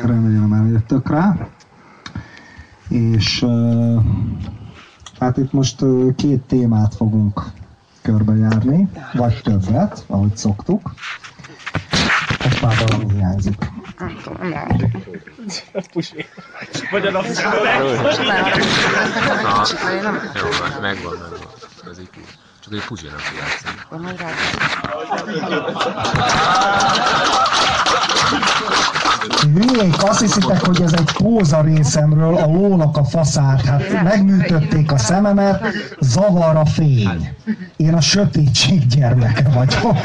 remélem eljöttök rá. És hát itt most két témát fogunk körbejárni, vagy többet, ahogy szoktuk. Most már valami hiányzik. Vagy a megvan. Ez így csak egy Puzsi nem tud játszani. Hülyék, azt hiszitek, hogy ez egy póza részemről, a lónak a faszát. Hát megműtötték a szememet, zavar a fény. Én a sötétség gyermeke vagyok.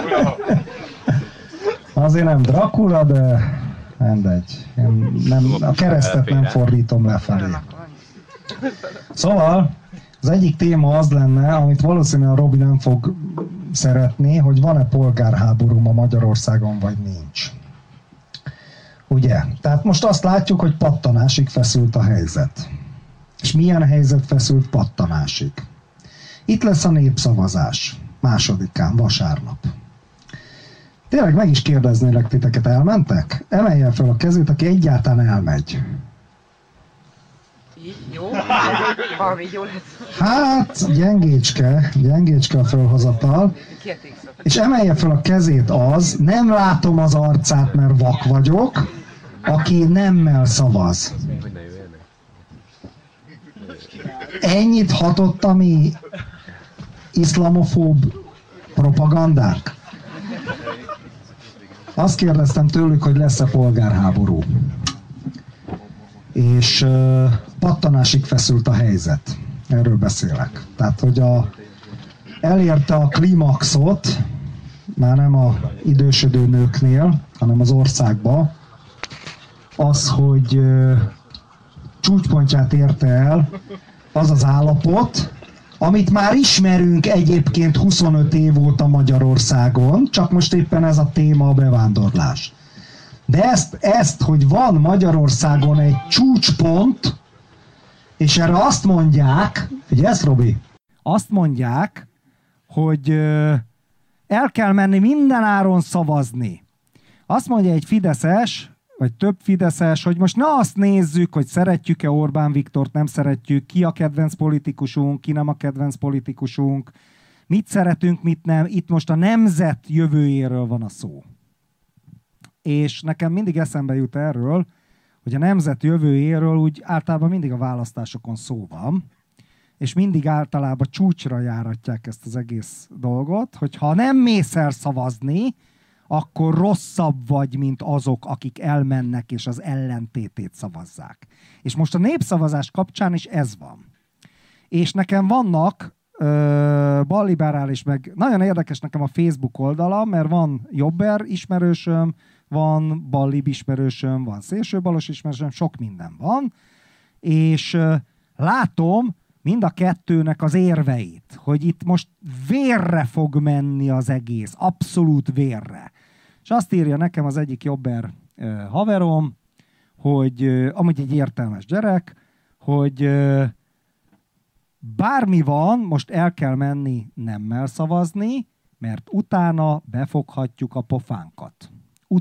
Azért nem Dracula, de mindegy. A keresztet nem fordítom lefelé. Szóval az egyik téma az lenne, amit valószínűleg a Robi nem fog szeretni, hogy van-e polgárháború ma Magyarországon, vagy nincs. Ugye? Tehát most azt látjuk, hogy pattanásig feszült a helyzet. És milyen helyzet feszült pattanásig? Itt lesz a népszavazás. 2-án, vasárnap. Tényleg meg is kérdeznélek titeket, elmentek? Emeljen fel a kezét, aki egyáltalán elmegy. Így, jó? Valami jó lesz. Hát, gyengécske a fölhozatal. És emelje fel a kezét az, nem látom az arcát, mert vak vagyok, aki nemmel szavaz. Ennyit hatott a mi iszlamofób propagandánk? Azt kérdeztem tőlük, hogy lesz-e polgárháború. És pattanásig feszült a helyzet. Erről beszélek. Tehát, hogy elérte a klimaxot, már nem a idősödő nőknél, hanem az országba, az, hogy csúcspontját érte el az az állapot, amit már ismerünk egyébként 25 év óta Magyarországon, csak most éppen ez a téma a bevándorlás. De ezt, hogy van Magyarországon egy csúcspont, és erre azt mondják, figyelsz, Robi? Azt mondják, hogy el kell menni mindenáron szavazni. Azt mondja egy fideszes, vagy több fideszes, hogy most ne azt nézzük, hogy szeretjük-e Orbán Viktort, nem szeretjük, ki a kedvenc politikusunk, ki nem a kedvenc politikusunk, mit szeretünk, mit nem. Itt most a nemzet jövőjéről van a szó. És nekem mindig eszembe jut erről, hogy a nemzet jövőjéről úgy általában mindig a választásokon szó van, és mindig általában csúcsra járatják ezt az egész dolgot, hogy ha nem mész el szavazni, akkor rosszabb vagy, mint azok, akik elmennek és az ellentétét szavazzák. És most a népszavazás kapcsán is ez van. És nekem vannak balliberális, meg nagyon érdekes nekem a Facebook oldala, mert van jobber ismerősöm, van ballib ismerősöm, van szélsőbalos ismerősöm, sok minden van, és látom mind a kettőnek az érveit, hogy itt most vérre fog menni az egész, abszolút vérre. És azt írja nekem az egyik jobber haverom, hogy amúgy egy értelmes gyerek, hogy bármi van, most el kell menni nemmel szavazni, mert utána befoghatjuk a pofánkat.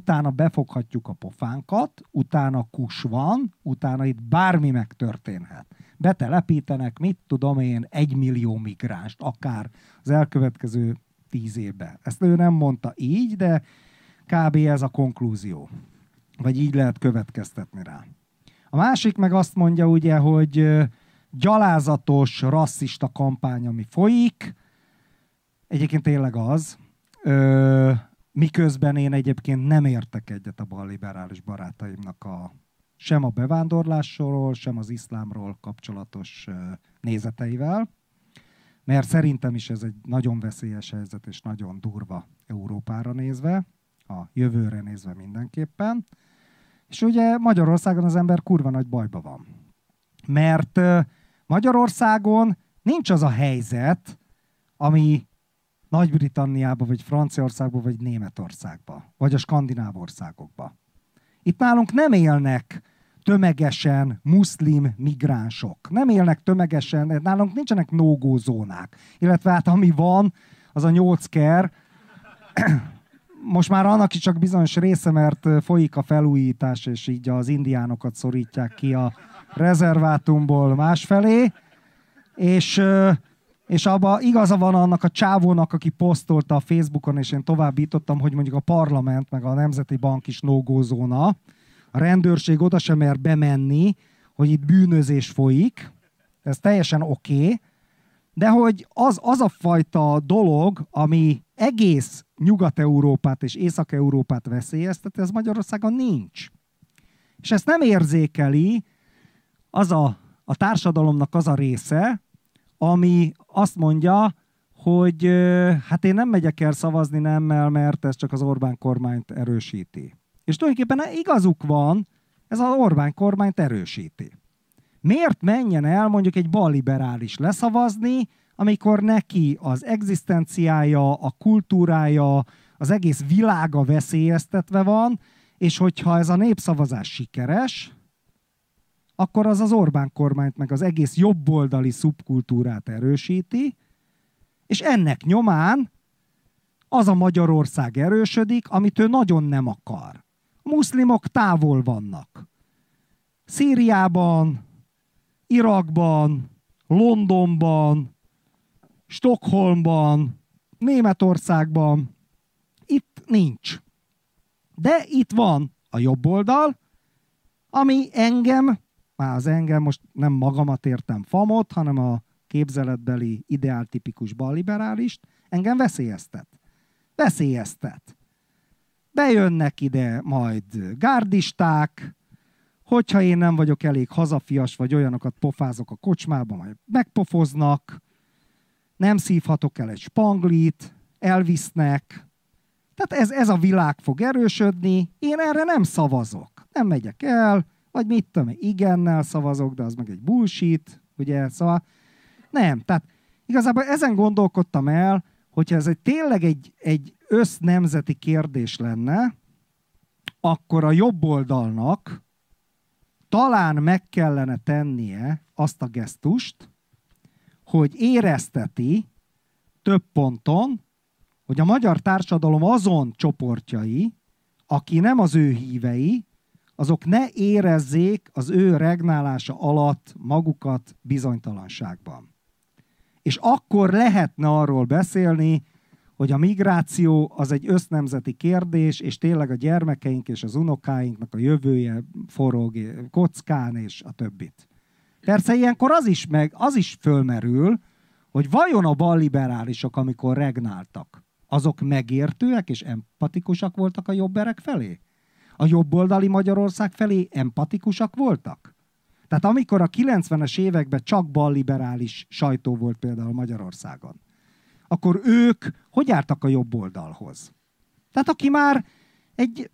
Utána kus van, utána itt bármi megtörténhet. Betelepítenek, mit tudom én, 1 millió migránst, akár az elkövetkező 10 évben. Ezt ő nem mondta így, de kb. Ez a konklúzió. Vagy így lehet következtetni rá. A másik meg azt mondja ugye, hogy gyalázatos, rasszista kampány, ami folyik. Egyébként tényleg az. Miközben én egyébként nem értek egyet a balliberális barátaimnak sem a bevándorlásról, sem az iszlámról kapcsolatos nézeteivel, mert szerintem is ez egy nagyon veszélyes helyzet, és nagyon durva Európára nézve, a jövőre nézve mindenképpen. És ugye Magyarországon az ember kurva nagy bajba van. Mert Magyarországon nincs az a helyzet, ami Nagy-Britanniában, vagy Franciaországban, vagy Németországban, vagy a skandináv országokban. Itt nálunk nem élnek tömegesen muszlim migránsok. Nem élnek tömegesen, nálunk nincsenek no-go zónák. Illetve hát ami van, az a 8 ker, most már annak is csak bizonyos része, mert folyik a felújítás, és így az indiánokat szorítják ki a rezervátumból másfelé, és abban igaza van annak a csávónak, aki posztolta a Facebookon, és én továbbítottam, hogy mondjuk a parlament, meg a Nemzeti Bank is no-go-zóna, a rendőrség oda sem mer bemenni, hogy itt bűnözés folyik, ez teljesen oké, de hogy az a fajta dolog, ami egész Nyugat-Európát és Észak-Európát veszélyeztet, ez Magyarországon nincs. És ezt nem érzékeli az a társadalomnak az a része, ami azt mondja, hogy hát én nem megyek el szavazni nemmel, mert ez csak az Orbán kormányt erősíti. És tulajdonképpen igazuk van, ez az Orbán kormányt erősíti. Miért menjen el mondjuk egy balliberális leszavazni, amikor neki az egzisztenciája, a kultúrája, az egész világa veszélyeztetve van, és hogyha ez a népszavazás sikeres, akkor az Orbán kormányt meg az egész jobboldali szubkultúrát erősíti, és ennek nyomán az a Magyarország erősödik, amit ő nagyon nem akar. A muszlimok távol vannak. Szíriában, Irakban, Londonban, Stockholmban, Németországban. Itt nincs. De itt van a jobb oldal, ami engem, most nem magamat értem famot, hanem a képzeletbeli ideáltipikus balliberálist, engem veszélyeztet. Bejönnek ide majd gárdisták, hogyha én nem vagyok elég hazafias, vagy olyanokat pofázok a kocsmába, majd megpofoznak, nem szívhatok el egy spanglit, elvisznek. Tehát ez a világ fog erősödni, én erre nem szavazok. Nem megyek el, vagy mit tudom, igennel szavazok, de az meg egy bullshit, ugye, szóval nem. Tehát igazából ezen gondolkodtam el, hogyha ez tényleg egy össznemzeti kérdés lenne, akkor a jobb oldalnak talán meg kellene tennie azt a gesztust, hogy érezteti több ponton, hogy a magyar társadalom azon csoportjai, aki nem az ő hívei, azok ne érezzék az ő regnálása alatt magukat bizonytalanságban. És akkor lehetne arról beszélni, hogy a migráció az egy össznemzeti kérdés, és tényleg a gyermekeink és az unokáinknak a jövője forog kockán, és a többit. Persze ilyenkor az is fölmerül, hogy vajon a balliberálisok, amikor regnáltak, azok megértőek és empatikusak voltak a jobberek felé? A jobboldali Magyarország felé empatikusak voltak? Tehát amikor a 90-es években csak balliberális sajtó volt például Magyarországon, akkor ők hogy álltak a jobb oldalhoz? Tehát aki már egy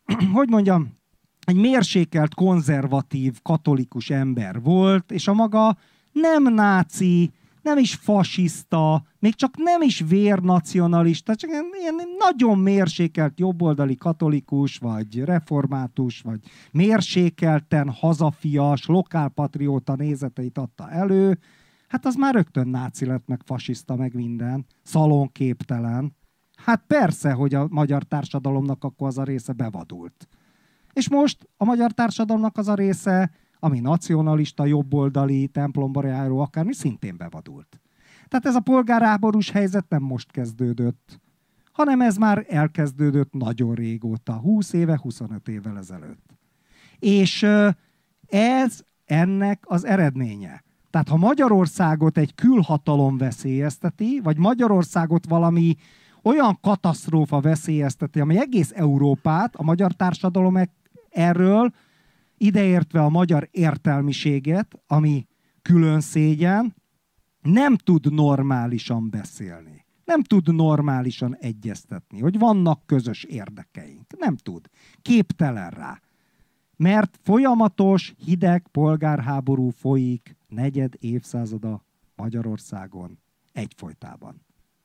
mérsékelt, konzervatív, katolikus ember volt, és a maga nem náci, nem is fasiszta, még csak nem is vérnacionalista, csak ilyen nagyon mérsékelt jobboldali katolikus, vagy református, vagy mérsékelten hazafias, lokálpatrióta nézeteit adta elő, hát az már rögtön náci lett, meg fasiszta, meg minden, szalonképtelen. Hát persze, hogy a magyar társadalomnak akkor az a része bevadult. És most a magyar társadalomnak az a része, ami nacionalista, jobboldali, templomba járó, akármi, szintén bevadult. Tehát ez a polgárháborús helyzet nem most kezdődött, hanem ez már elkezdődött nagyon régóta, 20 éve, 25 évvel ezelőtt. És ez ennek az eredménye. Tehát ha Magyarországot egy külhatalom veszélyezteti, vagy Magyarországot valami olyan katasztrófa veszélyezteti, ami egész Európát, a magyar társadalom erről, ideértve a magyar értelmiséget, ami külön szégyen, nem tud normálisan beszélni. Nem tud normálisan egyeztetni, hogy vannak közös érdekeink. Nem tud. Képtelen rá. Mert folyamatos, hideg polgárháború folyik negyed évszázada Magyarországon egyfolytában.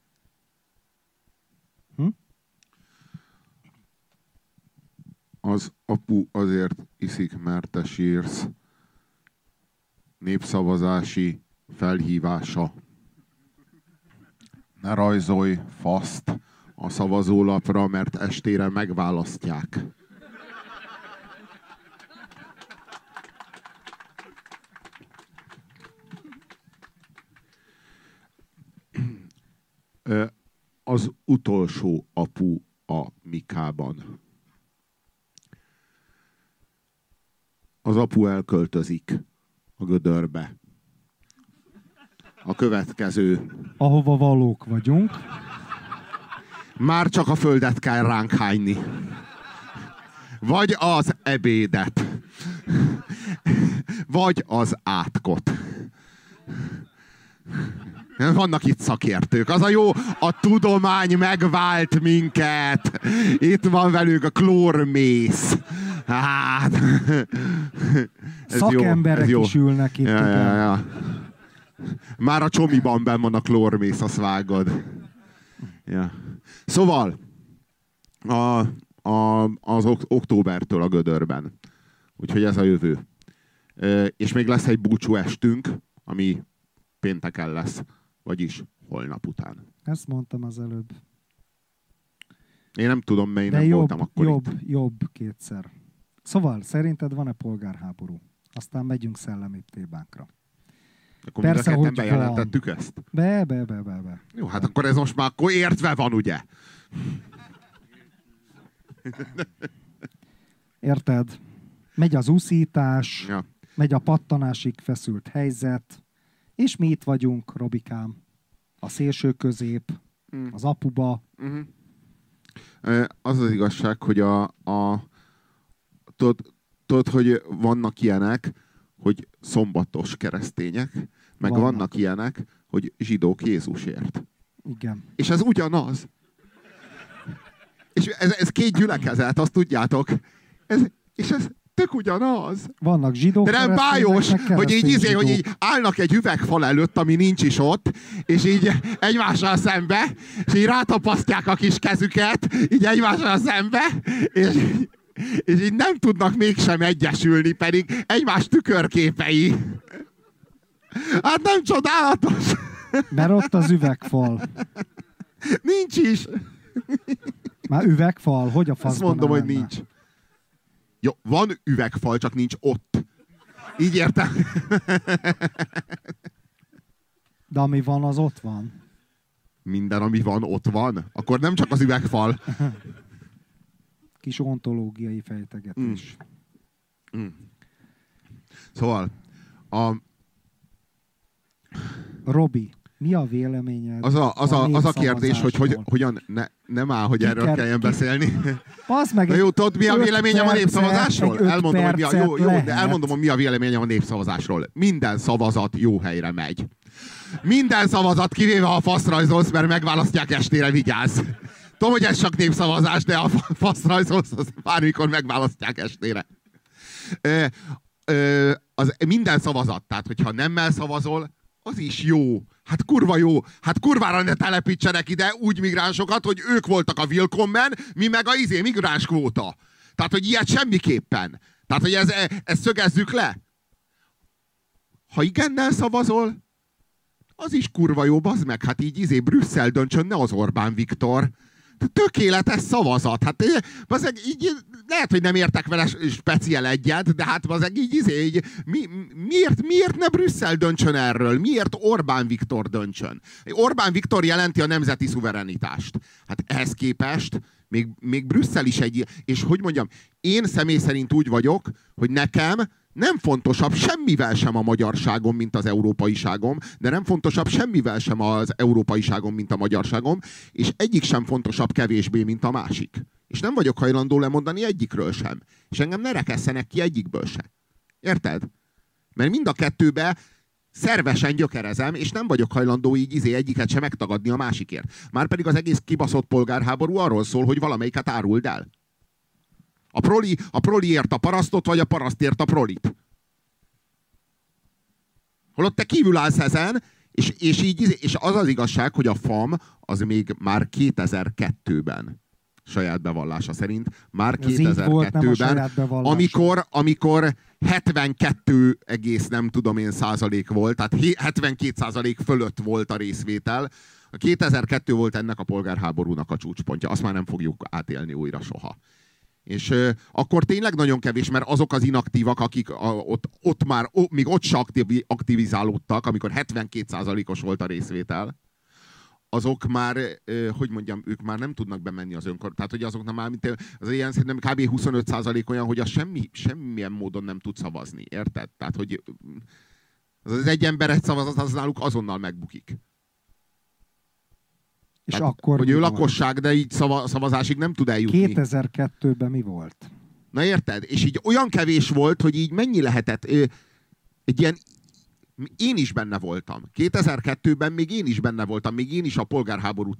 Az apu azért iszik, mert te sírsz. Népszavazási felhívása. Ne rajzolj faszt a szavazólapra, mert estére megválasztják. Az utolsó apu a Mikában. Az apu elköltözik a gödörbe. A következő. Ahova valók vagyunk. Már csak a földet kell ránk hányni. Vagy az ebédet. Vagy az átkot. Vannak itt szakértők. Az a jó, a tudomány megvált minket. Itt van velük a klórmész. Hát. Szakemberek jó. is ülnek itt. Ja. Már a csomiban benn van a klórmész, azt vágod. Ja. Szóval, az októbertől a gödörben. Úgyhogy ez a jövő. És még lesz egy búcsú estünk, ami pénteken lesz. Vagyis holnap után. Ezt mondtam az előbb. Én nem tudom, mert én nem jobb, voltam akkor jobb kétszer. Szóval, szerinted van-e polgárháború? Aztán megyünk szellemi tébánkra. Akkor persze, mind a hogy ketten bejelentettük ezt? Be. Jó, hát akkor ez most már akkor értve van, ugye? Érted? Megy az úszítás, Ja. megy a pattanásig feszült helyzet, és mi itt vagyunk, Robikám. A szélső közép, az apuba. Az az igazság, hogy tudod, hogy vannak ilyenek, hogy szombatos keresztények, meg vannak ilyenek, hogy zsidók Jézusért. Igen. És ez ugyanaz. És ez két gyülekezet, azt tudjátok. És ez tök ugyanaz. Vannak zsidók. De nem bájos, hogy így állnak egy üvegfal előtt, ami nincs is ott, és így egymással szembe, és így rátapasztják a kis kezüket, így egymással szembe, és így nem tudnak mégsem egyesülni, pedig egymás tükörképei. Hát nem csodálatos? Mert ott az üvegfal. Nincs is. Már üvegfal? Hogy a faszban? Azt mondom, hogy nincs. Jó, van üvegfal, csak nincs ott. Így értem? De ami van, az ott van. Minden, ami van, ott van? Akkor nem csak az üvegfal. Kis ontológiai fejtegetés. Szóval, Robi, mi a véleményed? Az a kérdés, hogy hogyan nem áll, hogy erről kelljen beszélni. Meg, jó, tudod, mi a véleményem a népszavazásról? Elmondom, elmondom, hogy mi a véleményem a népszavazásról. Minden szavazat jó helyre megy. Minden szavazat, kivéve a faszrajzolsz, mert megválasztják estére, vigyázz. Tudom, hogy ez csak népszavazás, de a faszrajzolsz, az bármikor megválasztják estére. Minden szavazat, tehát hogyha nemmel szavazol, az is jó. Hát kurva jó. Hát kurvára ne telepítsenek ide úgy migránsokat, hogy ők voltak a Willkommen, mi meg a migráns kvóta. Tehát, hogy ilyet semmiképpen. Tehát, hogy ezt szögezzük le. Ha igennel szavazol, az is kurva jó, bazd meg. Hát így Brüsszel döntsön, ne az Orbán Viktor. Tökéletes szavazat. Hát így, lehet, hogy nem értek vele speciál egyet, de hát így miért ne Brüsszel döntsön erről? Miért Orbán Viktor döntsön? Orbán Viktor jelenti a nemzeti szuverenitást. Hát ehhez képest még Brüsszel is és hogy mondjam, én személy szerint úgy vagyok, hogy nekem nem fontosabb semmivel sem a magyarságom, mint az európaiságom, de nem fontosabb semmivel sem az európaiságom, mint a magyarságom, és egyik sem fontosabb kevésbé, mint a másik. És nem vagyok hajlandó lemondani egyikről sem. És engem ne rekesszenek ki egyikből se. Érted? Mert mind a kettőbe szervesen gyökerezem, és nem vagyok hajlandó így egyiket sem megtagadni a másikért. Márpedig az egész kibaszott polgárháború arról szól, hogy valamelyiket áruld el. A proliért a parasztot, vagy a parasztért a prolit. Holott te kívül állsz ezen, és az az igazság, hogy a FAM az még már 2002-ben saját bevallása szerint már Ez így volt, nem a saját 2002-ben, bevallása. amikor 72 egész nem tudom én százalék volt, tehát 72% fölött volt a részvétel. A 2002 volt ennek a polgárháborúnak a csúcspontja. Azt már nem fogjuk átélni újra soha. És akkor tényleg nagyon kevés, mert azok az inaktívak, akik ott már, még ott se aktivizálódtak, amikor 72%-os volt a részvétel, azok már, hogy mondjam, ők már nem tudnak bemenni az tehát hogy azoknak már, mint az ilyen szerintem kb. 25% olyan, hogy az semmilyen módon nem tud szavazni, érted? Tehát, hogy az egy ember egy szavazat, az náluk azonnal megbukik. És tehát, akkor hogy ő lakosság, de így szavazásig nem tud eljutni. 2002-ben mi volt? Na érted? És így olyan kevés volt, hogy így mennyi lehetett egy ilyen. Én is benne voltam. 2002-ben még én is benne voltam. Még én is a polgárháború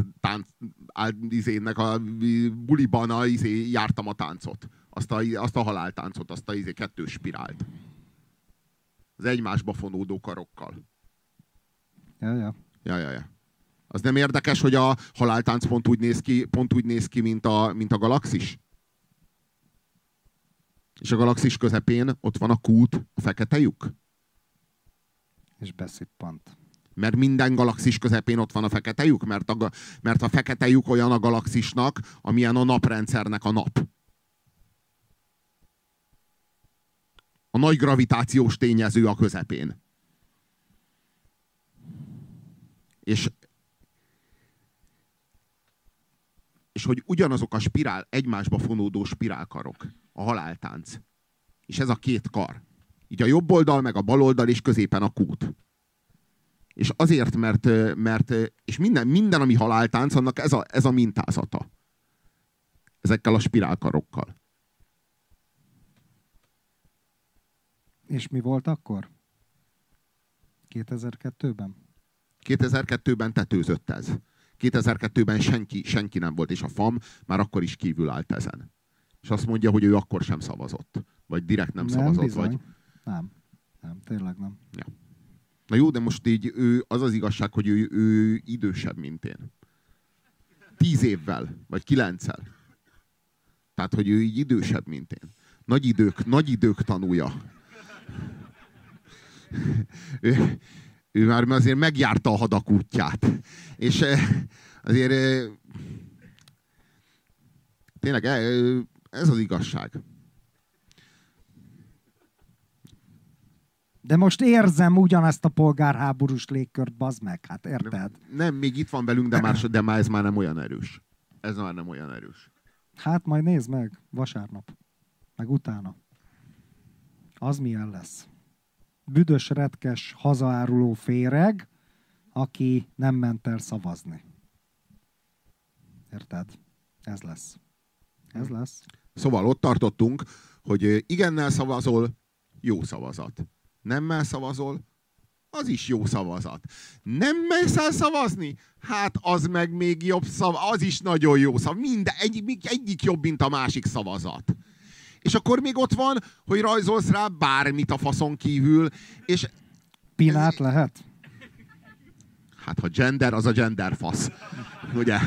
izének a buliban jártam a táncot. Azt a haláltáncot, azt a kettős spirált. Az egymásba fonódó karokkal. Ja. Az nem érdekes, hogy a haláltánc pont úgy néz ki, mint a galaxis? És a galaxis közepén ott van a kút, a fekete lyuk. És beszippant. Mert minden galaxis közepén ott van a fekete lyuk? Mert a fekete lyuk olyan a galaxisnak, amilyen a naprendszernek a nap. A nagy gravitációs tényező a közepén. És hogy ugyanazok a egymásba fonódó spirálkarok, a haláltánc. És ez a két kar. Így a jobb oldal, meg a bal oldal, és középen a kút. És azért, mert és minden, ami haláltánc, annak ez a mintázata. Ezekkel a spirálkarokkal. És mi volt akkor? 2002-ben? 2002-ben tetőzött ez. 2002-ben senki nem volt, és a FAM már akkor is kívül állt ezen. És azt mondja, hogy ő akkor sem szavazott. Vagy direkt nem szavazott. Bizony. Vagy... Nem, tényleg nem. Ja. Na jó, de most így az az igazság, hogy ő idősebb, mint én. 10 évvel, vagy 9-el. Tehát, hogy ő így idősebb, mint én. Nagy idők tanúja. Ő már azért megjárta a hadak útját. És azért tényleg ez az igazság. De most érzem ugyanezt a polgárháborús légkört, bazd meg, hát érted? Nem, még itt van velünk, de már ez már nem olyan erős. Ez már nem olyan erős. Hát majd nézd meg, vasárnap. Meg utána. Az milyen lesz? Büdös, retkes, hazaáruló féreg, aki nem ment el szavazni. Érted? Ez lesz. Ez lesz. Szóval ott tartottunk, hogy igennel szavazol, jó szavazat. Nemmel szavazol, az is jó szavazat. Nem mész el szavazni? Hát az meg még jobb az is nagyon jó szavazat. Egyik jobb, mint a másik szavazat. És akkor még ott van, hogy rajzolsz rá bármit a faszon kívül, és... Pinát lehet? Hát ha gender, az a gender fasz. Ugye?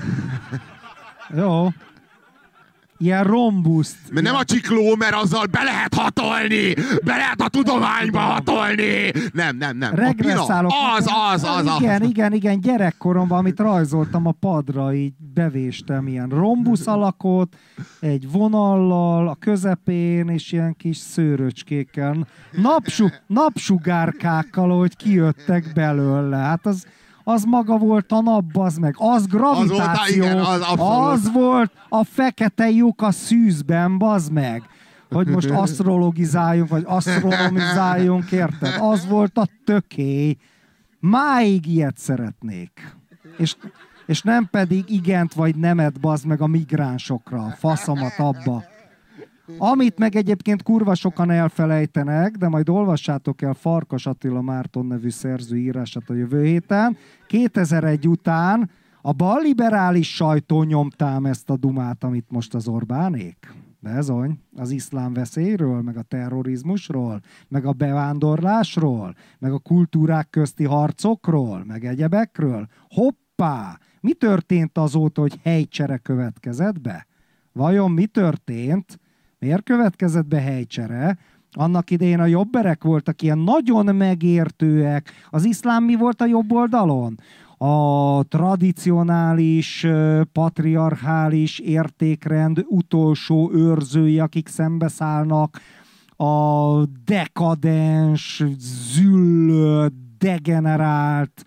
Jó. Ilyen rombuszt. Mert nem a csikló, mert azzal be lehet hatolni! Be lehet a tudományba hatolni! Nem. Regresszálok. Az. Igen, gyerekkoromban, amit rajzoltam a padra, így bevéstem ilyen rombusz alakot, egy vonallal a közepén, és ilyen kis szőröcskékkel, napsugárkákkal, hogy kijöttek belőle. Hát az maga volt a nap, az meg. Az gravitáció. Az volt a fekete lyuk a szűzben, bazd meg. Hogy most asztrologizáljunk, vagy asztronomizáljunk, érted? Az volt a tökély. Máig ilyet szeretnék. És nem pedig igent vagy nemet, bazd meg a migránsokra. Faszomat abba. Amit meg egyébként kurva sokan elfelejtenek, de majd olvassátok el Farkas Attila Márton nevű szerző írását a jövő héten. 2001 után a balliberális sajtó nyomtám ezt a dumát, amit most az Orbánék. Bezony, az iszlám veszélyről, meg a terrorizmusról, meg a bevándorlásról, meg a kultúrák közti harcokról, meg egyebekről. Hoppá! Mi történt azóta, hogy helycsere következett be? Vajon mi történt? Miért következett be helycsere? Annak idején a jobberek voltak ilyen nagyon megértőek. Az iszlám mi volt a jobb oldalon? A tradicionális, patriarchális értékrend utolsó őrzői, akik szembeszállnak a dekadens, züllött, degenerált,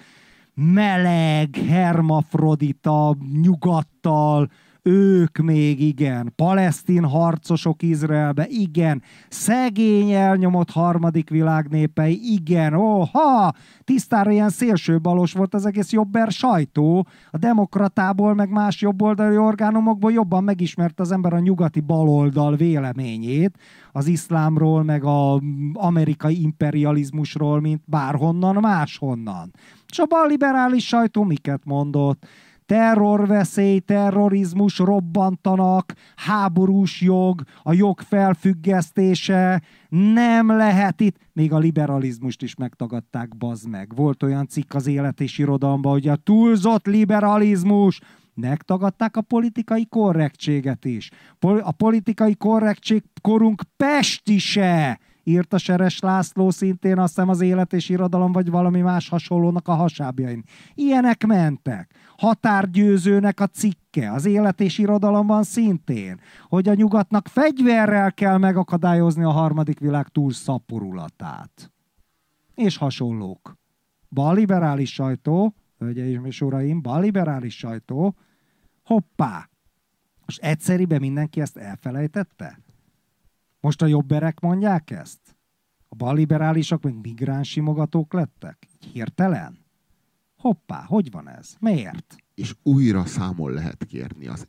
meleg, hermafrodita nyugattal, ők még igen, palesztin harcosok Izraelbe, igen, szegény elnyomott harmadik világ népei, igen, tisztára ilyen szélsőbalos volt az egész jobber sajtó, a demokratából, meg más jobboldali orgánumokból jobban megismerte az ember a nyugati baloldal véleményét, az iszlámról, meg az amerikai imperializmusról, mint bárhonnan máshonnan. És a balliberális sajtó miket mondott? Terrorveszély, terrorizmus, robbantanak, háborús jog, a jog felfüggesztése, nem lehet itt. Még a liberalizmust is megtagadták, bazd meg. Volt olyan cikk az Élet és Irodalomban, hogy a túlzott liberalizmus, megtagadták a politikai korrektséget is. A politikai korrektség korunk pestise, írta Seres László szintén, azt hiszem az Élet és Irodalom, vagy valami más hasonlónak a hasábjain. Ilyenek mentek. Határgyőzőnek a cikke, az Élet és Irodalomban szintén, hogy a nyugatnak fegyverrel kell megakadályozni a harmadik világ túlszaporulatát. És hasonlók. Balliberális sajtó, hölgyeim és uraim, balliberális sajtó, hoppá! Most egyszeriben mindenki ezt elfelejtette? Most a jobberek mondják ezt? A balliberálisok meg migránssimogatók lettek? Hirtelen? Hoppá, hogy van ez? Miért? És újra számon lehet kérni az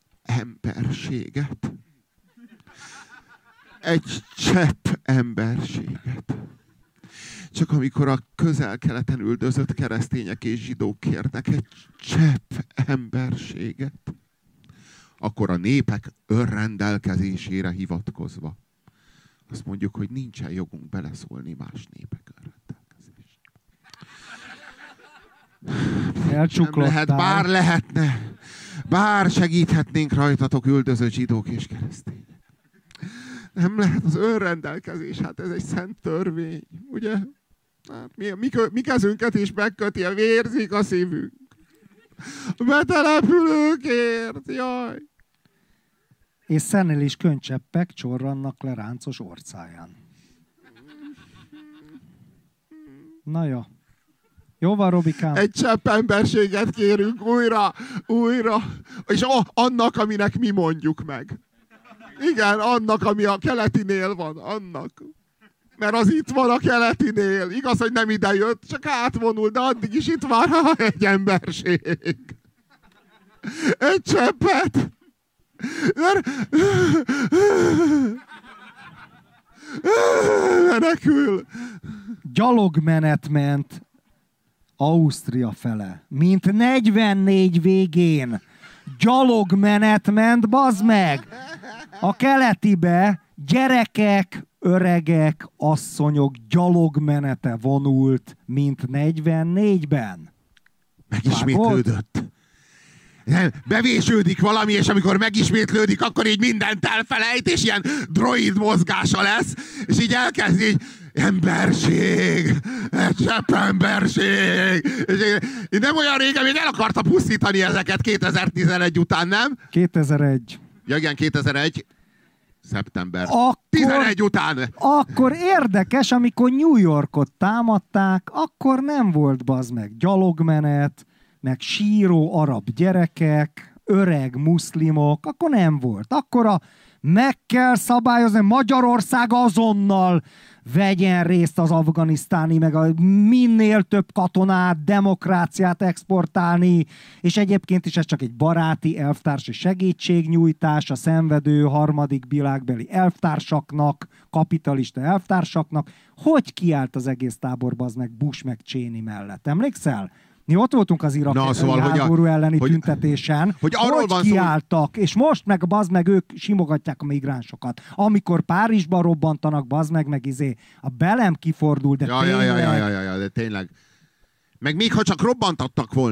emberséget. Egy csepp emberséget. Csak amikor a közel-keleten üldözött keresztények és zsidók kérnek egy csepp emberséget, akkor a népek önrendelkezésére hivatkozva azt mondjuk, hogy nincsen jogunk beleszólni más népek önrendelkezésére. Elcsuklottál. Nem lehet, bár lehetne, bár segíthetnénk rajtatok üldözött zsidók és keresztények. Nem lehet az önrendelkezés, hát ez egy szent törvény, ugye? Hát mi kezünket is megköti, vérzik a szívünk. Betelepülőkért, jaj! És szennél is könycseppek csorrannak le ráncos orcáján. Na jó. Jó van, Robikám. Egy csepp emberséget kérünk újra. És annak, aminek mi mondjuk meg. Igen, annak, ami a keletinél van, annak. Mert az itt van a keletinél. Igaz, hogy nem ide jött, csak átvonul, de addig is itt van egy emberség. Egy cseppet. Menekül. Gyalogmenet ment Ausztria fele. Mint 44 végén. Gyalogmenet ment, bazd meg! A keletibe gyerekek, öregek, asszonyok gyalogmenete vonult, mint 44-ben. Megismétlődött. Nem, bevésődik valami, és amikor megismétlődik, akkor így mindent elfelejt, és ilyen droid mozgása lesz, és így elkezd így, emberség, egy csepp emberség. És én nem olyan régen még el akarta pusztítani ezeket 2011 után, nem? 2001. Ja, igen, 2001. Szeptember. Akkor, 11 után. Akkor érdekes, amikor New Yorkot támadták, akkor nem volt, bazd meg, gyalogmenet, meg síró arab gyerekek, öreg muszlimok, akkor nem volt. Akkor meg kell szabályozni, Magyarország azonnal vegyen részt az afganisztáni, meg a minél több katonát, demokráciát exportálni, és egyébként is ez csak egy baráti elvtársi segítségnyújtás a szenvedő harmadik világbeli elvtársaknak, kapitalista elvtársaknak. Hogy kiállt az egész táborba az meg Bush meg Cheney mellett? Emlékszel? Mi ott voltunk az iraki háború elleni tüntetésen, hogy kiálltak, és most meg bazd meg ők simogatják a migránsokat. Amikor Párizsban robbantanak, bazd meg a belem kifordul, de tényleg. De tényleg. Meg még ha csak robbantattak volna,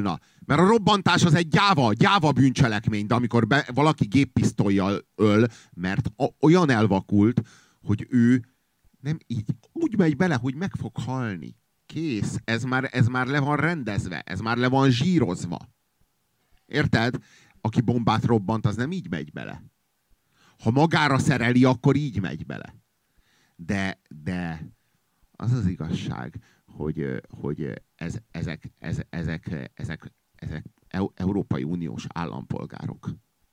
Mert a robbantás az egy gyáva bűncselekmény, de amikor valaki géppisztollyal öl, mert olyan elvakult, hogy ő nem így, úgy megy bele, hogy meg fog halni. Kész. Ez már le van rendezve. Ez már le van zsírozva. Érted? Aki bombát robbant, az nem így megy bele. Ha magára szereli, akkor így megy bele. De az az igazság, hogy ezek Európai Uniós állampolgárok.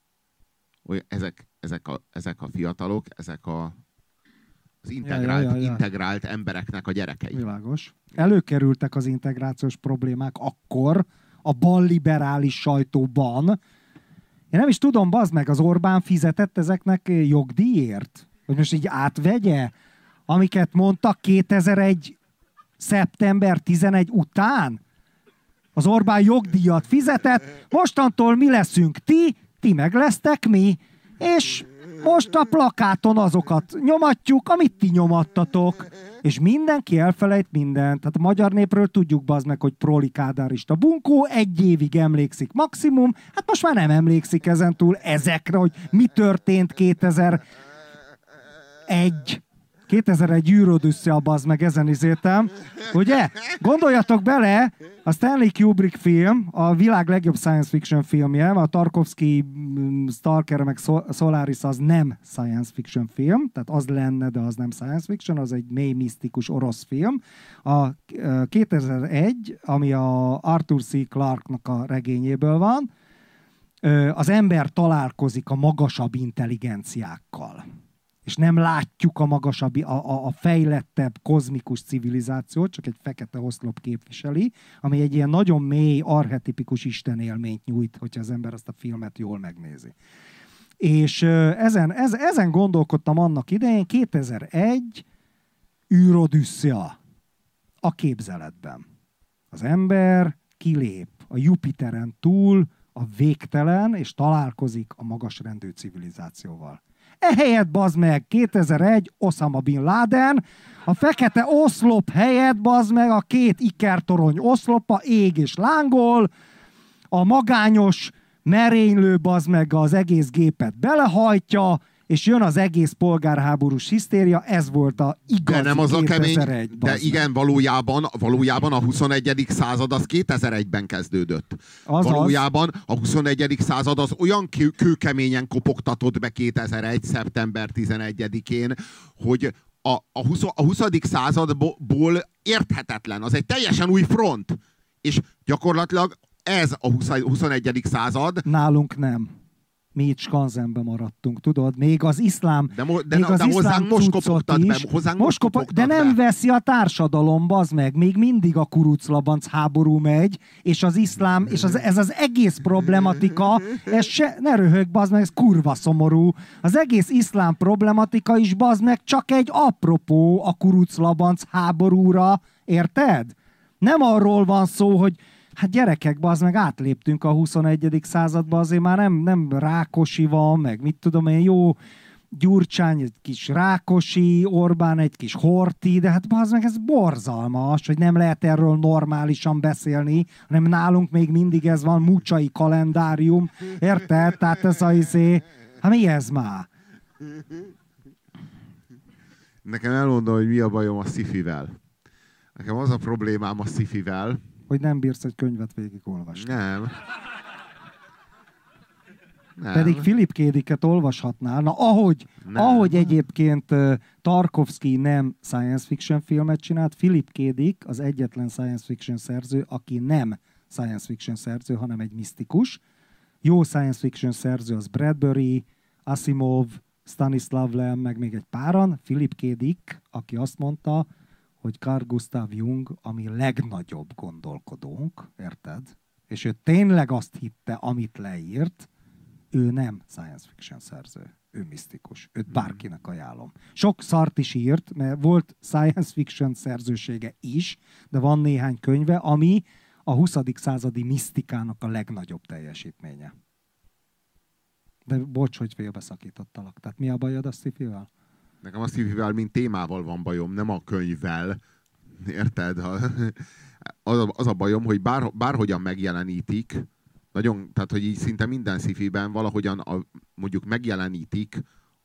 Ezek a fiatalok, az integrált embereknek a gyerekei. Világos. Előkerültek az integrációs problémák akkor a balliberális sajtóban. Én nem is tudom, bazd meg, az Orbán fizetett ezeknek jogdíjért? Hogy most így átvegye, amiket mondtak 2001. szeptember 11 után? Az Orbán jogdíjat fizetett, mostantól mi leszünk ti meg lesztek mi, és most a plakáton azokat nyomatjuk, amit ti nyomattatok. És mindenki elfelejt mindent. Tehát a magyar népről tudjuk, bazd meg, hogy prolikádárista bunkó, 1 évig emlékszik maximum, hát most már nem emlékszik ezentúl ezekre, hogy mi történt 2001 űrodüsszel, bazd meg, ezen izéltem. Ugye? Gondoljatok bele, a Stanley Kubrick film, a világ legjobb science fiction filmje, a Tarkovsky Stalker meg Solaris az nem science fiction film, tehát az lenne, de az nem science fiction, az egy mély misztikus orosz film. A 2001, ami a Arthur C. Clarke-nak a regényéből van, az ember találkozik a magasabb intelligenciákkal. És nem látjuk a magasabb, a fejlettebb kozmikus civilizációt, csak egy fekete oszlop képviseli, ami egy ilyen nagyon mély, archetipikus istenélményt nyújt, hogyha az ember azt a filmet jól megnézi. És ezen gondolkodtam annak idején, 2001 űrodüsszea a képzeletben. Az ember kilép a Jupiteren túl a végtelen, és találkozik a magasrendű civilizációval. Ehelyett, bazd meg, 2001 Osama Bin Laden, a fekete oszlop helyett, bazd meg, a 2 ikertorony oszlopa ég és lángol, a magányos merénylő, bazd meg, az egész gépet belehajtja, és jön az egész polgárháborús hisztéria, ez volt a igazi 2001. De nem az a kemény, de igen, valójában a 21. század az 2001-ben kezdődött. Valójában a 21. század az olyan kőkeményen kopogtatott be 2001. szeptember 11-én, hogy a 20. századból érthetetlen, az egy teljesen új front. És gyakorlatilag ez a 21. század. Nálunk nem. Mi itt skanzenben maradtunk, tudod? Még az iszlám de hozzánk most kopogtat be. De nem veszi a társadalom, bazd meg. Még mindig a kuruclabanc háború megy, és az iszlám, és ez az egész problematika, ne röhög, bazd meg, ez kurva szomorú. Az egész iszlám problematika is, bazd meg, csak egy apropó a kuruclabanc háborúra, érted? Nem arról van szó, hogy hát gyerekek, bazd meg, átléptünk a 21. századba, azért már nem Rákosi van, meg mit tudom én, jó, Gyurcsány egy kis Rákosi, Orbán egy kis Horthy, de hát bazd meg, ez borzalmas, hogy nem lehet erről normálisan beszélni, hanem nálunk még mindig ez van, mucsai kalendárium, érted? Tehát ez hát mi ez már? Nekem elmondom, hogy mi a bajom a sci-fivel. Nekem az a problémám a sci-fivel, hogy nem bírsz egy könyvet végigolvasni. Nem. Pedig Philip K. Dicket olvashatnál. Na, ahogy egyébként Tarkovsky nem science fiction filmet csinált, Philip K. Dick az egyetlen science fiction szerző, aki nem science fiction szerző, hanem egy misztikus. Jó science fiction szerző az Bradbury, Asimov, Stanislav Lem, meg még egy páran. Philip K. Dick, aki azt mondta, hogy Carl Gustav Jung a mi legnagyobb gondolkodónk, érted? És ő tényleg azt hitte, amit leírt, ő nem science fiction szerző, ő misztikus. Őt bárkinek ajánlom. Sok szart is írt, mert volt science fiction szerzősége is, de van néhány könyve, ami a 20. századi misztikának a legnagyobb teljesítménye. De bocs, hogy félbeszakítottalak. Tehát mi a bajod a sci-fivel? Nekem a sci-fivel, mint témával van bajom, nem a könyvvel. Érted? az a bajom, hogy bárhogyan megjelenítik, nagyon, tehát hogy így szinte minden sci-fiben valahogyan mondjuk megjelenítik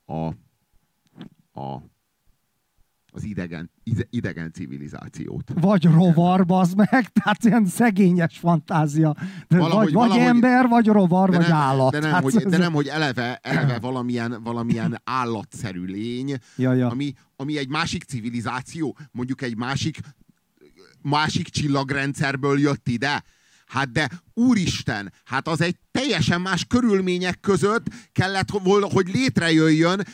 az idegen civilizációt. Vagy rovar, bazd meg, tehát ilyen szegényes fantázia. Vagy ember, vagy rovar, vagy állat. De nem, hogy eleve valamilyen állatszerű lény, ja. ami egy másik civilizáció, mondjuk egy másik csillagrendszerből jött ide. Hát de úristen, hát az egy teljesen más körülmények között kellett, hogy létrejöjjön,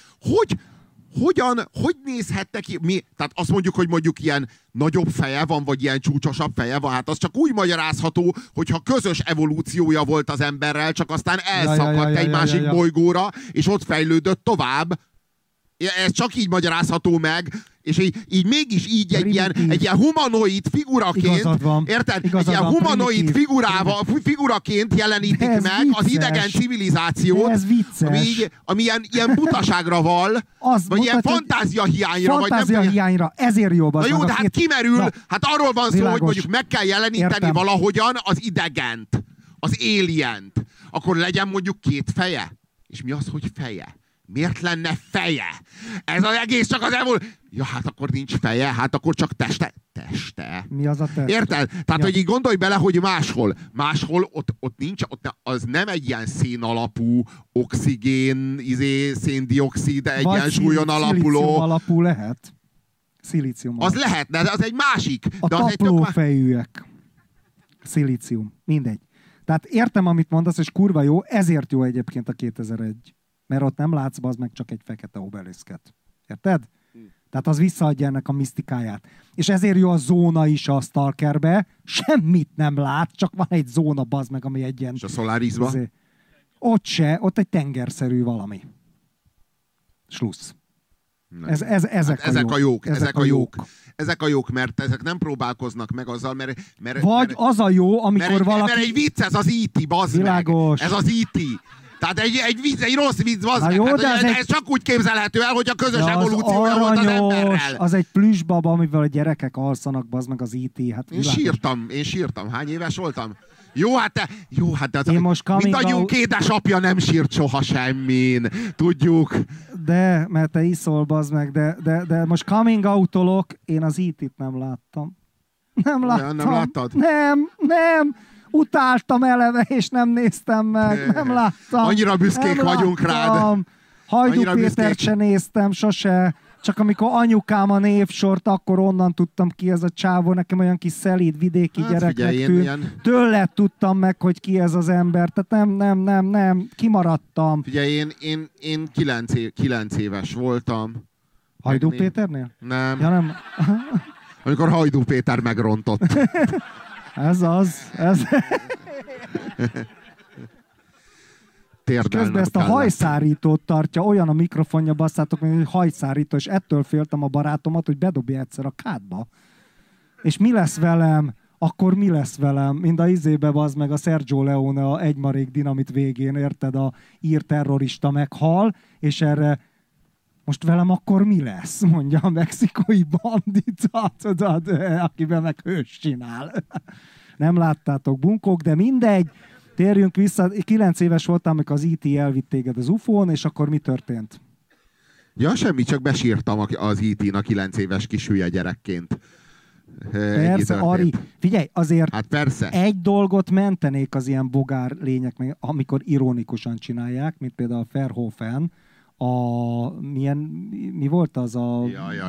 hogy nézhette ki? Tehát azt mondjuk, hogy mondjuk ilyen nagyobb feje van, vagy ilyen csúcsosabb feje van, hát az csak úgy magyarázható, hogyha közös evolúciója volt az emberrel, csak aztán elszakadt egy másik bolygóra, és ott fejlődött tovább. Ez csak így magyarázható meg, és így mégis így egy ilyen humanoid figuraként, érted? Egy ilyen humanoid figuraként jelenítik meg vicces. Az idegen civilizációt, ami ilyen butaságra val, vagy ilyen fantázia hiányra. Fantázia hiányra, ezért jobb az. Na jó, de hát kimerül, hát arról van szó, hogy mondjuk meg kell jeleníteni valahogyan az idegent, az alient. Akkor legyen mondjuk két feje. És mi az, hogy feje? Miért lenne feje? Ez az egész csak az evolúció. Ja, hát akkor nincs feje, hát akkor csak teste. Teste. Mi az a teste? Érted? Tehát, hogy így gondolj bele, hogy máshol ott nincs, az nem egy ilyen szén alapú, oxigén, széndioxid, egyensúlyon alapuló. Szilícium alapú lehet. Szilícium alapú. Az lehet, de az egy másik. A taplófejűek. Szilícium. Mindegy. Tehát értem, amit mondasz, és kurva jó, ezért jó egyébként a 2001. Mert ott nem látsz, az meg csak egy fekete obeliszket. Érted? Tehát az visszaadja ennek a misztikáját. És ezért jó a zóna is a Stalkerbe. Semmit nem lát, csak van egy zóna, bazd meg, ami egy ilyen... És a Solarisba? Ott egy tengerszerű valami. Slussz. Ezek a jók, mert ezek nem próbálkoznak meg azzal, mert vagy az a jó, amikor valaki... Mert egy vicc, ez az E.T., bazd világos. meg. Ez az E.T. Tehát egy rossz vicc, bazd meg. Jó, hát, ez csak úgy képzelhető el, hogy a közös evolúciója volt az emberrel. Az egy plüssbaba, amivel a gyerekek alszanak, bazd meg az E.T. Hát én sírtam. Hány éves voltam? Jó, hát de mindannyiunk édesapja nem sírt soha semmin. Tudjuk. De, mert te iszol, bazd meg, de most coming out-olok, én az E.T.-t nem láttam. Nem láttad? Nem. Utáltam eleve, és nem néztem meg. Nem láttam. Annyira büszkék vagyunk rád. Hajdú Pétert se néztem, sose. Csak amikor anyukám a névsort, akkor onnan tudtam ki ez a csávó, nekem olyan kis szelíd vidéki gyereknek tűnt. Tőle tudtam meg, hogy ki ez az ember. Tehát nem, kimaradtam. Figyelj, én 9 éves voltam. Hajdú Péternél? Nem. Ja, nem. Amikor Hajdú Péter megrontott. Ez. És közben ezt a hajszárítót tartja, olyan a mikrofonja, basszátok, hogy hajszárító, és ettől féltem a barátomat, hogy bedobja egyszer a kádba. És mi lesz velem? Akkor mi lesz velem? Mind a izébe, bazd meg, a Sergio Leone a Egy marék dinamit végén, érted? A ír terrorista meghal, és erre most velem akkor mi lesz? Mondja a mexikói bandita, tudod, akiben meg hős csinál. Nem láttátok, bunkók, de mindegy. Térjünk vissza. 9 éves voltam, amikor az E.T. elvitt téged az UFO-n, és akkor mi történt? Ja, semmi, csak besírtam az E.T.-n a 9 éves kis hülye gyerekként. Persze, Ari. Figyelj, azért hát persze. Egy dolgot mentenék az ilyen bogár lények, amikor ironikusan csinálják, mint például a Verhoeven, mi volt az a...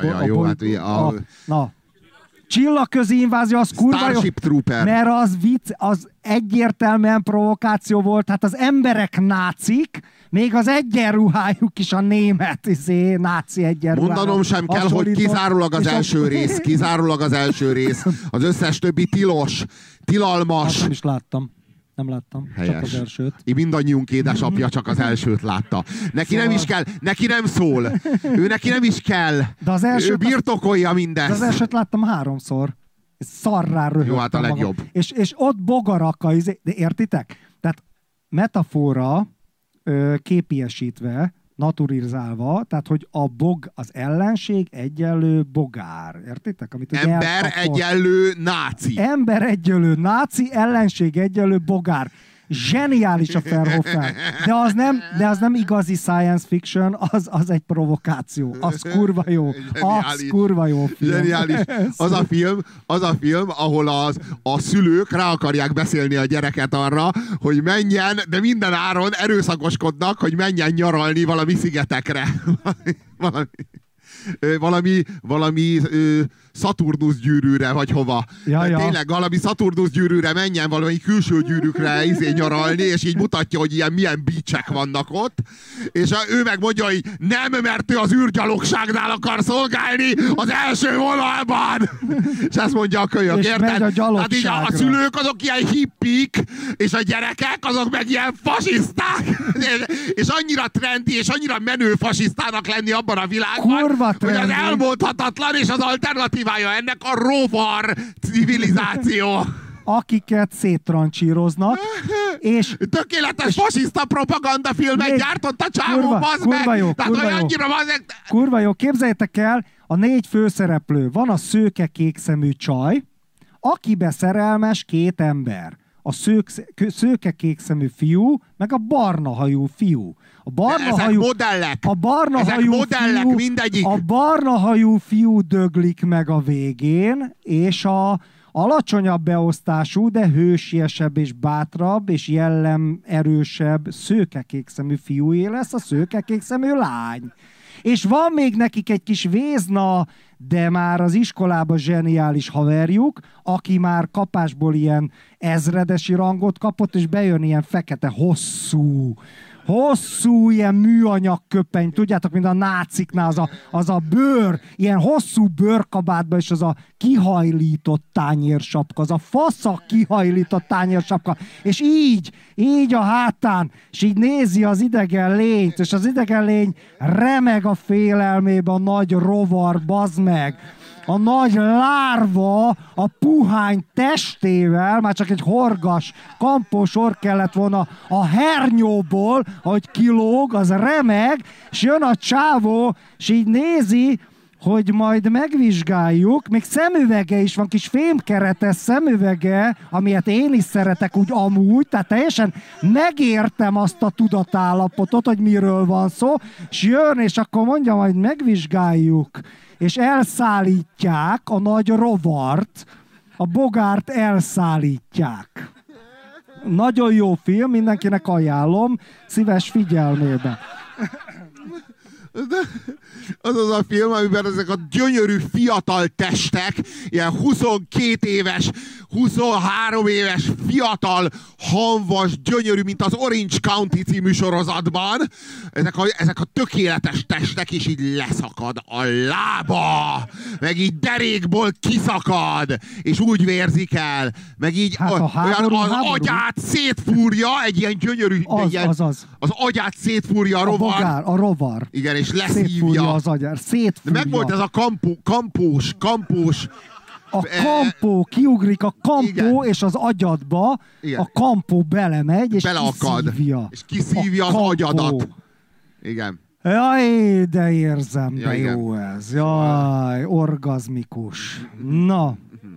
Csillagközi invázió, az kurva jó, Starship Trooper. mert az vicc, az egyértelműen provokáció volt, hát az emberek nácik, még az egyenruhájuk is a német náci egyenruhára. Mondanom sem kell, hogy kizárólag az első rész, az összes többi tilalmas. Nem is láttam. Nem láttam, helyes. Csak az elsőt. Mindannyiunk édesapja csak az elsőt látta. Neki nem is kell, neki nem szól. Neki nem is kell. De az elsőt, ő birtokolja mindezt. De az elsőt láttam 3-szor. Szarrá röhögtem. Jó, hát a legjobb. És ott bogarak de értitek? Tehát metafora képiesítve, naturizálva, tehát hogy az ellenség egyenlő bogár. Értitek? Amit Ember egyenlő náci. Ember egyenlő náci, ellenség egyenlő bogár. Zseniális a Verhoeven. De az nem igazi science fiction, az egy provokáció. Az kurva jó. Az kurva jó film. Zseniális. Az a film, ahol a szülők rá akarják beszélni a gyereket arra, hogy menjen, de minden áron erőszakoskodnak, hogy menjen nyaralni valami szigetekre. valami Szaturnusz gyűrűre, vagy hova. Ja. Tényleg valami Szaturnusz gyűrűre menjen, valami külső gyűrűkre nyaralni, és így mutatja, hogy milyen beachek vannak ott. És ő megmondja, hogy nem, mert ő az űrgyalogságnál akar szolgálni az első vonalban. És ezt mondja a kölyök, és érted? Tehát így a szülők azok ilyen hippik, és a gyerekek azok meg ilyen fasiszták. És annyira trendi, és annyira menő fasisztának lenni abban a világban, hogy az elmondhatatlan, és az alternatívája ennek a rovar civilizáció. Akiket széttrancsíroznak, és... Tökéletes fasiszta propagandafilmet gyártott a csávó, bazd meg! Kurva jó, kurva jó, képzeljétek el, a 4 főszereplő. Van a szőke kékszemű csaj, akibe szerelmes 2 ember. A szőke kékszemű fiú, meg a barna hajú fiú. Ezek modellek. Mindegyik. A barna hajú fiú döglik meg a végén, és a alacsonyabb beosztású, de hősiesebb és bátrabb, és jellem erősebb szőkekékszemű fiúé lesz a szőkekékszemű lány. És van még nekik egy kis vézna, de már az iskolában zseniális haverjuk, aki már kapásból ilyen ezredesi rangot kapott, és bejön ilyen fekete, hosszú ilyen műanyag köpeny, tudjátok, mint a náciknál, az a bőr, ilyen hosszú bőrkabátban, és az a kihajlított tányérsapka, az a faszak kihajlított tányérsapka, és így a hátán, és így nézi az idegen lényt, és az idegen lény remeg a félelmébe, a nagy rovar, bazd meg. A nagy lárva a puhány testével, már csak egy horgas, kampós orr kellett volna a hernyóból, ahogy kilóg, az remeg, és jön a csávó, és így nézi, hogy majd megvizsgáljuk, még szemüvege is van, kis fémkeretes szemüvege, amilyet én is szeretek úgy amúgy, tehát teljesen megértem azt a tudatállapotot, hogy miről van szó, és jön, és akkor mondja, majd megvizsgáljuk, és elszállítják a nagy rovart, a bogárt elszállítják. Nagyon jó film, mindenkinek ajánlom, szíves figyelmébe. Az a film, amiben ezek a gyönyörű fiatal testek, ilyen 22 éves, 23 éves, fiatal, hamvas, gyönyörű, mint az Orange County című sorozatban, ezek a tökéletes testek, és így leszakad a lába, meg így derékból kiszakad, és úgy vérzik el, meg így az agyát szétfúrja, egy ilyen gyönyörű, az agyát szétfúrja a rovar. A rovar. Igen, és leszívja. Az agyár, szétfúrja. De megvolt ez a kampós. A kampó, kiugrik a kampó, igen. És az agyadba igen. A kampó belemegy, és kiszívja. És kiszívja az agyadat. Igen. Jaj, de érzem, de igen. Jó ez. Jaj, orgazmikus. Na.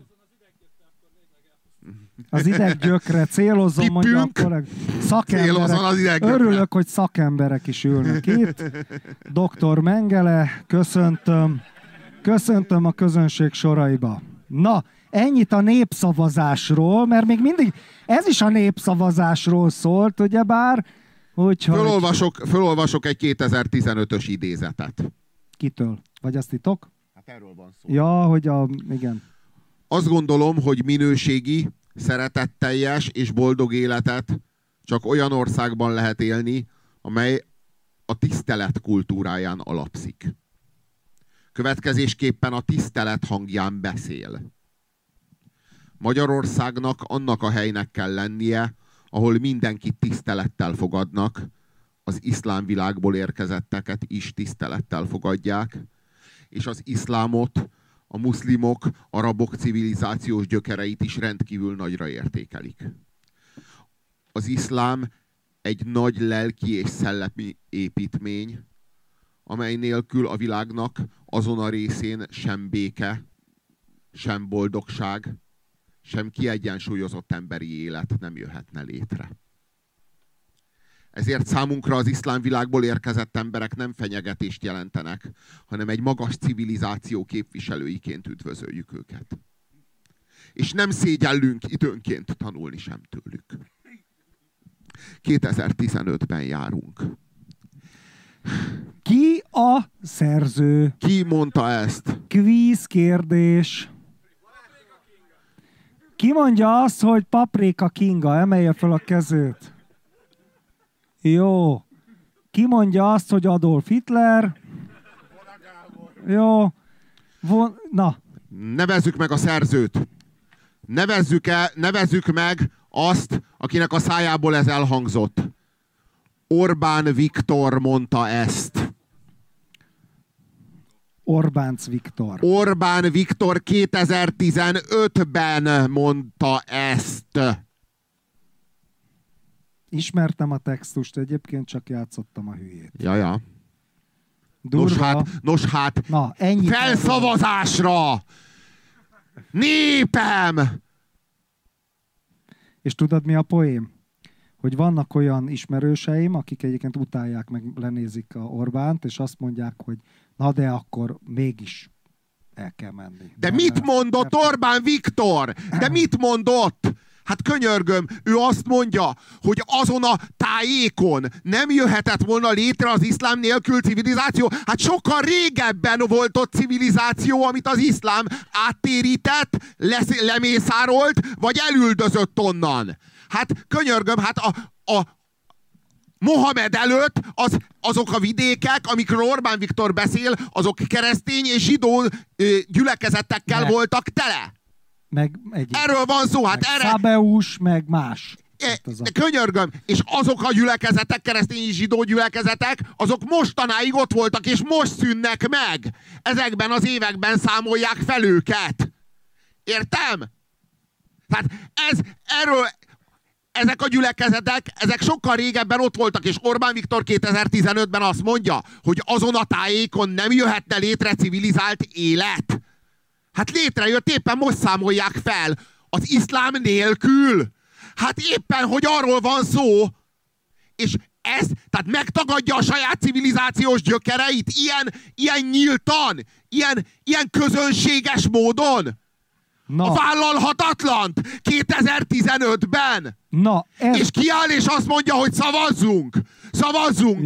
Az ideggyökre célozzon, mondja a kolleg. Szakemberek. Örülök, hogy szakemberek is ülnek itt. Dr. Mengele, köszöntöm a közönség soraiba. Na, ennyit a népszavazásról, mert még mindig ez is a népszavazásról szólt, ugyebár. Fölolvasok egy 2015-ös idézetet. Kitől? Vagy azt titok? Hát erről van szó. Ja, hogy igen. Azt gondolom, hogy minőségi, szeretetteljes és boldog életet csak olyan országban lehet élni, amely a tisztelet kultúráján alapszik. Következésképpen a tisztelet hangján beszél. Magyarországnak annak a helynek kell lennie, ahol mindenkit tisztelettel fogadnak, az iszlám világból érkezetteket is tisztelettel fogadják, és az iszlámot, a muszlimok, arabok civilizációs gyökereit is rendkívül nagyra értékelik. Az iszlám egy nagy lelki és szellemi építmény, amely nélkül a világnak azon a részén sem béke, sem boldogság, sem kiegyensúlyozott emberi élet nem jöhetne létre. Ezért számunkra az iszlám világból érkezett emberek nem fenyegetést jelentenek, hanem egy magas civilizáció képviselőiként üdvözöljük őket. És nem szégyellünk időnként tanulni sem tőlük. 2015-ben járunk. Ki a szerző? Ki mondta ezt? Kvíz kérdés. Ki mondja azt, hogy Paprika Kinga? Emelje fel a kezét. Jó. Ki mondja azt, hogy Adolf Hitler? Jó. Na. Nevezzük meg a szerzőt. Nevezzük meg azt, akinek a szájából ez elhangzott. Orbán Viktor mondta ezt. Orbánc Viktor. Orbán Viktor 2015-ben mondta ezt. Ismertem a textust, egyébként csak játszottam a hülyét. Jaja. Durva. Nos hát, na, ennyi felszavazásra! Népem! És tudod, mi a poém? Hogy vannak olyan ismerőseim, akik egyébként utálják, meg lenézik a Orbánt, és azt mondják, hogy na de akkor mégis el kell menni. De mit mondott Orbán Viktor? De mit mondott? Hát könyörgöm, ő azt mondja, hogy azon a tájékon nem jöhetett volna létre az iszlám nélkül civilizáció. Hát sokkal régebben volt ott civilizáció, amit az iszlám áttérített, lemészárolt, vagy elüldözött onnan. Hát könyörgöm, hát a Mohamed előtt azok a vidékek, amikről Orbán Viktor beszél, azok keresztény és zsidó gyülekezetekkel voltak tele. Meg erről van szó, hát erre... Szabeus, meg más. De könyörgöm, és azok a gyülekezetek, keresztény zsidó gyülekezetek, azok mostanáig ott voltak, és most szűnnek meg. Ezekben az években számolják fel őket. Értem? Tehát ezek a gyülekezetek, ezek sokkal régebben ott voltak, és Orbán Viktor 2015-ben azt mondja, hogy azon a tájékon nem jöhetne létre civilizált élet. Hát létrejött, éppen most számolják fel. Az iszlám nélkül. Hát éppen, hogy arról van szó. És ez, tehát megtagadja a saját civilizációs gyökereit ilyen nyíltan, ilyen közönséges módon. Na. A vállalhatatlant 2015-ben. Na, és kiáll és azt mondja, hogy szavazzunk. Szavazzunk.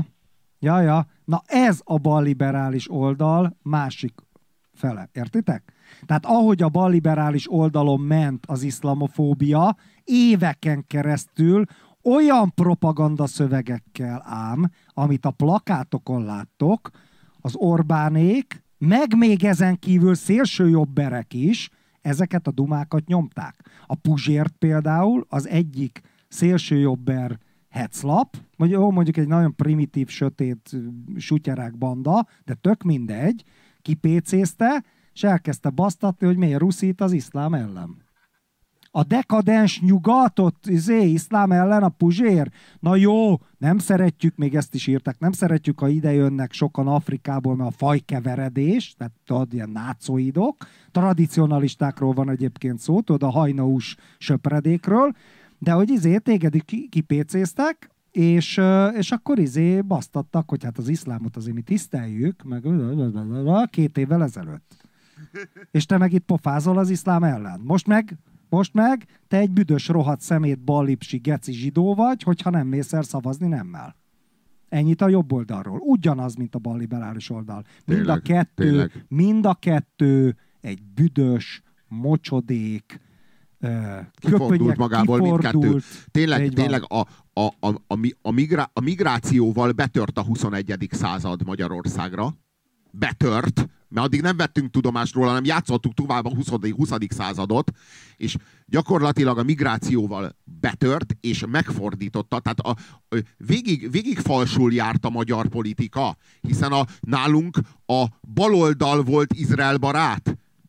Ja. Na ez a balliberális oldal másik fele. Értitek? Tehát ahogy a balliberális oldalon ment az iszlamofóbia, éveken keresztül olyan propaganda szövegekkel ám, amit a plakátokon láttok, az Orbánék, meg még ezen kívül szélsőjobberek is ezeket a dumákat nyomták. A Puzsért például az egyik szélsőjobber hetszlap, mondjuk egy nagyon primitív, sötét sutyerák banda, de tök mindegy, kipécézte, és elkezdte basztatni, hogy miért ruszít az iszlám ellen. A dekadens nyugatot, iszlám ellen a Puzsér? Na jó, nem szeretjük, még ezt is írták, nem szeretjük, ha ide jönnek sokan Afrikából, mert a fajkeveredés, tehát tudod, ilyen nácoidok, tradicionalistákról van egyébként szó, tudod, a hajnaús söpredékről, de hogy téged kipécéztek, és akkor basztattak, hogy hát az iszlámot azért mi tiszteljük, meg 2 évvel ezelőtt. És te meg itt pofázol az iszlám ellen. Most meg te egy büdös rohadt szemét ballipsi geci zsidó vagy, hogyha nem mész el szavazni nemmel. Ennyit a jobb oldalról. Ugyanaz, mint a balliberális oldal. Mind a kettő egy büdös, mocsodék, kifordult magából mindkettő. Tényleg a migrációval betört a 21. század Magyarországra. Betört, mert addig nem vettünk tudomást róla, hanem játszottuk tovább a 20. századot, és gyakorlatilag a migrációval betört, és megfordította. Tehát végig falsul járt a magyar politika, hiszen nálunk a baloldal volt Izrael barát.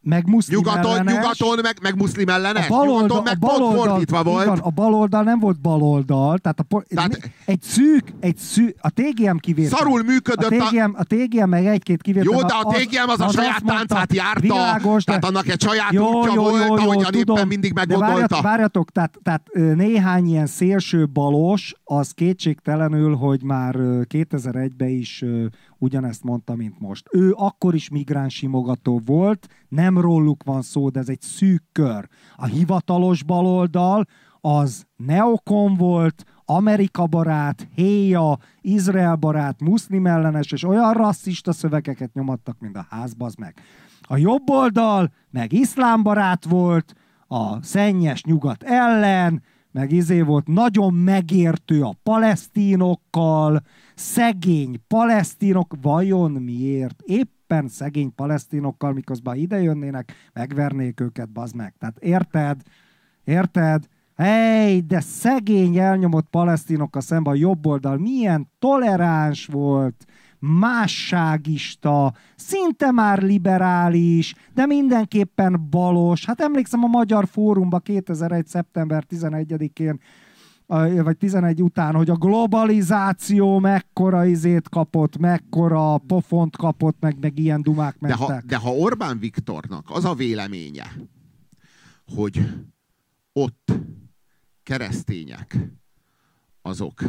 meg muszlim ellenes. Nyugaton meg muszlim ellenes. Nyugaton meg pont fordítva volt. Igen, a baloldal nem volt baloldal. Tehát egy szűk, a TGM kivétel. Szarul működött a TGM meg egy-két kivétel. Jó, de a TGM az a saját táncát járta. Világos, tehát annak egy saját útja volt, ahogyan éppen mindig meggondolta. Várjatok, tehát néhány ilyen szélső balos, az kétségtelenül, hogy már 2001-ben is ugyanezt mondta, mint most. Ő akkor is migráns-simogató volt, nem róluk van szó, de ez egy szűk kör. A hivatalos baloldal az neokon volt, Amerika barát, héja, Izrael barát, muszlim ellenes, és olyan rasszista szövegeket nyomattak, mint a ház, bazd meg. A jobb oldal meg iszlám barát volt, a szennyes nyugat ellen, meg volt nagyon megértő a palesztinokkal, szegény palesztinok, vajon miért? Éppen szegény palesztinokkal, miközben ide jönnének, megvernék őket, bazd meg. Tehát érted? Hey, de szegény elnyomott palesztinokkal szemben a jobb oldal milyen toleráns volt, másságista, szinte már liberális, de mindenképpen balos. Hát emlékszem a Magyar Fórumban 2001. szeptember 11-én, vagy 11 után, hogy a globalizáció mekkora izét kapott, mekkora pofont kapott, meg ilyen dumák mentek. De ha Orbán Viktornak az a véleménye, hogy ott keresztények, azok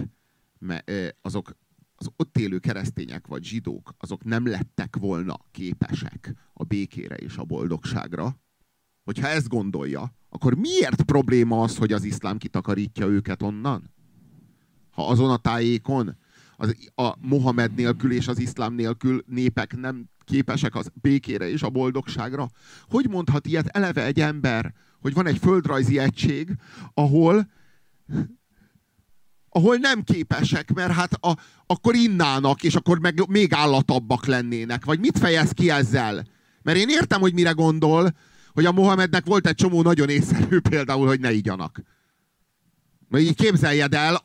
az ott élő keresztények vagy zsidók, azok nem lettek volna képesek a békére és a boldogságra, hogyha ezt gondolja, akkor miért probléma az, hogy az iszlám kitakarítja őket onnan? Ha azon a tájékon a Mohamed nélkül és az iszlám nélkül népek nem képesek az békére és a boldogságra, hogy mondhat ilyet eleve egy ember, hogy van egy földrajzi egység, ahol nem képesek, mert hát akkor innának, és akkor meg még állatabbak lennének. Vagy mit fejez ki ezzel? Mert én értem, hogy mire gondol, hogy a Mohamednek volt egy csomó nagyon észszerű például, hogy ne igyanak. Mert így képzeljed el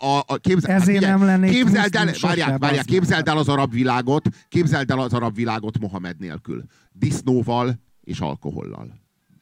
képzeld el az arab világot Mohamed nélkül. Disznóval és alkohollal.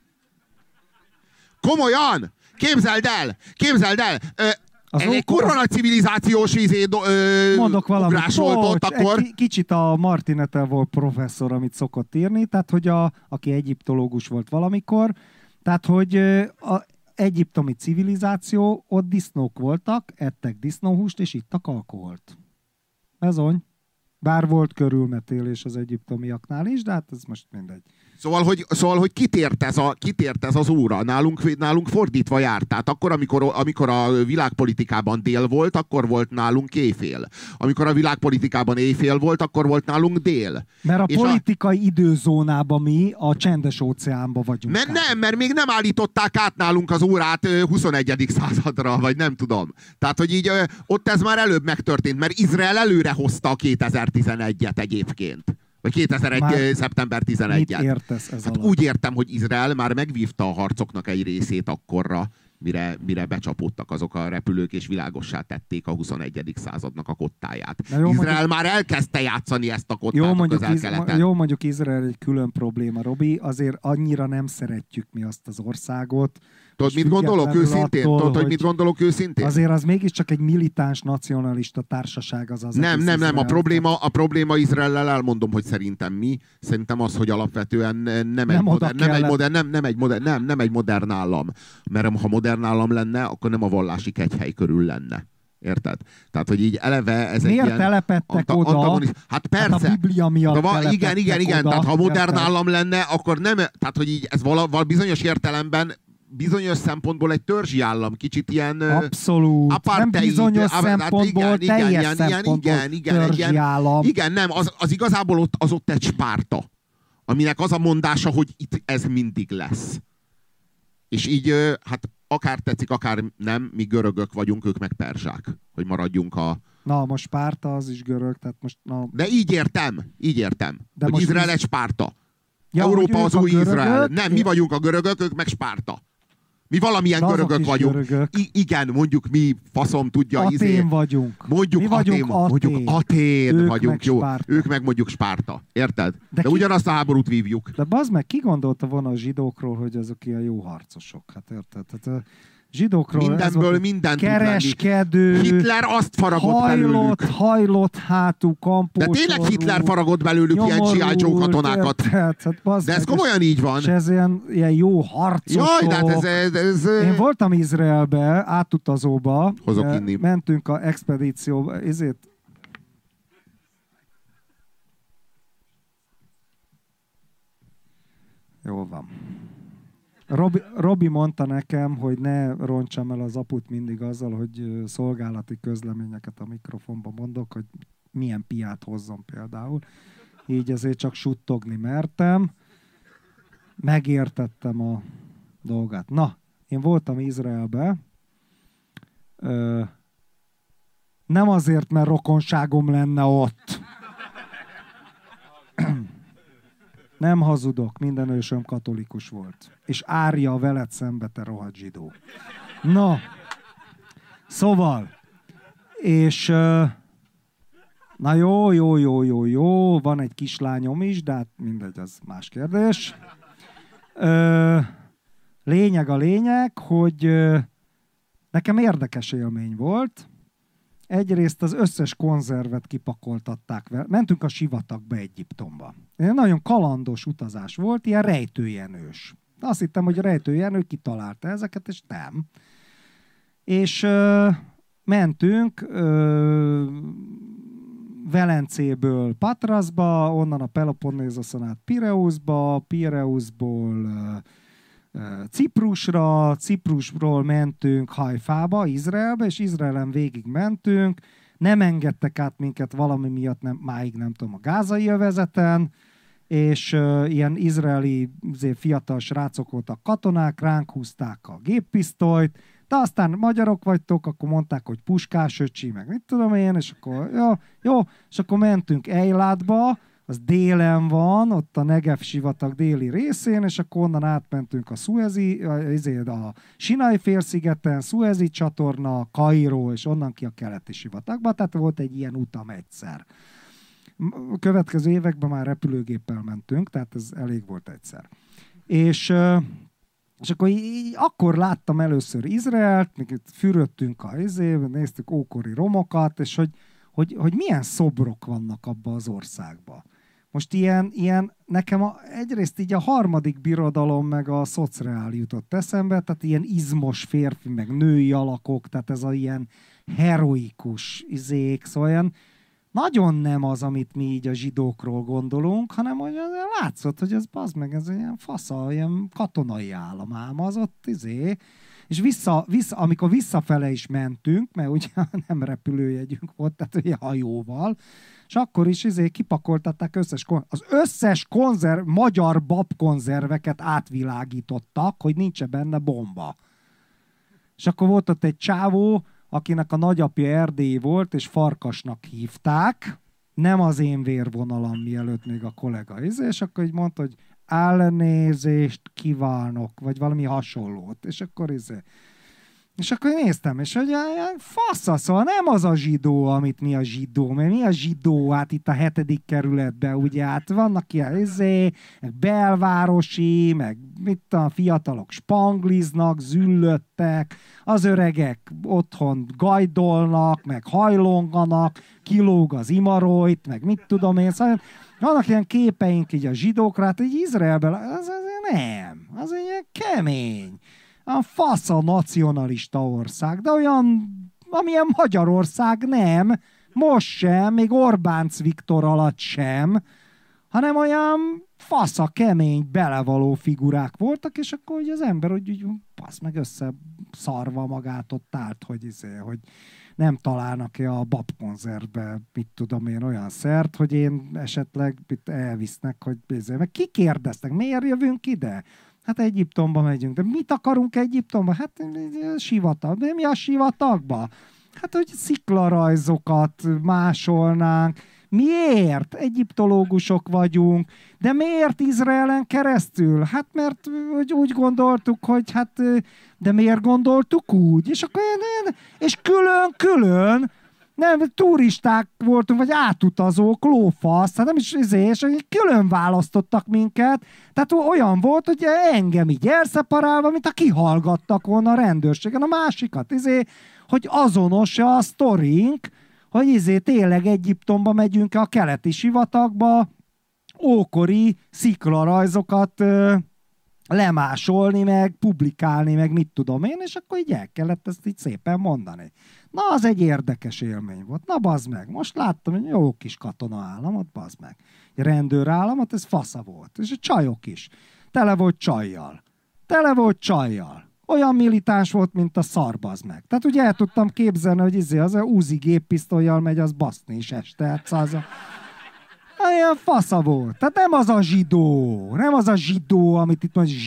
Komolyan! Képzeld el! Ez egy kurva nagy civilizációs mondok valamit, ugrás volt ott akkor. Kicsit a Martinetel volt professzor, amit szokott írni, tehát hogy aki egyiptológus volt valamikor, tehát hogy az egyiptomi civilizáció, ott disznók voltak, ettek disznóhúst, és ittak alkoholt. Bezony. Bár volt körülmetélés az egyiptomiaknál is, de hát ez most mindegy. Szóval, hogy kitért ez az óra. Nálunk fordítva járt. Tehát akkor, amikor a világpolitikában dél volt, akkor volt nálunk éjfél. Amikor a világpolitikában éjfél volt, akkor volt nálunk dél. Mert a politikai időzónában mi a csendes óceánban vagyunk. Mert még nem állították át nálunk az órát 21. századra, vagy nem tudom. Tehát, hogy így ott ez már előbb megtörtént, mert Izrael előre hozta a 2011-et egyébként. Vagy 2001. szeptember 11-et. Mit értesz ez alatt? Úgy értem, hogy Izrael már megvívta a harcoknak egy részét akkorra, mire becsapódtak azok a repülők, és világossá tették a 21. századnak a kottáját. Izrael már elkezdte játszani ezt a kottát a Közel-Keleten. Jó, mondjuk Izrael egy külön probléma, Robi, azért annyira nem szeretjük mi azt az országot. Tudod, mit gondolok őszintén? Azért az mégiscsak egy militáns nacionalista társaság az. Nem. A probléma Izraellel elmondom, hogy szerintem az, hogy alapvetően nem egy modern állam. Mert ha modern állam lenne, akkor nem a vallási kegyhely körül lenne. Érted? Tehát, hogy így eleve ez miért egy ilyen... telepettek oda? Hát persze. Hát a Biblia miatt igen. Tehát ha modern állam lenne, akkor nem... Tehát, hogy így ez bizonyos értelemben bizonyos szempontból egy törzsi állam, kicsit ilyen... Abszolút. Apartheid, nem bizonyos szempontból, teljes szempontból törzsi állam. Igen, nem, az igazából ott egy Spárta, aminek az a mondása, hogy itt ez mindig lesz. És így, hát akár tetszik, akár nem, mi görögök vagyunk, ők meg perzsák, hogy maradjunk a... Na, most Spárta az is görög, tehát most... Na... De így értem, de hogy Izrael egy Spárta. Ja, Európa az új Izrael. Nem, mi vagyunk a görögök, ők meg Spárta. Mi valamilyen görögök vagyunk. Görögök. Igen, mondjuk mi faszom tudja. Atén vagyunk. Mondjuk mi vagyunk mondjuk Atén ők vagyunk, meg jó. Spárta. Ők meg mondjuk Spárta. Érted? De ugyanazt a háborút vívjuk. De bazd meg, ki gondolta volna a zsidókról, hogy azok ilyen jó harcosok? Hát érted? Tehát a zsidókról mindenből mindent kereskedő, Hitler azt faragott belőlük. Hajlott hátú, kampósorú. De tényleg Hitler faragott belőlük ilyen G.I. Joe katonákat. De ez komolyan így van. És ez ilyen jó harcosok. Jaj, de hát ez... Én voltam Izraelbe, átutazóba. Hozok inni. Mentünk a expedícióba. Jól van. Robi mondta nekem, hogy ne roncsam el az aput mindig azzal, hogy szolgálati közleményeket a mikrofonba mondok, hogy milyen piát hozzon például. Így ezért csak suttogni mertem. Megértettem a dolgát. Na, én voltam Izraelbe. Nem azért, mert rokonságom lenne ott. Nem hazudok, minden ősöm katolikus volt. És árja a veled szembe, te rohadt zsidó. Na, szóval, és na jó, van egy kislányom is, de hát mindegy, az más kérdés. Lényeg, hogy nekem érdekes élmény volt. Egyrészt az összes konzervet kipakoltatták vele. Mentünk a sivatagba Egyiptomba. Nagyon kalandos utazás volt, ilyen rejtőjenős. Azt hittem, hogy a rejtőjenő kitalálta ezeket, és nem. És mentünk Velencéből Patraszba, onnan a Peloponnézoszon át Pireusból Ciprusra, Ciprusról mentünk Hajfába, Izraelbe, és Izraelen végig mentünk. Nem engedtek át minket valami miatt, máig nem tudom, a gázai övezeten, és ilyen izraeli fiatal srácok voltak katonák, ránk húzták a géppisztolyt, de aztán magyarok vagytok, akkor mondták, hogy puskás öcsi, meg mit tudom én, és akkor jó, és akkor mentünk Eilatba, az délen van, ott a Negev sivatag déli részén, és akkor onnan átmentünk a Sinai félszigeten, Szuezi csatorna, Kairó, és onnan ki a keleti sivatagba, tehát volt egy ilyen utam egyszer. A következő években már repülőgéppel mentünk, tehát ez elég volt egyszer. És akkor akkor láttam először Izraelt, még itt fürödtünk néztük ókori romokat, és hogy milyen szobrok vannak abban az országban. Most ilyen nekem egyrészt így a harmadik birodalom meg a szociál jutott eszembe, tehát ilyen izmos férfi, meg női alakok, tehát ez a ilyen heroikus szóval ilyen nagyon nem az, amit mi így a zsidókról gondolunk, hanem hogy látszott, hogy ez bazd meg, ez ilyen fasza, ilyen katonai állam ám az ott és amikor visszafele is mentünk, mert ugye nem repülőjegyünk volt, tehát ugye hajóval, és akkor is kipakoltatták az összes magyar babkonzerveket átvilágítottak, hogy nincs benne bomba. És akkor volt ott egy csávó, akinek a nagyapja erdélyi volt, és Farkasnak hívták, nem az én vérvonalam, mielőtt még a kollega és akkor így mondta, hogy elnézést kívánok, vagy valami hasonlót, és akkor és akkor néztem, és hogy fasza, szóval nem az a zsidó, amit mi a zsidó, mert mi a zsidó, hát itt a 7. kerületben, ugye, hát vannak ilyen belvárosi, meg mit a fiatalok spangliznak, züllöttek, az öregek otthon gajdolnak, meg hajlonganak, kilóg az imarojt, meg mit tudom én, szóval vannak ilyen képeink így a zsidókra, hát így Izraelben, az nem, az egy kemény. A fasza nacionalista ország, de olyan, amilyen Magyarország nem, most sem, még Orbánc Viktor alatt sem, hanem olyan fasza, kemény, belevaló figurák voltak, és akkor hogy az ember úgy passz meg összeszarva magát ott állt, hogy nem találnak-e a babkonzervbe, mit tudom én, olyan szert, hogy én esetleg elvisznek, hogy meg kikérdeztek, miért jövünk ide? Hát Egyiptomba megyünk. De mit akarunk Egyiptomba? Hát sivatag. De mi a sivatagba? Hát, hogy sziklarajzokat másolnánk, Miért? Egyiptológusok vagyunk, de miért Izraelen keresztül? Hát mert úgy gondoltuk, hogy hát, de miért gondoltuk úgy? És akkor és külön-külön, nem, turisták voltunk, vagy átutazók, lófasz, hát nem is és külön választottak minket. Tehát olyan volt, hogy engem így elszeparálva, mint a kihallgattak volna a rendőrségen a másikat, hogy azonos a sztorink, hogy tényleg Egyiptomba megyünk a keleti sivatagba, ókori sziklarajzokat lemásolni, meg publikálni, meg mit tudom én, és akkor így el kellett ezt így szépen mondani. Na, az egy érdekes élmény volt. Na, bazd meg. Most láttam egy jó kis katonaállamot, bazd meg. Egy rendőrállamot, ez fasza volt. És a csajok is. Tele volt csajjal. Olyan militáns volt, mint a szar, bazd meg. Tehát ugye el tudtam képzelni, hogy az a Uzi géppisztollyal megy, az baszni is este. Hát ilyen fasza volt. Tehát nem az a zsidó, amit itt mondja,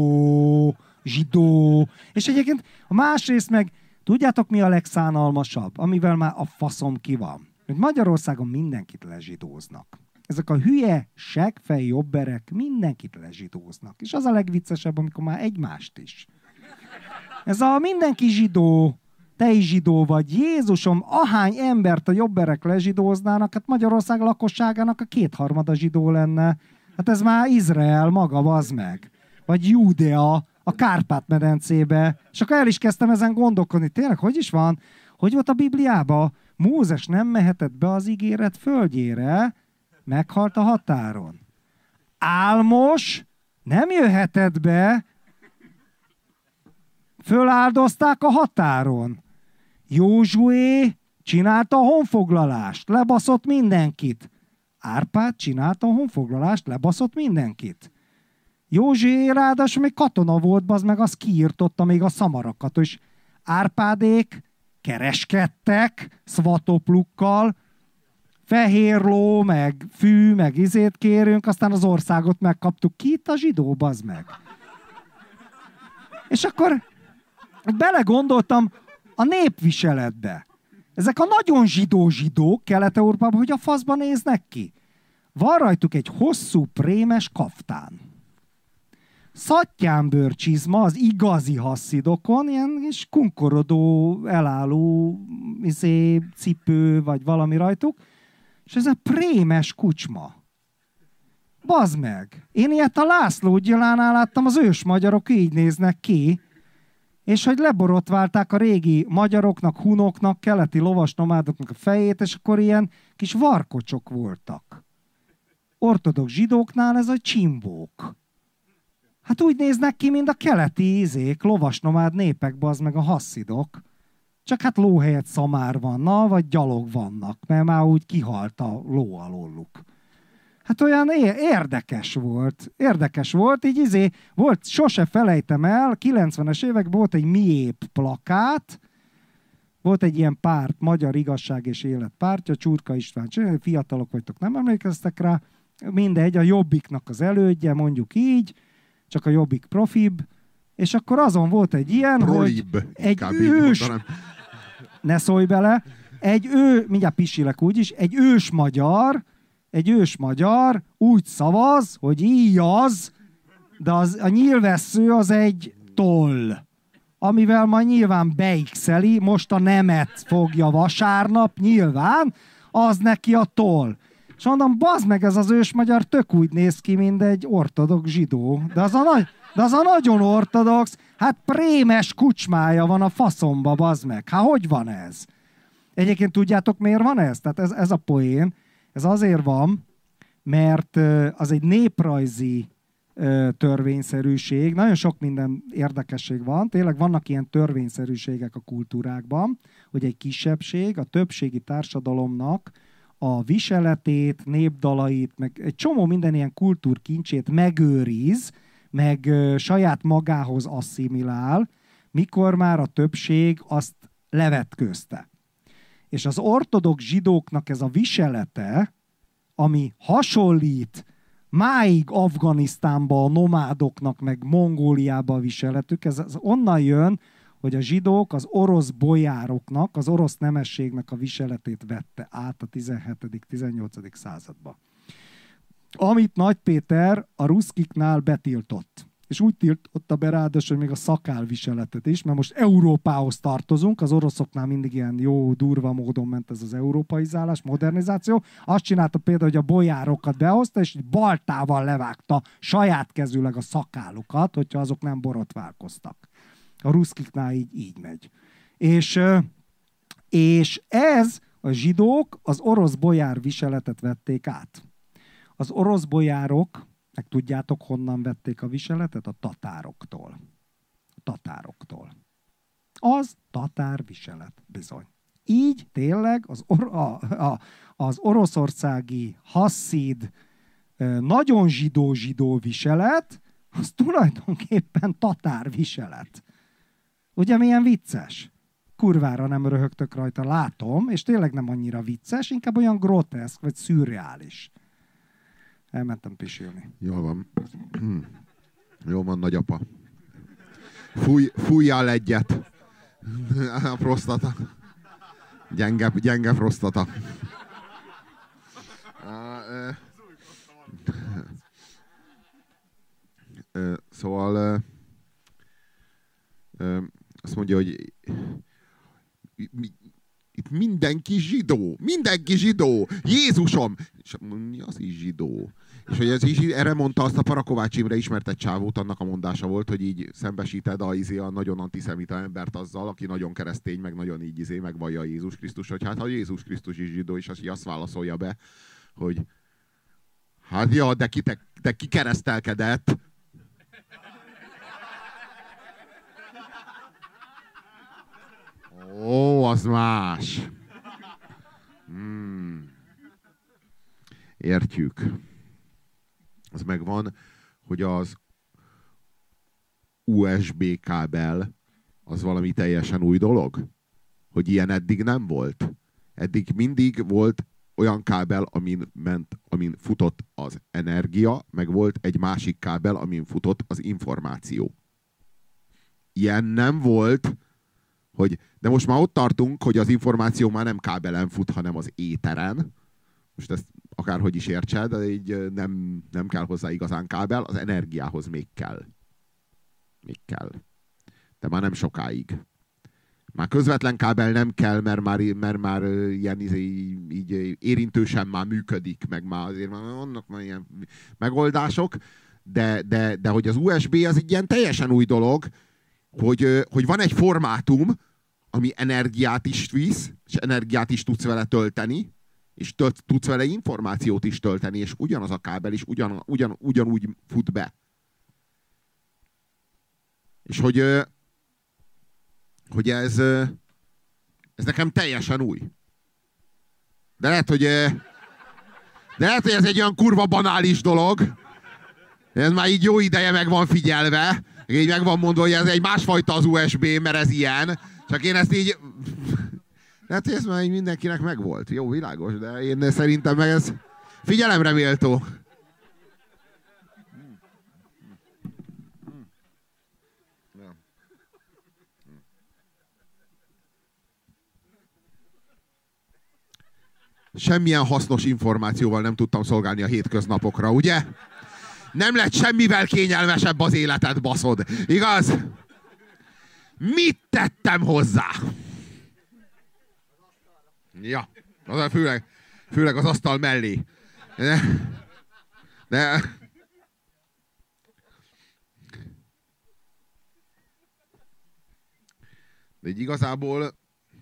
zsidó. És egyébként a másrészt meg, tudjátok mi a legszánalmasabb, amivel már a faszom ki van? Hogy Magyarországon mindenkit lezsidóznak. Ezek a hülye, seggfej jobberek mindenkit lezsidóznak. És az a legviccesebb, amikor már egymást is. Ez a mindenki zsidó, te is zsidó vagy. Jézusom, ahány embert a jobberek lezsidóznának, hát Magyarország lakosságának a 2/3 zsidó lenne. Hát ez már Izrael maga, bazd meg. Vagy Júdea a Kárpát-medencébe. És akkor el is kezdtem ezen gondolkodni. Tényleg, hogy is van? Hogy volt a Bibliában? Mózes nem mehetett be az ígéret földjére, meghalt a határon. Álmos nem jöhetett be, föláldozták a határon. Józsué csinálta a honfoglalást, lebaszott mindenkit. Árpád csinálta a honfoglalást, lebaszott mindenkit. Józsué ráadásul még katona volt, bazd meg, az kiirtotta még a szamarakat, és Árpádék kereskedtek szvatoplukkal, fehér ló, meg fű, meg kérünk, aztán az országot megkaptuk. Ki itt a zsidó, bazd meg? És akkor belegondoltam a népviseletbe. Ezek a nagyon zsidók Kelet-Európában, hogy a faszban néznek ki. Van rajtuk egy hosszú, prémes kaftán. Szattyánbőr csizma az igazi hasszidokon, ilyen és kunkorodó, elálló cipő, vagy valami rajtuk, és ez a prémes kucsma. Bazd meg! Én ilyet a László Gyulánál láttam, az ős magyarok így néznek ki, és hogy leborotválták a régi magyaroknak, hunoknak, keleti lovasnomádoknak a fejét, és akkor ilyen kis varkocsok voltak. Ortodox zsidóknál ez a csimbók. Hát úgy néznek ki, mint a keleti lovasnomád népek, bazd meg a hasszidok. Csak hát ló helyett szamár vannak, vagy gyalog vannak, mert már úgy kihalt a ló alóluk. Hát olyan érdekes volt, így volt, sose felejtem el, 90-es években volt egy miép plakát, volt egy ilyen párt, Magyar Igazság és Élet pártja, Csurka István, fiatalok vagytok, nem emlékeztek rá, mindegy, a Jobbiknak az elődje, mondjuk így, csak a Jobbik profibb, és akkor azon volt egy ilyen, Prolib, hogy egy ős, ne szólj bele, mindjárt pisilek úgyis, egy ős magyar úgy szavaz, hogy íjaz, de a nyílvessző az egy toll, amivel majd nyilván beixeli, most a nemet fogja vasárnap, nyilván, az neki a toll. És mondom, bazd meg, ez az ős magyar tök úgy néz ki, mint egy ortodox zsidó. De az a nagyon ortodox, hát prémes kucsmája van a faszomba, bazd meg. Hát hogy van ez? Egyébként tudjátok, miért van ez? Tehát ez a poén, ez azért van, mert az egy néprajzi törvényszerűség. Nagyon sok minden érdekesség van. Tényleg vannak ilyen törvényszerűségek a kultúrákban, hogy egy kisebbség a többségi társadalomnak a viseletét, népdalait, meg egy csomó minden ilyen kultúrkincsét megőriz, meg saját magához asszimilál, mikor már a többség azt levetközte. És az ortodox zsidóknak ez a viselete, ami hasonlít máig Afganisztánban a nomádoknak, meg Mongóliában a viseletük, ez onnan jön, hogy a zsidók az orosz bojároknak, az orosz nemességnek a viseletét vette át a 17.-18. századba. Amit Nagy Péter a ruszkiknál betiltott. És úgy tiltotta be ráadásul még a szakálviseletet is, mert most Európához tartozunk, az oroszoknál mindig ilyen jó, durva módon ment ez az európaizálás, modernizáció. Azt csinálta például, hogy a bojárokat behozta, és baltával levágta saját kezűleg a szakállukat, hogyha azok nem borotválkoztak. A ruszkiknál így megy. És ez a zsidók az orosz bojár viseletet vették át. Az orosz bojárok, meg tudjátok, honnan vették a viseletet? A tatároktól. A tatároktól. Az tatár viselet, bizony. Így tényleg az oroszországi hasszid nagyon zsidó viselet, az tulajdonképpen tatár viselet. Ugye milyen vicces? Kurvára nem röhögtök rajta, látom, és tényleg nem annyira vicces, inkább olyan groteszk, vagy szürreális. Elmentem pisilni. Jól van. Jól van, nagyapa. Fújjál egyet. A prostata. Gyenge prostata. Szóval azt mondja, hogy itt mindenki zsidó. Mindenki zsidó. Jézusom! És mi az is zsidó? És hogy ez is, erre mondta azt a Parakovács Imre ismertett csávót, annak a mondása volt, hogy így szembesíted a nagyon antiszemita embert azzal, aki nagyon keresztény, meg nagyon így megvallja Jézus Krisztus, hogy hát ha Jézus Krisztus is zsidó, és azt válaszolja be, hogy hát ja, de ki keresztelkedett? Ó, az más. Értjük. Az megvan, hogy az USB kábel az valami teljesen új dolog? Hogy ilyen eddig nem volt? Eddig mindig volt olyan kábel, amin futott az energia, meg volt egy másik kábel, amin futott az információ. Ilyen nem volt, de most már ott tartunk, hogy az információ már nem kábelen fut, hanem az éteren. Most ezt akárhogy is értse, de így nem kell hozzá igazán kábel, az energiához még kell. Még kell. De már nem sokáig. Már közvetlen kábel nem kell, mert már ilyen így érintősen már működik, meg már azért vannak már ilyen megoldások, de hogy az USB az egy ilyen teljesen új dolog, hogy van egy formátum, ami energiát is visz, és energiát is tudsz vele tölteni, és tudsz vele információt is tölteni, és ugyanaz a kábel is ugyanúgy fut be. És hogy ez nekem teljesen új. De lehet, hogy ez egy olyan kurva banális dolog. Ez már így jó ideje meg van figyelve. Így meg van mondva, hogy ez egy másfajta az USB, mert ez ilyen. Csak én ezt így... Lehet, hogy ez már így mindenkinek megvolt. Jó, világos, de én szerintem meg ez figyelemre méltó. Semmilyen hasznos információval nem tudtam szolgálni a hétköznapokra, ugye? Nem lett semmivel kényelmesebb az életed, baszod. Igaz? Mit tettem hozzá? Ja, főleg az asztal mellé. De így igazából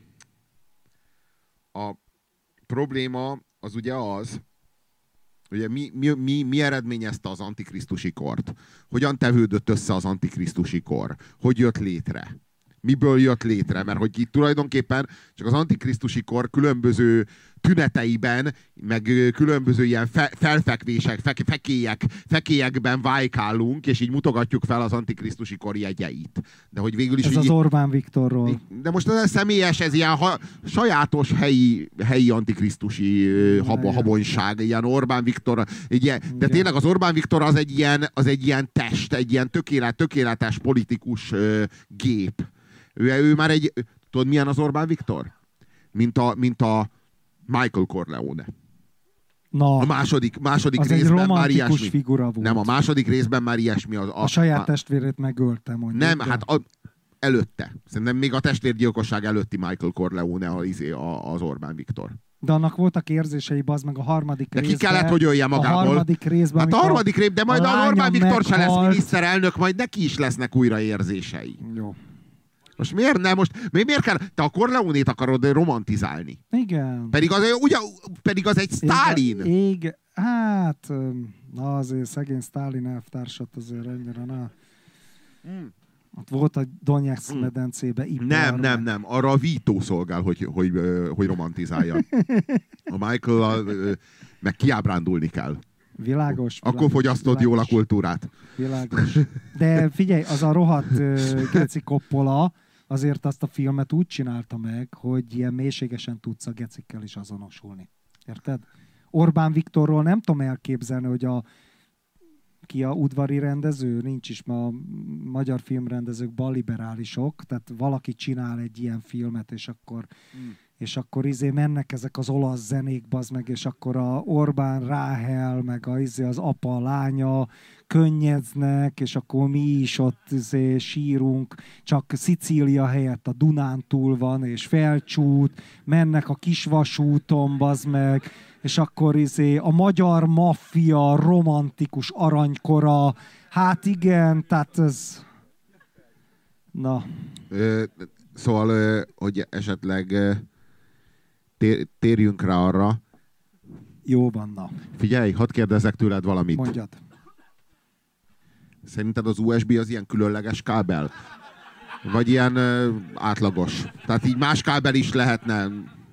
a probléma az ugye az, ugye mi eredményezte az antikrisztusi kort? Hogyan tevődött össze az antikrisztusi kor? Hogy jött létre? Miből jött létre? Mert hogy itt tulajdonképpen csak az antikrisztusi kor különböző tüneteiben, meg különböző ilyen felfekvések, fekélyekben vájkálunk, és így mutogatjuk fel az antikrisztusi kor jegyeit. De hogy végül is ez így, az Orbán Viktorról. De most ez személyes, ez ilyen sajátos helyi antikrisztusi habonyság, ilyen Orbán Viktor. De tényleg az Orbán Viktor az egy ilyen test, egy ilyen tökéletes politikus gép. Ő már egy... Tudod, milyen az Orbán Viktor? Mint a Michael Corleone. Na, A második az részben egy már romantikus ilyesmi. figura volt. Nem, a második részben már ilyesmi. A saját testvérét megölte, mondjuk. Nem, hát előtte. Szerintem még a testvérgyilkosság előtti Michael Corleone az Orbán Viktor. De annak voltak érzései, bazd meg a harmadik de részben. ki kellett, hogy ölje magából. A harmadik részben, hát a harmadik részben, de majd az Orbán Viktor se lesz miniszterelnök, majd neki is lesznek újra érzései. Jó. Most miért nem? Miért kell? Te a Corleone-t akarod romantizálni. Igen. Pedig az egy Sztálin. Igen. Hát, na azért szegény Sztálin elvtársat azért ennyire, na. Ott volt a Donetsz medencébe ipar. Nem. Arra a Vito szolgál, hogy romantizálja. A Michael meg kiábrándulni kell. Világos. Akkor fogyasztod jól a kultúrát. Világos. De figyelj, az a rohadt Geci Coppola azért azt a filmet úgy csinálta meg, hogy ilyen mélységesen tudsz a gecikkel is azonosulni. Érted? Orbán Viktorról nem tudom elképzelni, hogy ki a udvari rendező, nincs is, ma a magyar filmrendezők balliberálisok, tehát valaki csinál egy ilyen filmet, és akkor mennek ezek az olasz zenék, bazd meg, és akkor a Orbán Ráhel, meg az apa, a lánya könnyeznek, és akkor mi is ott sírunk, csak Szicília helyett a Dunántúl van, és Felcsút, mennek a kisvasúton, bazd meg, és akkor a magyar maffia romantikus aranykora, hát igen, tehát ez... Na. Szóval, hogy esetleg térjünk rá arra. Jó van, na. Figyelj, hadd kérdezzek tőled valamit. Mondjad. Szerinted az USB az ilyen különleges kábel? Vagy ilyen átlagos? Tehát így más kábel is lehetne...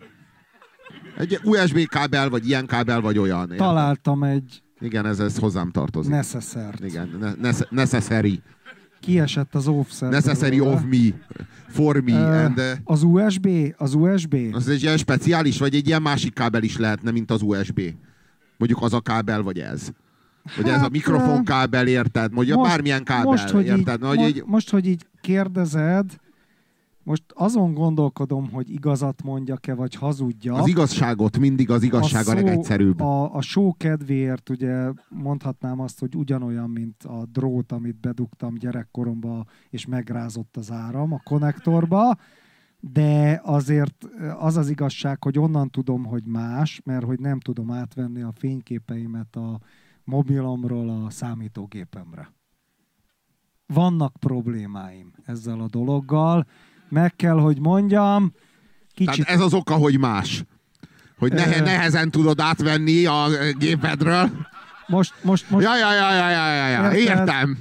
Egy USB kábel, vagy ilyen kábel, vagy olyan. Találtam egy... Igen, ez hozzám tartozik. Necessert. Igen, necessary. Kiesett az offset. Necessary of me. For me. And, az USB? Az USB? Az egy ilyen speciális, vagy egy ilyen másik kábel is lehetne, mint az USB. Mondjuk az a kábel, vagy ez. Vagy ez a mikrofonkábel, érted? Mondjuk bármilyen kábel, érted? Most, hogy így kérdezed, most azon gondolkodom, hogy igazat mondjak-e, vagy hazudjak. Az igazságot, mindig az igazság a legegyszerűbb. A show kedvéért ugye mondhatnám azt, hogy ugyanolyan, mint a drót, amit bedugtam gyerekkoromba, és megrázott az áram a konnektorba, de azért az az igazság, hogy onnan tudom, hogy más, mert hogy nem tudom átvenni a fényképeimet a mobilomról a számítógépemre. Vannak problémáim ezzel a dologgal, meg kell, hogy mondjam, kicsit... Tehát ez az oka, hogy más. Hogy nehezen tudod átvenni a gépedről. Most... Ja. Értem.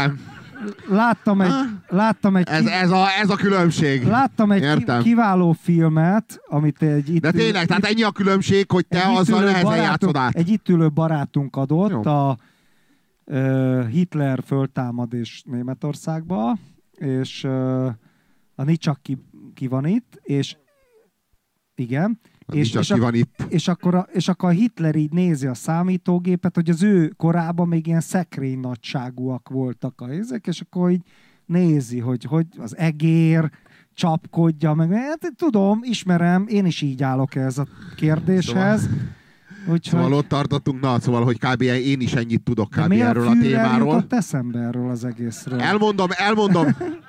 Láttam egy... Ez a különbség. Láttam egy kiváló filmet, amit egy... De tényleg, tehát ennyi a különbség, hogy te azzal nehezen játszod át. Egy itt ülő barátunk adott, a Hitler föltámad és Németországba, és a Nicsak ki van itt, és igen, és akkor a Hitler így nézi a számítógépet, hogy az ő korában még ilyen szekrény nagyságúak voltak a ezek, és akkor így nézi, hogy az egér csapkodja, meg hát, tudom, ismerem, én is így állok ehhez a kérdéshez. Szóval ott tartottunk, hogy kb. Én is ennyit tudok kb. Erről a témáról. De miért jutott eszembe erről az egészről? Elmondom.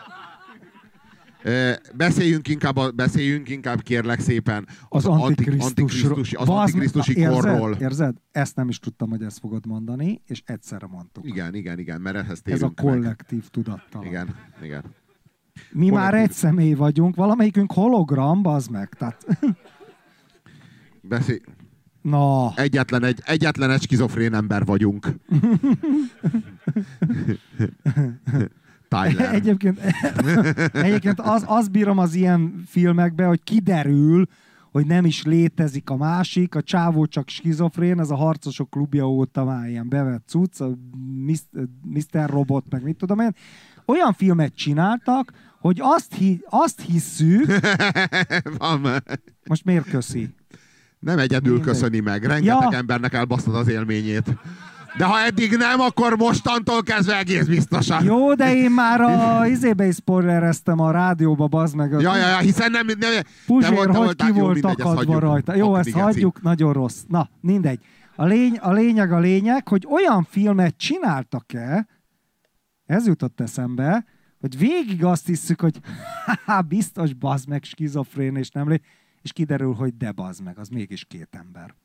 Beszéljünk inkább kérlek szépen az antikrisztusi korról. Érzed? Ezt nem is tudtam, hogy ezt fogod mondani, és egyszerre mondtuk. Igen, mert ehhez térünk. Ez a kollektív tudattalan. Igen. Mi már egy személy vagyunk, valamelyikünk hologram, bazd meg. Tehát... Na. Egyetlen egy skizofrén ember vagyunk. Tyler. Egyébként az bírom az ilyen filmekben, hogy kiderül, hogy nem is létezik a másik, a csávó csak skizofrén, ez a Harcosok klubja óta már ilyen bevett cucc, a Mr. Robot, meg mit tudom én. Olyan filmet csináltak, hogy azt hisszük... Most miért köszi? Nem egyedül köszöni meg. Rengeteg embernek elbasztod az élményét. De ha eddig nem, akkor mostantól kezdve egész biztosan. Jó, de én már a izébe is spoilereztem a rádióba, bazd meg. Ja, hiszen nem... Puzsér, hogy ki volt akadva rajta. Jó, ezt hagyjuk, nagyon rossz. Na, mindegy. A lényeg, hogy olyan filmet csináltak-e, ez jutott eszembe, hogy végig azt hiszük, hogy biztos bazd meg, skizofrén, és kiderül, hogy de bazd meg, az mégis két ember.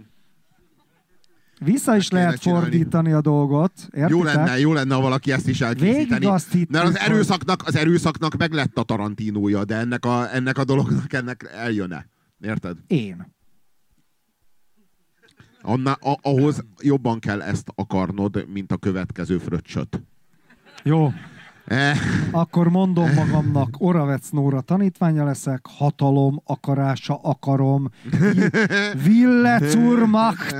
Vissza is lehet fordítani a dolgot. Értitek? Jó lenne, ha valaki ezt is elkészíteni. Mert az erőszaknak meg lett a Tarantinója, de ennek a dolognak eljön-e. Érted? Én. Ahhoz jobban kell ezt akarnod, mint a következő fröccsöt. Jó. Akkor mondom magamnak, Oravec Nóra tanítványa leszek, hatalom, akarása, akarom, Wille zur Macht,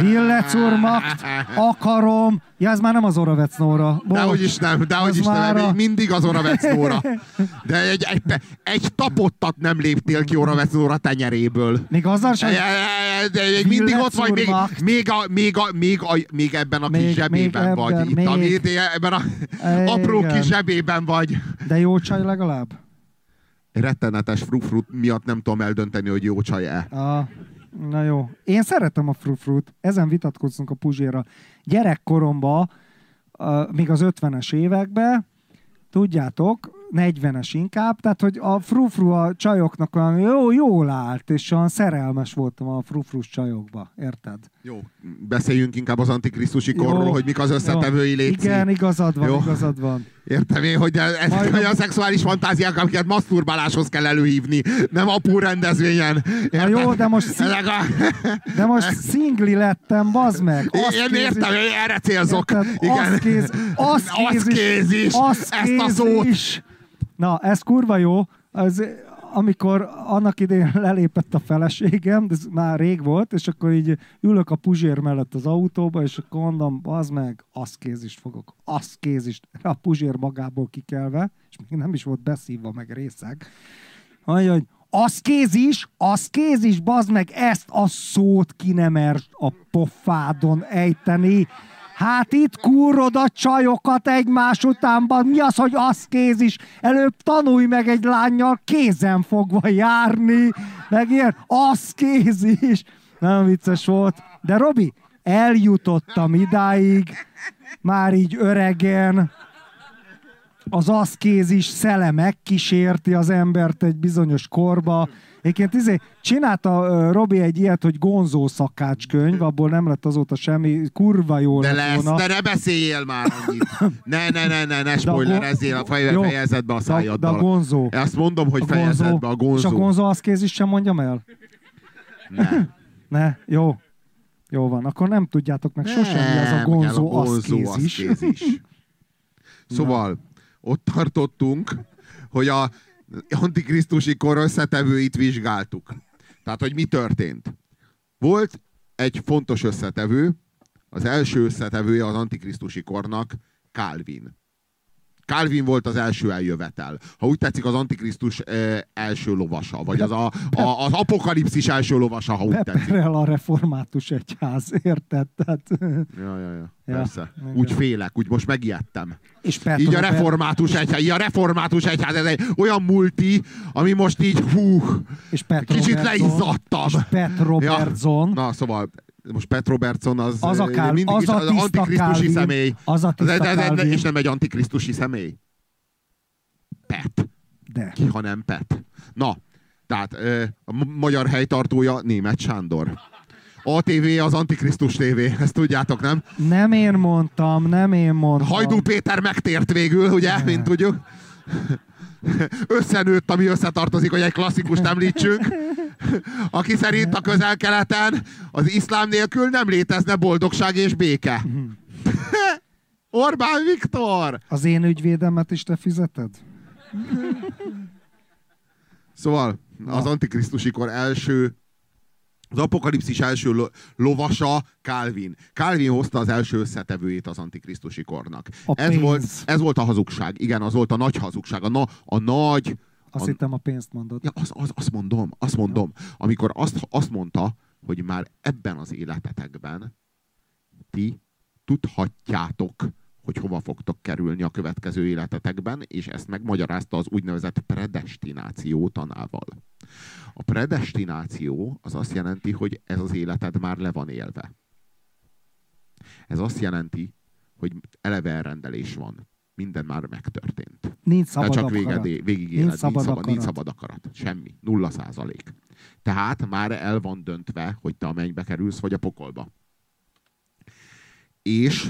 akarom. Ja, ez már nem az Oravec Nóra. Dehogy is nem, még mindig az Oravec Nóra. De egy tapottat nem léptél ki Oravec Nóra tenyeréből. Még azzal sem? De még mindig ott vagy, még ebben a kis zsebében vagy. Ebben a apró kis zsebében vagy. De jó csaj legalább? Rettenetes frufrut miatt nem tudom eldönteni, hogy jó csaj-e. Na jó. Én szeretem a frufrut. Ezen vitatkozunk a Puzsérral. Gyerekkoromban, még az 50-es években, tudjátok, 40-es inkább, tehát hogy a frufru a csajoknak olyan jól állt, és olyan szerelmes voltam a frufrus csajokba, érted? Jó, beszéljünk inkább az antikrisztusi korról, hogy mik az összetevői létszí. Igen, igazad van. Értem én, hogy ezek olyan szexuális fantáziák, amiket maszturbáláshoz kell előhívni, nem apó rendezvényen. Na jó, de most szingli lettem, bazd meg. Én értem, hogy erre célzok. Igen. Aszkézis. Ezt a szót. Na, ez kurva jó. Amikor annak idején lelépett a feleségem, de ez már rég volt, és akkor így ülök a Puzsér mellett az autóba, és akkor mondom, bazd meg, aszkézist fogok. Aszkézist. A Puzsér magából kikelve, és még nem is volt beszívva, meg részeg. Mondja, hogy aszkézis, bazd meg, ezt a szót ki nem mer a pofádon ejteni. Hát itt kúrod a csajokat egymás utánban. Mi az, hogy aszkézis? Előbb tanulj meg egy lánnyal kézen fogva járni. Meg ilyen aszkézis. Nem vicces volt. De Robi, eljutottam idáig, már így öregen. Az aszkézis szele megkísérti az embert egy bizonyos korba. Egyébként csinálta Robi egy ilyet, hogy Gonzó szakácskönyv, abból nem lett azóta semmi, kurva jó de lett volna. De ne beszéljél már annyit. Ne spoilerezzél, fejezed be a szájaddal. De a Gonzó. Ezt mondom, hogy fejezed be a Gonzó. És a Gonzó aszkézis sem mondjam el? Ne, jó. Jó van, akkor nem tudjátok meg sosem, mi az a Gonzó aszkézis. Szóval, ott tartottunk, hogy a antikrisztusi kor összetevőit vizsgáltuk. Tehát, hogy mi történt. Volt egy fontos összetevő, az első összetevője az antikrisztusi kornak Calvin. Calvin volt az első eljövetel. Ha úgy tetszik, az Antikrisztus első lovasa, vagy az apokalipszis első lovasa, ha úgy tetszik. Beperel a református egyház, érted? Tehát... Ja. Persze. Úgy félek, úgy most megijedtem. És így a református egyház, ez egy olyan multi, ami most így kicsit leizzadtam. És Pat Robertson. Na, szóval most Pat Robertson az mindig az antikrisztusi személy. Az a tiszta és nem egy antikrisztusi személy. Pat. De. Ki, ha nem Pat. Na, tehát a magyar helytartója Németh Sándor. ATV az Antikrisztus TV, ezt tudjátok, nem? Nem én mondtam. Hajdú Péter megtért végül, ugye, mint tudjuk. Összenőtt, ami összetartozik, hogy egy klasszikust említsünk. Aki szerint a Közel-Keleten az iszlám nélkül nem létezne boldogság és béke. Orbán Viktor! Az én ügyvédemet is te fizeted? Szóval az antikrisztusi kor az apokalipszis első lovasa Calvin. Calvin hozta az első összetevőjét az antikrisztusi kornak. Ez volt a hazugság. Igen, az volt a nagy hazugság. Azt hittem a pénzt mondod. Ja, azt mondom. Amikor azt mondta, hogy már ebben az életetekben ti tudhatjátok, hogy hova fogtok kerülni a következő életetekben, és ezt megmagyarázta az úgynevezett predestináció tanával. A predestináció az azt jelenti, hogy ez az életed már le van élve. Ez azt jelenti, hogy eleve elrendelés van. Minden már megtörtént. Nincs szabad csak akarat. végig éled. Nincs szabad akarat. Semmi. 0%. Tehát már el van döntve, hogy te a mennybe kerülsz, vagy a pokolba. És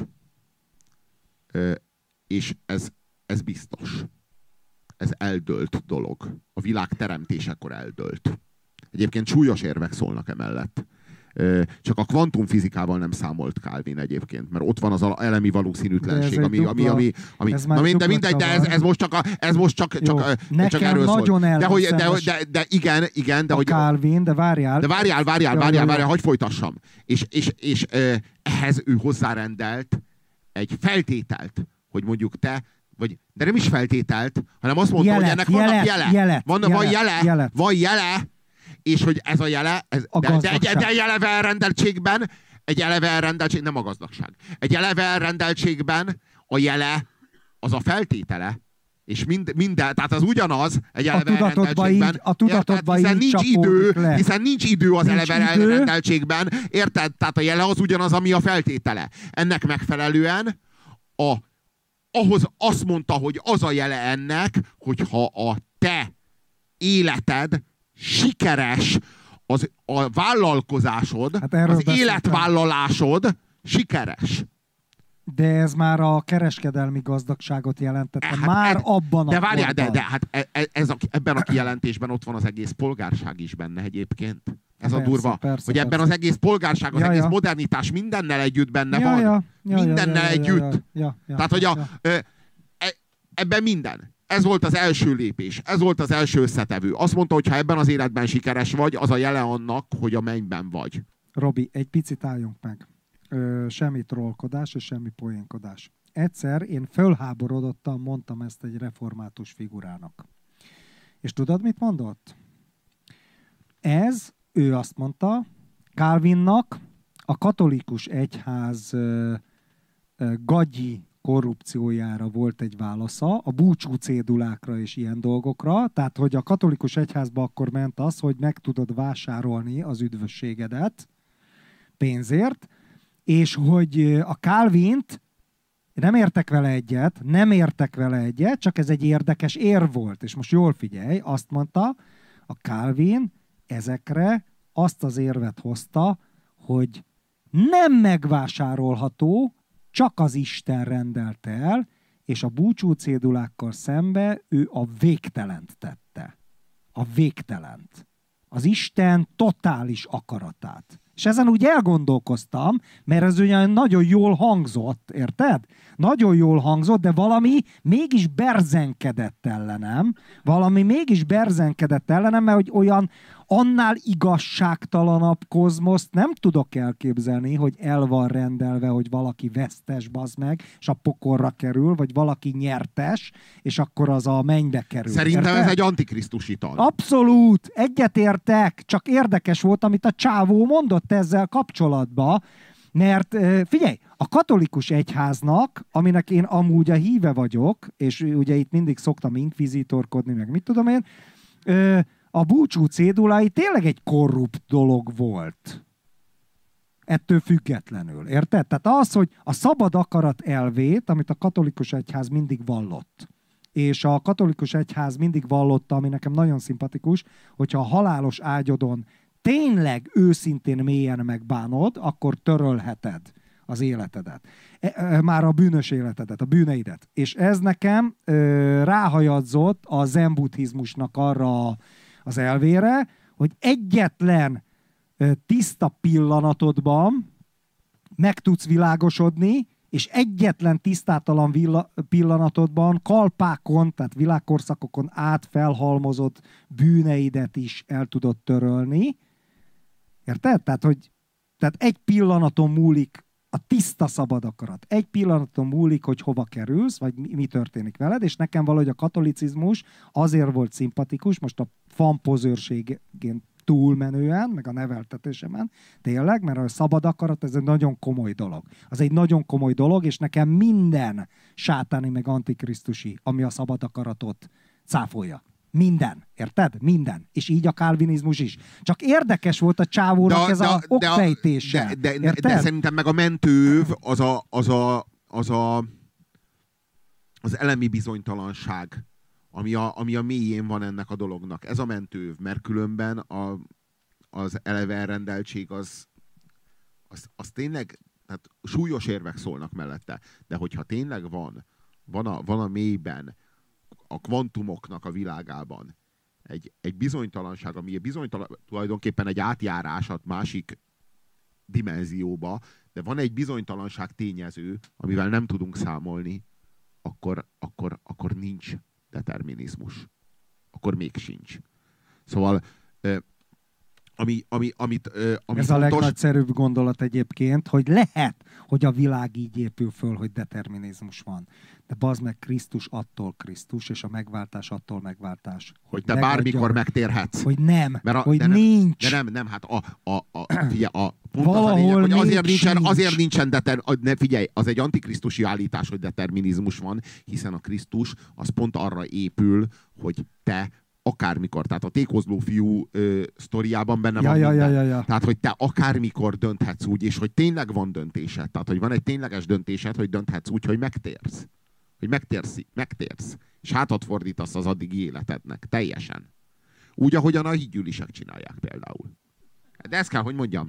ez biztos. Ez eldölt dolog. A világ teremtésekor eldölt. Egyébként súlyos érvek szólnak emellett. Csak a kvantumfizikával nem számolt Calvin egyébként, mert ott van az elemi valószínűtlenség, ami na mindegy, de ez most csak erről szól. De igen, de hogy Calvin, de várjál, hagyj folytassam. És ehhez ő hozzárendelt egy feltételt, hogy mondjuk te, de nem is feltételt, hanem azt mondta, hogy ennek vannak jele. Van jele, és hogy ez a jele, de egy eleve elrendeltségben, nem a gazdagság, egy eleve elrendeltségben a jele az a feltétele, és minden, tehát az ugyanaz egy eleve elrendeltségben. A tudatodban hiszen nincs idő az eleve elrendeltségben, érted? Tehát a jele az ugyanaz, ami a feltétele. Ennek megfelelően ahhoz azt mondta, hogy az a jele ennek, hogyha a te életed sikeres, a vállalkozásod, az életvállalásod sikeres. De ez már a kereskedelmi gazdagságot jelentette. Abban de várjál, ebben a kijelentésben ott van az egész polgárság is benne egyébként. Ez a durva, hogy ebben az egész polgárság, az egész modernitás mindennel együtt benne van. Mindennel együtt. Tehát, hogy ebben minden. Ez volt az első lépés, ez volt az első összetevő. Azt mondta, hogy ha ebben az életben sikeres vagy, az a jele annak, hogy a mennyben vagy. Robi, egy picit álljunk meg. Semmi trollkodás és semmi poénkodás. Egyszer én fölháborodottan mondtam ezt egy református figurának. És tudod, mit mondott? Ő azt mondta, Calvinnak a katolikus egyház gagyi korrupciójára volt egy válasza, a búcsú cédulákra és ilyen dolgokra, tehát hogy a katolikus egyházba akkor ment az, hogy meg tudod vásárolni az üdvösségedet pénzért, és hogy a Calvint nem értek vele egyet, csak ez egy érdekes érv volt, és most jól figyelj, azt mondta, a Calvin ezekre azt az érvet hozta, hogy nem megvásárolható, csak az Isten rendelte el, és a búcsú cédulákkal szembe ő a végtelent tette. A végtelent. Az Isten totális akaratát. És ezen úgy elgondolkoztam, mert ez ugyan nagyon jól hangzott, érted? Nagyon jól hangzott, de valami mégis berzenkedett ellenem. Mert hogy olyan annál igazságtalanabb kozmoszt nem tudok elképzelni, hogy el van rendelve, hogy valaki vesztes, bazd meg, és a pokorra kerül, vagy valaki nyertes, és akkor az a mennybe kerül. Szerintem érted? Ez egy antikrisztusi tan. Abszolút! Egyetértek! Csak érdekes volt, amit a csávó mondott ezzel kapcsolatban, mert figyelj, a katolikus egyháznak, aminek én amúgy a híve vagyok, és ugye itt mindig szoktam inkvizitorkodni, meg mit tudom én, a búcsú cédulái tényleg egy korrupt dolog volt. Ettől függetlenül, érted? Tehát az, hogy a szabad akarat elvét, amit a katolikus egyház mindig vallott, és a katolikus egyház mindig vallotta, ami nekem nagyon szimpatikus, hogyha a halálos ágyodon tényleg őszintén mélyen megbánod, akkor törölheted az életedet. Már a bűnös életedet, a bűneidet. És ez nekem ráhajadzott a zen buddhizmusnak arra az elvére, hogy egyetlen tiszta pillanatodban meg tudsz világosodni, és egyetlen tisztátalan pillanatodban, kalpákon, tehát világkorszakokon át felhalmozott bűneidet is el tudod törölni. Érted? Tehát egy pillanaton múlik a tiszta szabad akarat. Egy pillanaton múlik, hogy hova kerülsz, vagy mi történik veled, és nekem valahogy a katolicizmus azért volt szimpatikus, most a fanpozőrségén túlmenően, meg a neveltetésemen, tényleg, mert a szabad akarat, ez egy nagyon komoly dolog. Az egy nagyon komoly dolog, és nekem minden sátáni, meg antikrisztusi, ami a szabad akaratot cáfolja. Minden, érted? Minden. És így a kálvinizmus is. Csak érdekes volt a csávónak ez a okfejtése. De szerintem meg a mentőv az elemi bizonytalanság, ami a mélyén van ennek a dolognak. Ez a mentőv, mert különben az eleve elrendeltség az tényleg, tehát súlyos érvek szólnak mellette. De hogyha tényleg van a mélyben, a kvantumoknak a világában egy bizonytalanság, ami tulajdonképpen egy átjárás a másik dimenzióba, de van egy bizonytalanság tényező, amivel nem tudunk számolni, akkor nincs determinizmus. Akkor még sincs. Szóval amit ez a legnagyszerűbb gondolat egyébként, hogy lehet, hogy a világ így épül föl, hogy determinizmus van. De bazd meg, Krisztus attól Krisztus, és a megváltás attól megváltás. Hogy te bármikor megtérhetsz. Hogy nem, hogy nincs. De nem, hát pont az a lényeg, hogy azért nincsen figyelj, az egy antikrisztusi állítás, hogy determinizmus van, hiszen a Krisztus az pont arra épül, hogy te akármikor, tehát a tékozló fiú sztoriában benne van minden. Tehát, hogy te akármikor dönthetsz úgy, és hogy tényleg van döntésed. Tehát, hogy van egy tényleges döntésed, hogy dönthetsz úgy, hogy megtérsz. Hogy megtérsz. És hátat fordítasz az addigi életednek. Teljesen. Úgy, ahogyan a hídgyűlisek csinálják például. De ezt kell,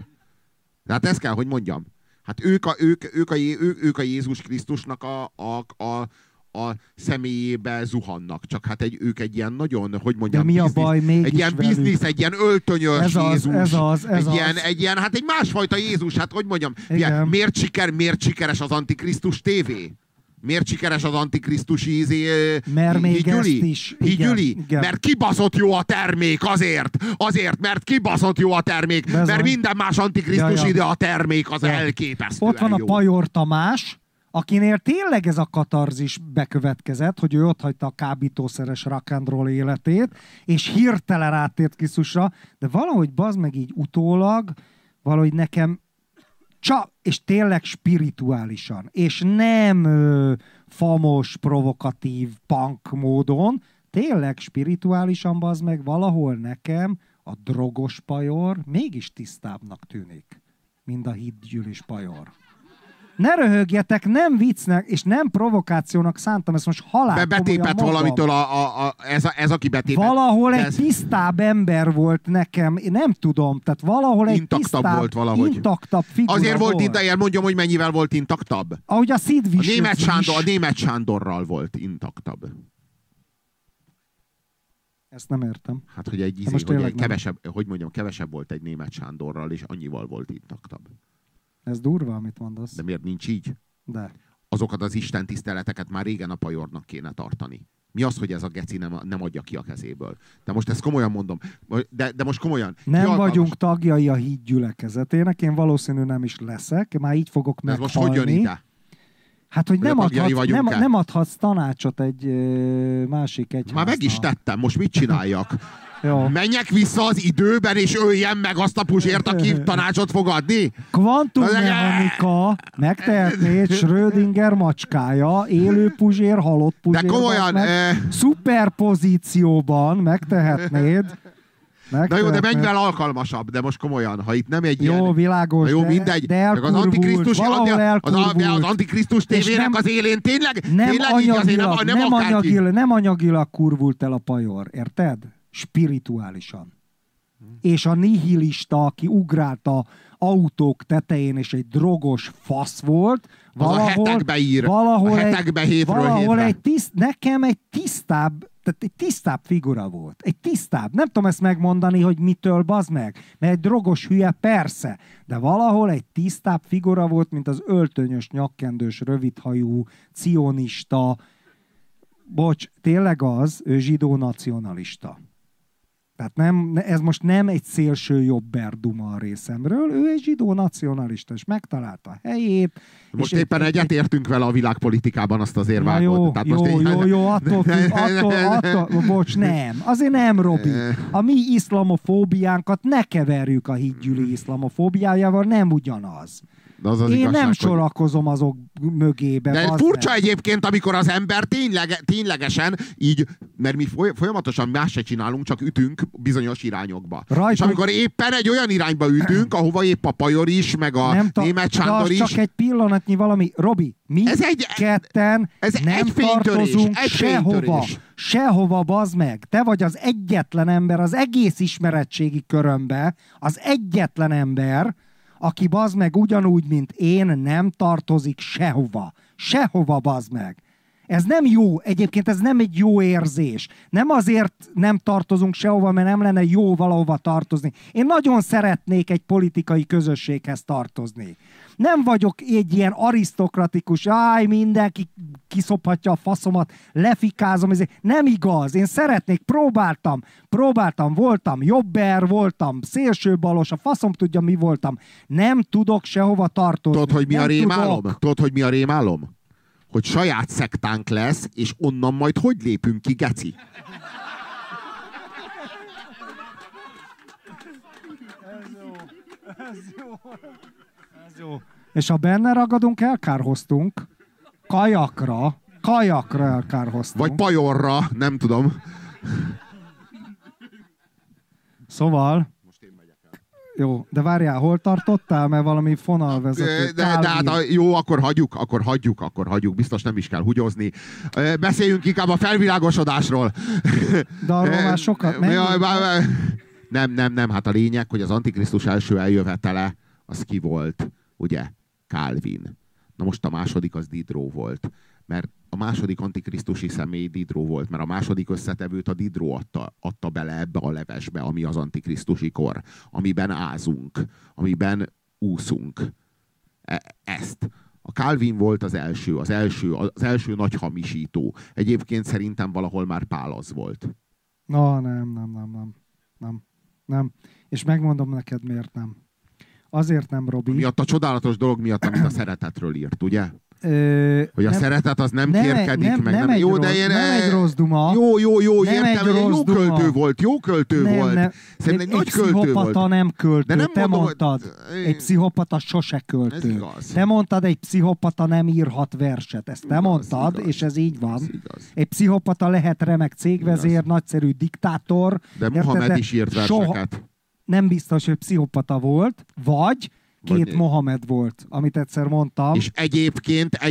hogy mondjam. Hát ők a Jézus Krisztusnak a személyébe zuhannak. Csak hát ők egy ilyen nagyon, hogy mondjam, mi a baj, egy ilyen biznisz, egy ilyen öltönyös Jézus. Egy ilyen, hát egy másfajta Jézus, hát hogy mondjam, miért sikeres az Antikrisztus tévé? Miért sikeres az antikrisztusi mert még ezt is. Igen. Mert kibaszott jó a termék, azért, mert kibaszott jó a termék, mert minden más antikrisztusi, de a termék az elképesztően ott van a Pajor Tamás, akinél tényleg ez a katarzis bekövetkezett, hogy ő otthagyta a kábítószeres rock and roll életét, és hirtelen rátért Krisztusra, de valahogy bazd meg így utólag, valahogy nekem és tényleg spirituálisan, és nem famos, provokatív punk módon, tényleg spirituálisan bazd meg valahol nekem a drogos Pajor mégis tisztábbnak tűnik, mint a hídgyűlis Pajor. Ne röhögjetek, nem viccnek, és nem provokációnak szántam, ezt most halál betépett valamitől ez aki betépett. Valahol egy tisztább ember volt nekem, én nem tudom, tehát valahol egy tisztább, volt valahogy. Intaktabb figura azért volt intaktabb, mondjam, hogy mennyivel volt intaktabb. Ahogy a Sid Vicious a német Sándorral volt intaktabb. Ezt nem értem. Hát, hogy kevesebb volt egy német Sándorral, és annyival volt intaktabb. Ez durva, amit mondasz. De miért nincs így? De. Azokat az istentiszteleteket már régen a Pajornak kéne tartani. Mi az, hogy ez a geci nem adja ki a kezéből? De most ezt komolyan mondom. De most komolyan. Nem vagyunk tagjai a hídgyülekezetének, én valószínű nem is leszek, már így fogok meghalni. Ez most hogy jön ide? Hát, hogy nem adhatsz tanácsot egy másik egyháznak. Már meg is tettem, most mit csináljak? Jó. Menjek vissza az időben, és öljem meg azt a Puzsért, aki tanácsot fog adni? Kvantummechanika megtehetnéd Schrödinger macskája, élő Puzsér, halott Puzsér. De komolyan... Szuperpozícióban megtehetnéd. Na jó, de mennyivel alkalmasabb, de most komolyan, ha itt nem egy ilyen... Jó, világos, jó, mindegy. De elkurvult, az Antikrisztus tévének az élén tényleg nem anyagilag kurvult el a Pajor, érted? Spirituálisan. És a nihilista, aki ugrált a autók tetején, és egy drogos fasz volt, nekem egy tisztább figura volt. Egy tisztább. Nem tudom ezt megmondani, hogy mitől, bazd meg. Mert egy drogos hülye, persze. De valahol egy tisztább figura volt, mint az öltönyös, nyakkendős, rövidhajú, cionista. Bocs, tényleg ő zsidó nacionalista. Tehát ez most nem egy szélső jobber duma a részemről, ő egy zsidó nacionalista, és megtalálta a helyét. Most éppen egyetértünk vele a világpolitikában, azt azért vágod. Jó, attól, bocs, nem. Azért nem, Robi. A mi iszlamofóbiánkat ne keverjük a hídgyűli iszlamofóbiájával, nem ugyanaz. Én igazság, nem sorakozom azok mögébe. De furcsa egyébként, amikor az ember ténylegesen így, mert mi folyamatosan más se csinálunk, csak ütünk bizonyos irányokba. És amikor éppen egy olyan irányba ütünk, ahova épp a Pajor is, meg a német Sándor is. Csak egy pillanatnyi valami. Robi, mi ketten nem tartozunk sehova. Sehova, bazd meg. Te vagy az egyetlen ember az egész ismeretségi körömbe, az egyetlen ember, aki bazd meg ugyanúgy, mint én, nem tartozik sehova. Sehova, bazd meg. Ez nem jó, egyébként ez nem egy jó érzés. Nem azért nem tartozunk sehova, mert nem lenne jó valahova tartozni. Én nagyon szeretnék egy politikai közösséghez tartozni. Nem vagyok egy ilyen arisztokratikus, mindenki kiszophatja a faszomat, lefikázom, ez nem igaz. Én szeretnék, próbáltam, voltam jobber, voltam szélsőbalos, a faszom tudja, mi voltam. Nem tudok sehova tartozni. Tudod, hogy mi a rémálom? Hogy saját szektánk lesz, és onnan majd hogy lépünk ki, geci? Ez jó. És ha benne ragadunk, elkárhoztunk. Kajakra elkárhoztunk. Vagy Pajorra, nem tudom. Szóval... Jó, de várjál, hol tartottál? Mert valami fonalvezető. De hát jó, akkor hagyjuk. Biztos nem is kell hugyozni. Beszéljünk inkább a felvilágosodásról. De arról már sokat... Nem, hát a lényeg, hogy az Antikrisztus első eljövetele, az ki volt, ugye? Calvin. Na most a második az Diderot volt. Mert a második antikrisztusi személy Diderot volt, mert a második összetevőt a Diderot adta bele ebbe a levesbe, ami az antikrisztusi kor, amiben ázunk, amiben úszunk. Ezt. A Calvin volt az első nagy hamisító. Egyébként szerintem valahol már Pál az volt. Nem. És megmondom neked, miért nem. Azért nem, Robi. Miatt a csodálatos dolog miatt, amit a szeretetről írt, ugye? Hogy a szeretet az nem kérkedik meg. Nem egy rossz duma. Jó, értem. Jó költő volt. Szerintem egy nagy költő volt. Egy pszichopata nem költő. Te mondtad. Egy pszichopata sose költő. Te mondtad, egy pszichopata nem írhat verset. Ezt te mondtad, és ez így van. Egy pszichopata lehet remek cégvezér, nagyszerű diktátor. De Mohamed is írt verseket. Nem biztos, hogy pszichopata volt, vagy Mohamed volt, amit egyszer mondtam. És egyébként egy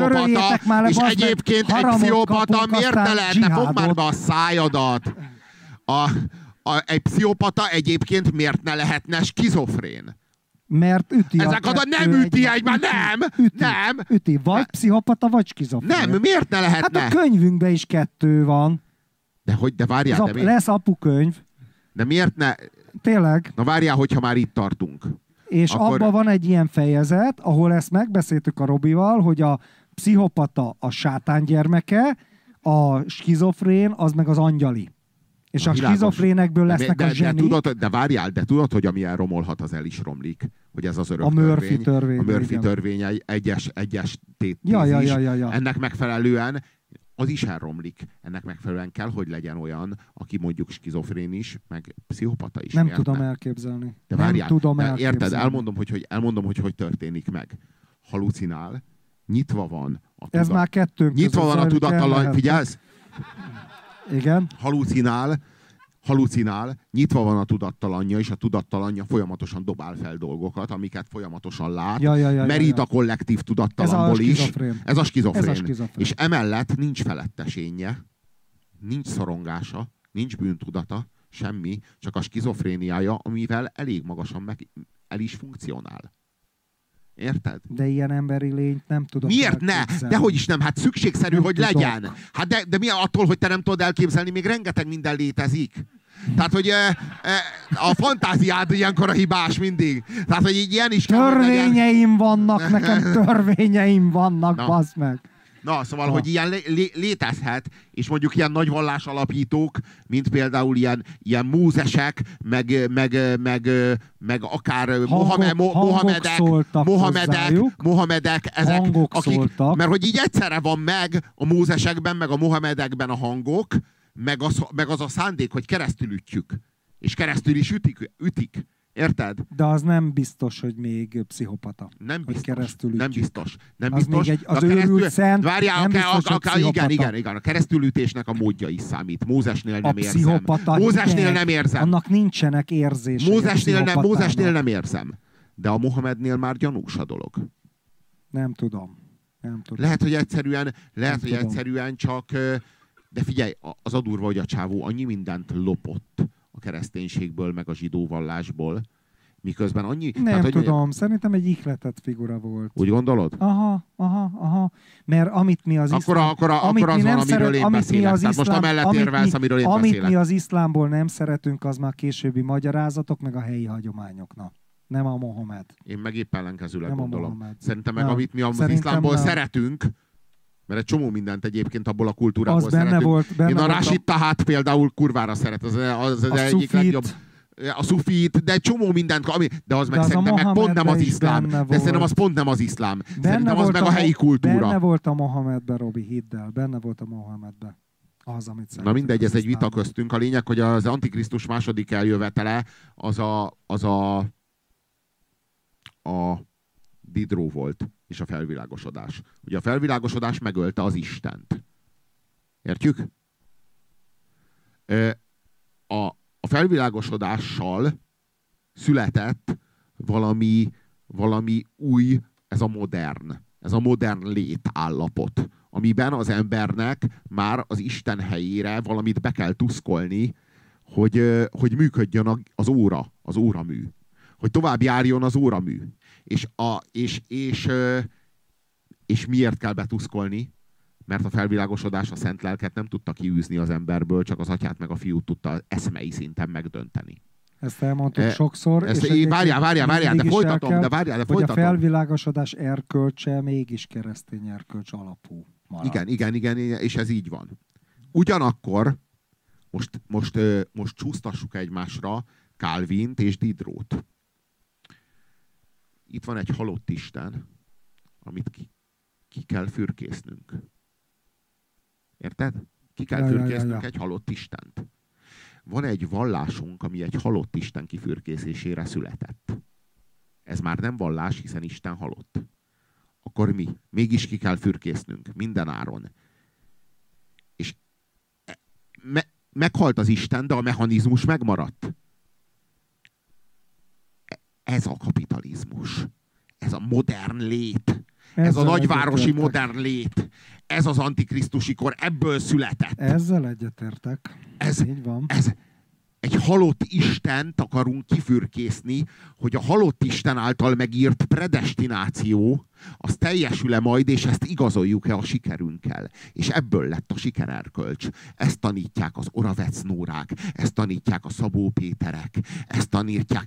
pszichopata miért ne lehetne, fogd már be a szájadat. Egy pszichopata egyébként miért ne lehetne skizofrén? Mert üti. Nem üti egymást, nem. Üti. Vagy pszichopata, vagy skizofrén. Nem, miért ne lehetne? Hát a könyvünkben is 2 van. De várjál. Lesz apukönyv. De miért ne? Tényleg. Na várjál, hogyha már itt tartunk. És abban van egy ilyen fejezet, ahol ezt megbeszéltük a Robival, hogy a pszichopata a sátán gyermeke, a skizofrén az meg az angyali. És a skizofrénekből lesznek a zsenik. De várjál, de tudod, hogy ami elromolhat, az el is romlik. Hogy ez az örök törvény. A Murphy törvény egyes tézis. Ennek megfelelően az is elromlik. Ennek megfelelően kell, hogy legyen olyan, aki mondjuk skizofrén is, meg pszichopata is. Nem tudom elképzelni. De várjál, érted? Elmondom, hogy történik meg. Halucinál, nyitva van a Ez már kettőnk nyitva van a tudattalan, figyelsz? Igen. Halucinál, nyitva van a tudattalanja, és a tudattalanja folyamatosan dobál fel dolgokat, amiket folyamatosan lát. Merít a kollektív tudattalamból is. Ez a skizofrén. És emellett nincs felettesénye, nincs szorongása, nincs bűntudata, semmi, csak a skizofréniája, amivel elég magasan el is funkcionál. Érted? De ilyen emberi lényt nem tudom. Miért ne? Dehogy is nem, hát szükségszerű, nem hogy tudok. Legyen. Hát de mi attól, hogy te nem tudod elképzelni, még rengeteg minden létezik. Tehát, hogy a fantáziád ilyenkor a hibás mindig. Tehát, hogy ilyen is törvényeim vannak, nekem törvényeim vannak, bazd meg. Na, szóval, hogy ilyen létezhet, és mondjuk ilyen nagy vallás alapítók, mint például ilyen Mózesek, meg akár Mohamedek, ezek, akik, mert hogy így egyszerre van meg a Mózesekben, meg a Mohamedekben a hangok, meg az a szándék, hogy keresztül ütjük. És keresztül is ütik. Érted? De az nem biztos, hogy még pszichopata. Nem biztos. Nem biztos. Az még az őrült szent, várjál, igen, a keresztülütésnek a módja is számít. Mózesnél nem érzem. Mózesnél nem érzem. Annak nincsenek érzései. Mózesnél nem érzem. De a Mohamednél már gyanús a dolog. Nem tudom. Lehet, hogy egyszerűen csak... De figyelj, az a durva, hogy a csávó annyi mindent lopott a kereszténységből, meg a zsidó vallásból, miközben annyi... Nem tudom, szerintem egy ihletett figura volt. Úgy gondolod? Aha. Mert amit mi az iszlám... Akkor az van, amiről én beszélek. Tehát most amellett érvelsz, amiről én beszélek. Amit mi az iszlámból nem szeretünk, az már későbbi magyarázatok, meg a helyi hagyományoknak. Nem a Mohamed. Én meg épp ellenkezőleg nem gondolom. Szerintem meg amit mi az iszlámból szeretünk, mert egy csomó mindent egyébként abból a kultúrából szeretünk. Én a Rashid Tahát például kurvára szeret. Az egyik legjobb. A szufit, de egy csomó mindent, de az meg szerintem meg pont nem az iszlám. De szerintem az pont nem az iszlám. Szerintem az meg a helyi kultúra. Benne volt a Mohamedben, Robi, hidd el. Benne volt a Mohamedben. Az, amit szeretünk. Na mindegy, ez egy vita köztünk. A lényeg, hogy az Antikrisztus második eljövetele az a Didró volt, és a felvilágosodás. Ugye a felvilágosodás megölte az Istent. Értjük? A felvilágosodással született valami új, ez a modern létállapot, amiben az embernek már az Isten helyére valamit be kell tuszkolni, hogy működjön az óramű. Hogy tovább járjon az óramű. És miért kell betuszkolni? Mert a felvilágosodás a szent lelket nem tudta kiűzni az emberből, csak az atyát meg a fiút tudta eszmei szinten megdönteni. Ezt elmondtuk sokszor. Várjál, de folytatom. Hogy a felvilágosodás erkölcse mégis keresztény erkölcs alapú marad. Igen, és ez így van. Ugyanakkor most csúsztassuk egymásra Calvint és Diderot. Itt van egy halott Isten, amit ki kell fürkésznünk. Érted? Ki kell fürkésznünk egy halott Istent. Van egy vallásunk, ami egy halott Isten kifürkészésére született. Ez már nem vallás, hiszen Isten halott. Akkor mi? Mégis ki kell fürkésznünk, minden áron. És meghalt az Isten, de a mechanizmus megmaradt. Ez a kapitalizmus. Ez a modern lét. Ez a nagyvárosi modern lét. Ez az antikrisztusi kor. Ebből született. Ezzel egyetértek. Így van. Egy halott Istent akarunk kifürkészni, hogy a halott Isten által megírt predestináció, az teljesül-e majd, és ezt igazoljuk-e a sikerünkkel. És ebből lett a sikererkölcs. Ezt tanítják az Oravec-Nórák, ezt tanítják a Szabó Péterek, ezt tanítják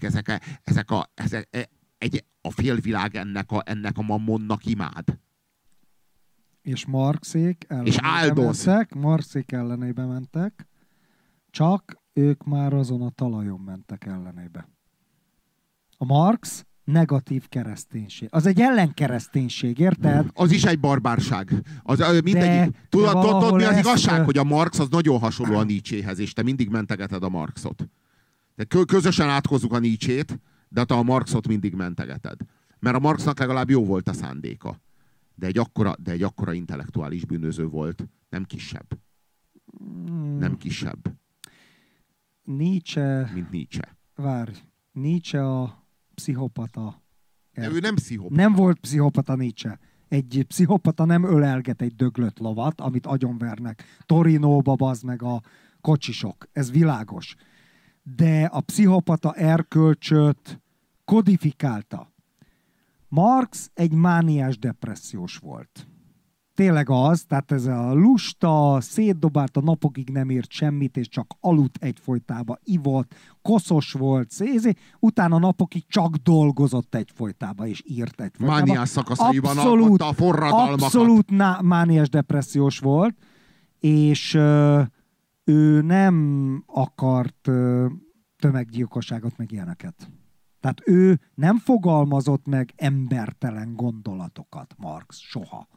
a félvilág ennek a mammonnak imád. És Marxék ellenébe mentek, csak ők már azon a talajon mentek ellenébe. A Marx negatív kereszténység. Az egy ellenkereszténység, érted? Az is egy barbárság. Tudod, mi az igazság, hogy a Marx az nagyon hasonló a Nietzséhez, és te mindig mentegeted a Marxot. De közösen áthozzuk a Nietzsét, de te a Marxot mindig mentegeted. Mert a Marxnak legalább jó volt a szándéka. De egy akkora intellektuális bűnöző volt. Nem kisebb. Nem kisebb. Nietzsche... Mint Nietzsche. Várj. Nietzsche a pszichopata. De ő nem pszichopata. Nem volt pszichopata Nietzsche. Egy pszichopata nem ölelget egy döglött lovat, amit agyonvernek. Torinóba bazd meg a kocsisok. Ez világos. De a pszichopata erkölcsöt kodifikálta. Marx egy mániás depressziós volt. tényleg az, tehát ez a lusta, szétdobált, a napokig nem írt semmit, és csak aludt egyfolytában, ivott, koszos volt, utána napokig csak dolgozott egyfolytában, és írt egyfolytában. Mániás szakaszaiban alkotta a forradalmakat. Abszolút mániás depressziós volt, és ő nem akart tömeggyilkosságot, meg ilyeneket. Tehát ő nem fogalmazott meg embertelen gondolatokat, Marx, soha.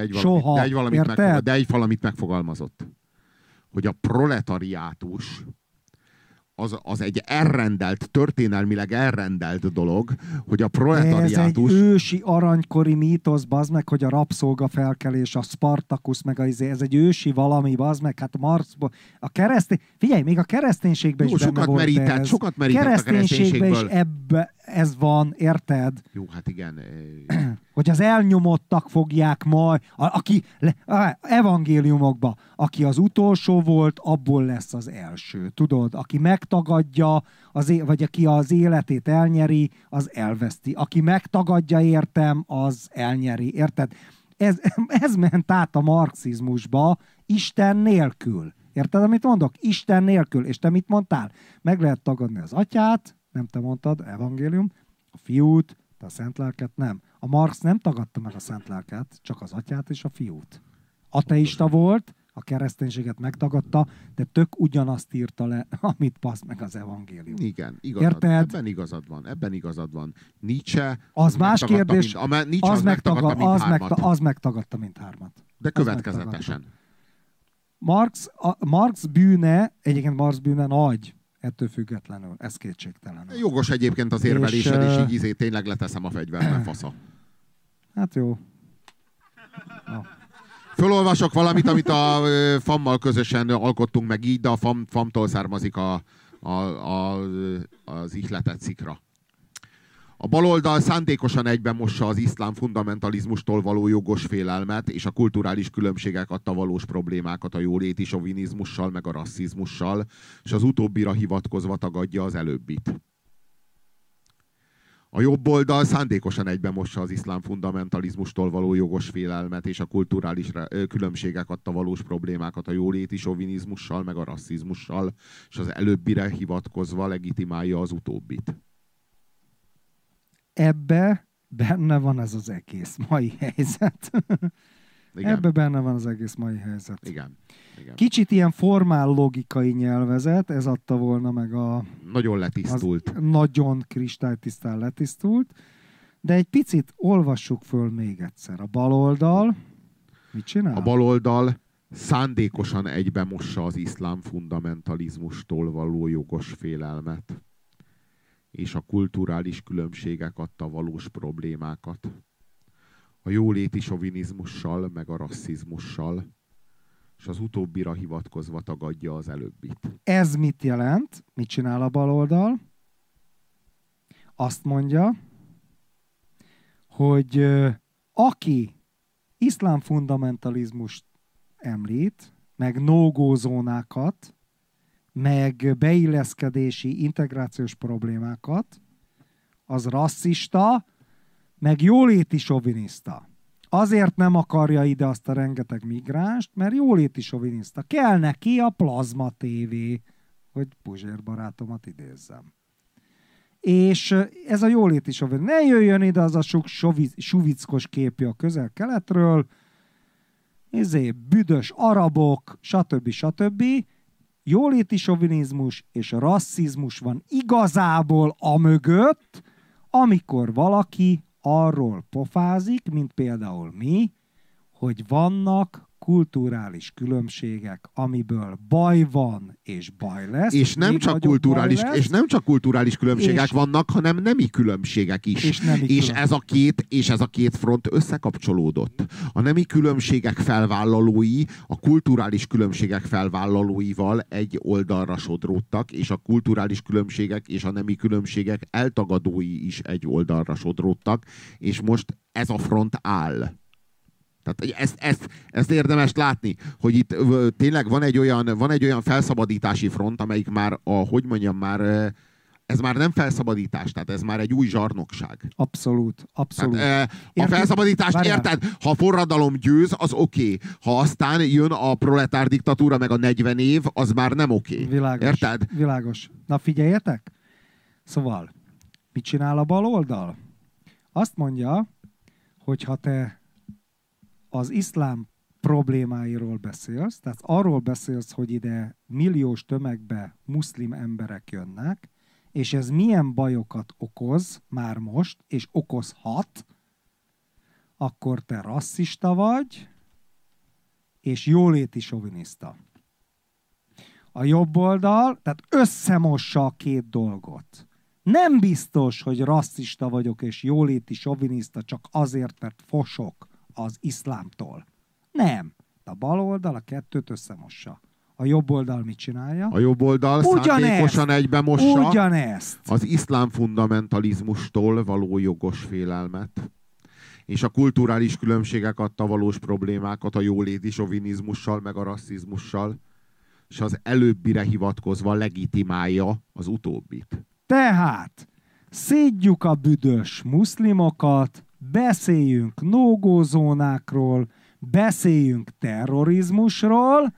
De egy valamit megfogalmazott. Hogy a proletariátus az egy elrendelt, történelmileg elrendelt dolog, hogy a proletariátus... Ez egy ősi aranykori mítosz, bazd meg, hogy a rabszolgafelkelés, a Spartacus, meg ez egy ősi valami, bazd meg, hát Marxból, figyelj, még a kereszténységben is benne volt ez. Sokat merített a kereszténységben is ez van, érted? Jó, hát igen. Hogy az elnyomottak fogják majd, evangéliumokba, aki az utolsó volt, abból lesz az első. Tudod, aki megtagadja, vagy aki az életét elnyeri, az elveszti. Aki megtagadja, értem, az elnyeri. Érted? Ez ment át a marxizmusba Isten nélkül. Érted, amit mondok? Isten nélkül. És te mit mondtál? Meg lehet tagadni az atyát, nem te mondtad, evangélium, a fiút, te a szent lelket, nem. A Marx nem tagadta meg a szent lelket, csak az atyát és a fiút. Ateista volt, a kereszténységet megtagadta, de tök ugyanazt írta le, amit passz meg az evangélium. Igen, igazad. Érted? Ebben igazad van. Nietzsche az más kérdés, az megtagadta mindhármat. De következetesen. Marx bűne, egyébként Marx bűne nagy, ettől függetlenül. Ez kétségtelen. Jogos egyébként az érvelésed, és így tényleg leteszem a fegyvert, fasza. Hát jó. No. Fölolvasok valamit, amit a FAM-mal közösen alkottunk meg így, de a FAM-tól származik az ihletett szikra. A baloldal szándékosan egybemossa az iszlám fundamentalizmustól való jogos félelmet és a kulturális különbségek adta valós problémákat a jóléti sovinizmussal meg a rasszizmussal, és az utóbbira hivatkozva tagadja az előbbit. A jobb oldal szándékosan egybemossa az iszlám fundamentalizmustól való jogos félelmet és a kulturális különbségek adta valós problémákat a jóléti sovinizmussal meg a rasszizmussal, és az előbbire hivatkozva legitimálja az utóbbit. Ebbe benne van ez az egész mai helyzet. Igen. Ebbe benne van az egész mai helyzet. Igen. Kicsit ilyen formál logikai nyelvezet, ez adta volna meg a... Nagyon letisztult. Nagyon kristálytisztán letisztult, de egy picit olvassuk föl még egyszer. A baloldal mit csinál? A baloldal szándékosan egybemossa az iszlám fundamentalizmustól való jogos félelmet és a kulturális különbségek adta valós problémákat. A jóléti sovinizmussal, meg a rasszizmussal, és az utóbbira hivatkozva tagadja az előbbit. Ez mit jelent? Mit csinál a baloldal? Azt mondja, hogy aki iszlám fundamentalizmust említ, meg no-go zónákat, meg beilleszkedési, integrációs problémákat, az rasszista, meg jóléti soviniszta. Azért nem akarja ide azt a rengeteg migránst, mert jóléti soviniszta. Kell neki a plazma tévé, hogy Puzsér barátomat idézzem. És ez a jóléti sovinista. Ne jöjjön ide az a sok suvickos képje a közel-keletről, büdös arabok, stb. Jóléti sovinizmus és rasszizmus van igazából amögött, amikor valaki arról pofázik, mint például mi, hogy vannak kulturális különbségek, amiből baj van és baj lesz. És nem csak kulturális különbségek vannak, hanem nemi különbségek is. És ez a két front összekapcsolódott. A nemi különbségek felvállalói a kulturális különbségek felvállalóival egy oldalra sodródtak, és a kulturális különbségek és a nemi különbségek eltagadói is egy oldalra sodródtak, és most ez a front áll. Tehát ezt érdemes látni, hogy itt tényleg van egy olyan felszabadítási front, amelyik már ez már nem felszabadítás, tehát ez már egy új zsarnokság. Abszolút. Tehát, a felszabadítást érted? Ha a forradalom győz, az oké. Ha aztán jön a proletár diktatúra, meg a 40 év, az már nem oké. Világos. Érted? Világos. Na figyeljetek! Szóval, mit csinál a bal oldal? Azt mondja, hogy ha te az iszlám problémáiról beszélsz, tehát arról beszélsz, hogy ide milliós tömegbe muszlim emberek jönnek, és ez milyen bajokat okoz már most, és okozhat, akkor te rasszista vagy, és jóléti soviniszta. A jobb oldal, tehát összemossa a két dolgot. Nem biztos, hogy rasszista vagyok és jóléti soviniszta csak azért, mert fosok az iszlámtól. Nem. A bal oldal a kettőt összemossa. A jobb oldal mit csinálja? A jobb oldal szándékosan egybemossa ugyanezt. az iszlám fundamentalizmustól való jogos félelmet, és a kulturális különbségek adta valós problémákat a jóléti sovinizmussal, meg a rasszizmussal, és az előbbire hivatkozva legitimálja az utóbbit. Tehát szédjuk a büdös muszlimokat, beszéljünk no-go zónákról, beszéljünk terrorizmusról,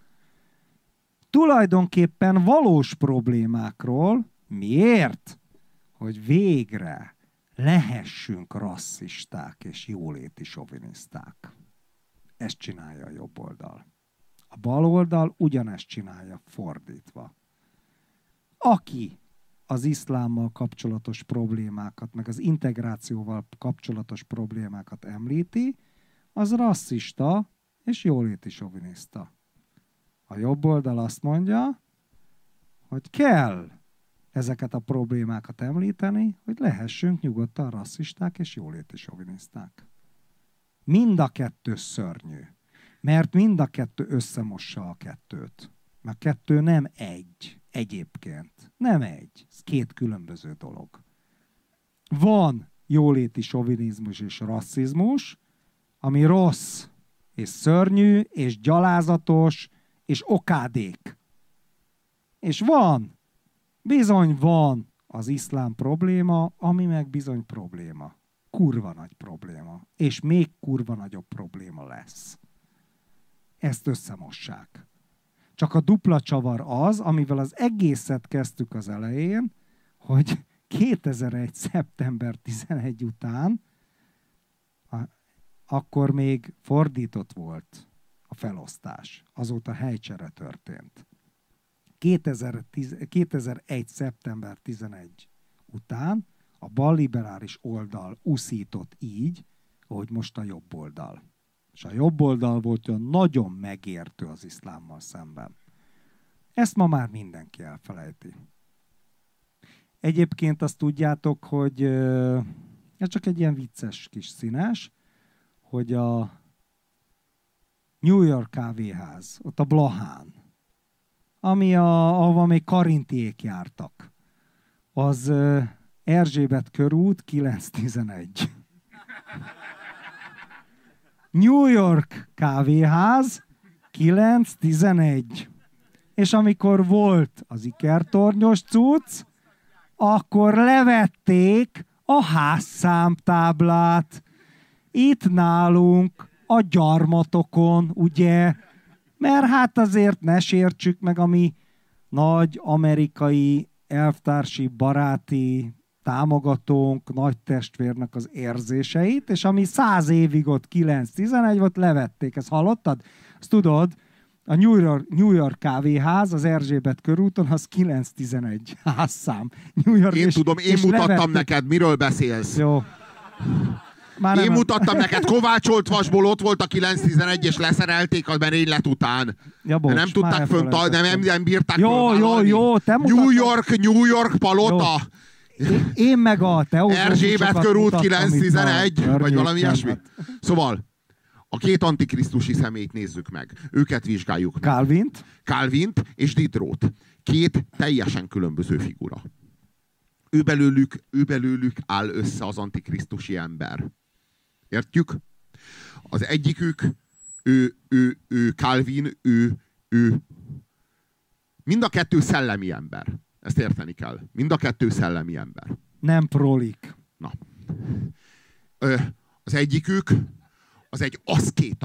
tulajdonképpen valós problémákról. Miért? Hogy végre lehessünk rasszisták és jóléti soviniszták. Ezt csinálja a jobb oldal. A bal oldal ugyanezt csinálja fordítva. Aki az iszlámmal kapcsolatos problémákat, meg az integrációval kapcsolatos problémákat említi, az rasszista és jóléti soviniszta. A jobb oldal azt mondja, hogy kell ezeket a problémákat említeni, hogy lehessünk nyugodtan rasszisták és jóléti soviniszták. Mind a kettő szörnyű, mert mind a kettő összemossa a kettőt. Mert a kettő nem egy, egyébként. Nem egy. Ez két különböző dolog. Van jóléti sovinizmus és rasszizmus, ami rossz, és szörnyű, és gyalázatos, és okádék. És van, bizony van az iszlám probléma, ami meg bizony probléma. Kurva nagy probléma. És még kurva nagyobb probléma lesz. Ezt összemossák. Csak a dupla csavar az, amivel az egészet kezdtük az elején, hogy 2001. szeptember 11 után akkor még fordított volt a felosztás. Azóta helycsere történt. 2001. szeptember 11 után a balliberális oldal uszított így, ahogy most a jobb oldal. És a jobb oldal volt olyan nagyon megértő az iszlámmal szemben. Ezt ma már mindenki elfelejti. Egyébként azt tudjátok, hogy ez csak egy ilyen vicces kis színes, hogy a New York kávéház, ott a Blahán, ahova még karintiék jártak, az Erzsébet körút 911. New York kávéház 911. És amikor volt az ikertornyos cucc, akkor levették a házszámtáblát. Itt nálunk, a gyarmatokon, ugye? Mert hát azért ne sértsük meg a mi nagy amerikai elvtársi, baráti támogatónk, nagy testvérnek az érzéseit, és ami 100 évig ott 9-11 volt, levették. Ezt hallottad? Azt tudod, a New York kávéház az Erzsébet körúton, az 911 házszám. New York, én tudom, én mutattam levették. Neked, miről beszélsz. Jó. Én mutattam neked, Kovácsoltvasból ott volt a 911, és leszerelték a merénylet után. Ja, bocs, nem tudták nem bírták fölvállalni. Jó, te New York palota. Én meg a Erzsébet körút 911, vagy valami ilyesmi. Szóval, a két antikrisztusi személyt nézzük meg. Őket vizsgáljuk meg. Calvint és Diderot. Két teljesen különböző figura. Ő belőlük áll össze az antikrisztusi ember. Értjük? Az egyikük, Calvin, mind a kettő szellemi ember. Ezt érteni kell. Mind a kettő szellemi ember. Nem prolik. Na. Az egyikük, az egy aszkéta.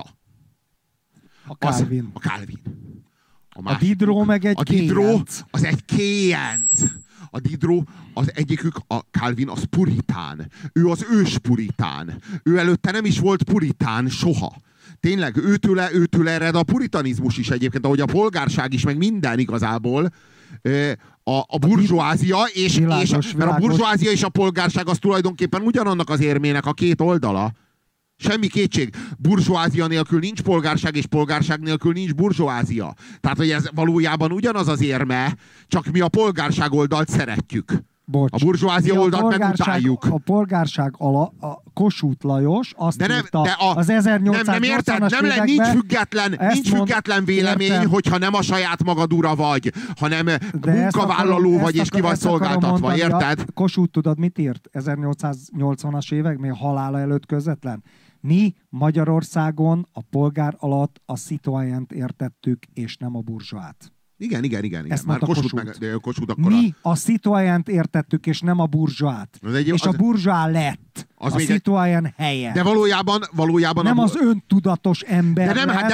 A Calvin. A Calvin. A Diderot meg egy Diderot az egy kéjenc. A Diderot, az egyikük, a Calvin, az puritán. Ő az ős puritán. Ő előtte nem is volt puritán soha. Tényleg, őtől ered a puritanizmus is egyébként, ahogy a polgárság is, meg minden igazából. A burzsóázia, mert a burzsóázia és a polgárság az tulajdonképpen ugyanannak az érmének a két oldala. Semmi kétség. Burzsóázia nélkül nincs polgárság, és polgárság nélkül nincs burzsóázia. Tehát, hogy ez valójában ugyanaz az érme, csak mi a polgárság oldalt szeretjük. Bocs. A burzsóázia oldalt megutáljuk. A polgárság a Kossuth Lajos azt írta az 1880-as években. Nincs független vélemény, értem, hogyha nem a saját magad ura vagy, hanem munkavállaló vagy, és ki vagy szolgáltatva, érted? Kossuth tudod, mit írt 1880-as évek, még halála előtt közvetlen? Mi Magyarországon a polgár alatt a citoyent értettük, és nem a burzsóát. Igen. Ezt már Kossuth akkor mi a citoyent értettük, és nem a burzsóát. És a burzsóá lett a citoyen helye. De valójában nem az öntudatos ember de nem, lett,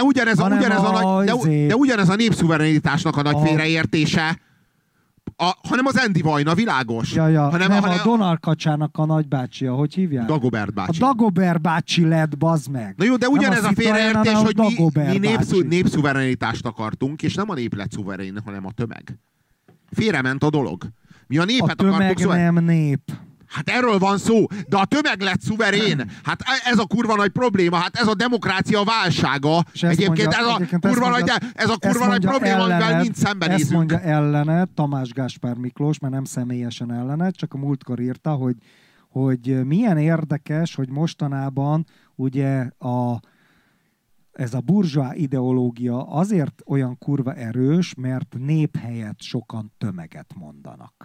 de ugyanez a népszuverenitásnak a nagy félreértése, hanem az Andy Vajna, világos. Nem a Donald Kacsának a nagybácsia, hogy hívják? Dagobert bácsi. A Dagobert bácsi lett, bazd meg. Na jó, de ugyanez a félreértés, hogy mi népszuverenitást akartunk, és nem a nép lett szuverén, hanem a tömeg. Félrement a dolog. Mi a népet akartuk szuverén. Nem nép. Hát erről van szó, de a tömeg lett szuverén. Hát ez a kurva nagy probléma, hát ez a demokrácia válsága. Egyébként ez a kurva nagy probléma, amivel mind szembenézünk. Ezt mondja ellene Tamás Gáspár Miklós, mert nem személyesen ellene, csak a múltkor írta, hogy milyen érdekes, hogy mostanában ugye ez a burzsóá ideológia azért olyan kurva erős, mert nép helyett sokan tömeget mondanak.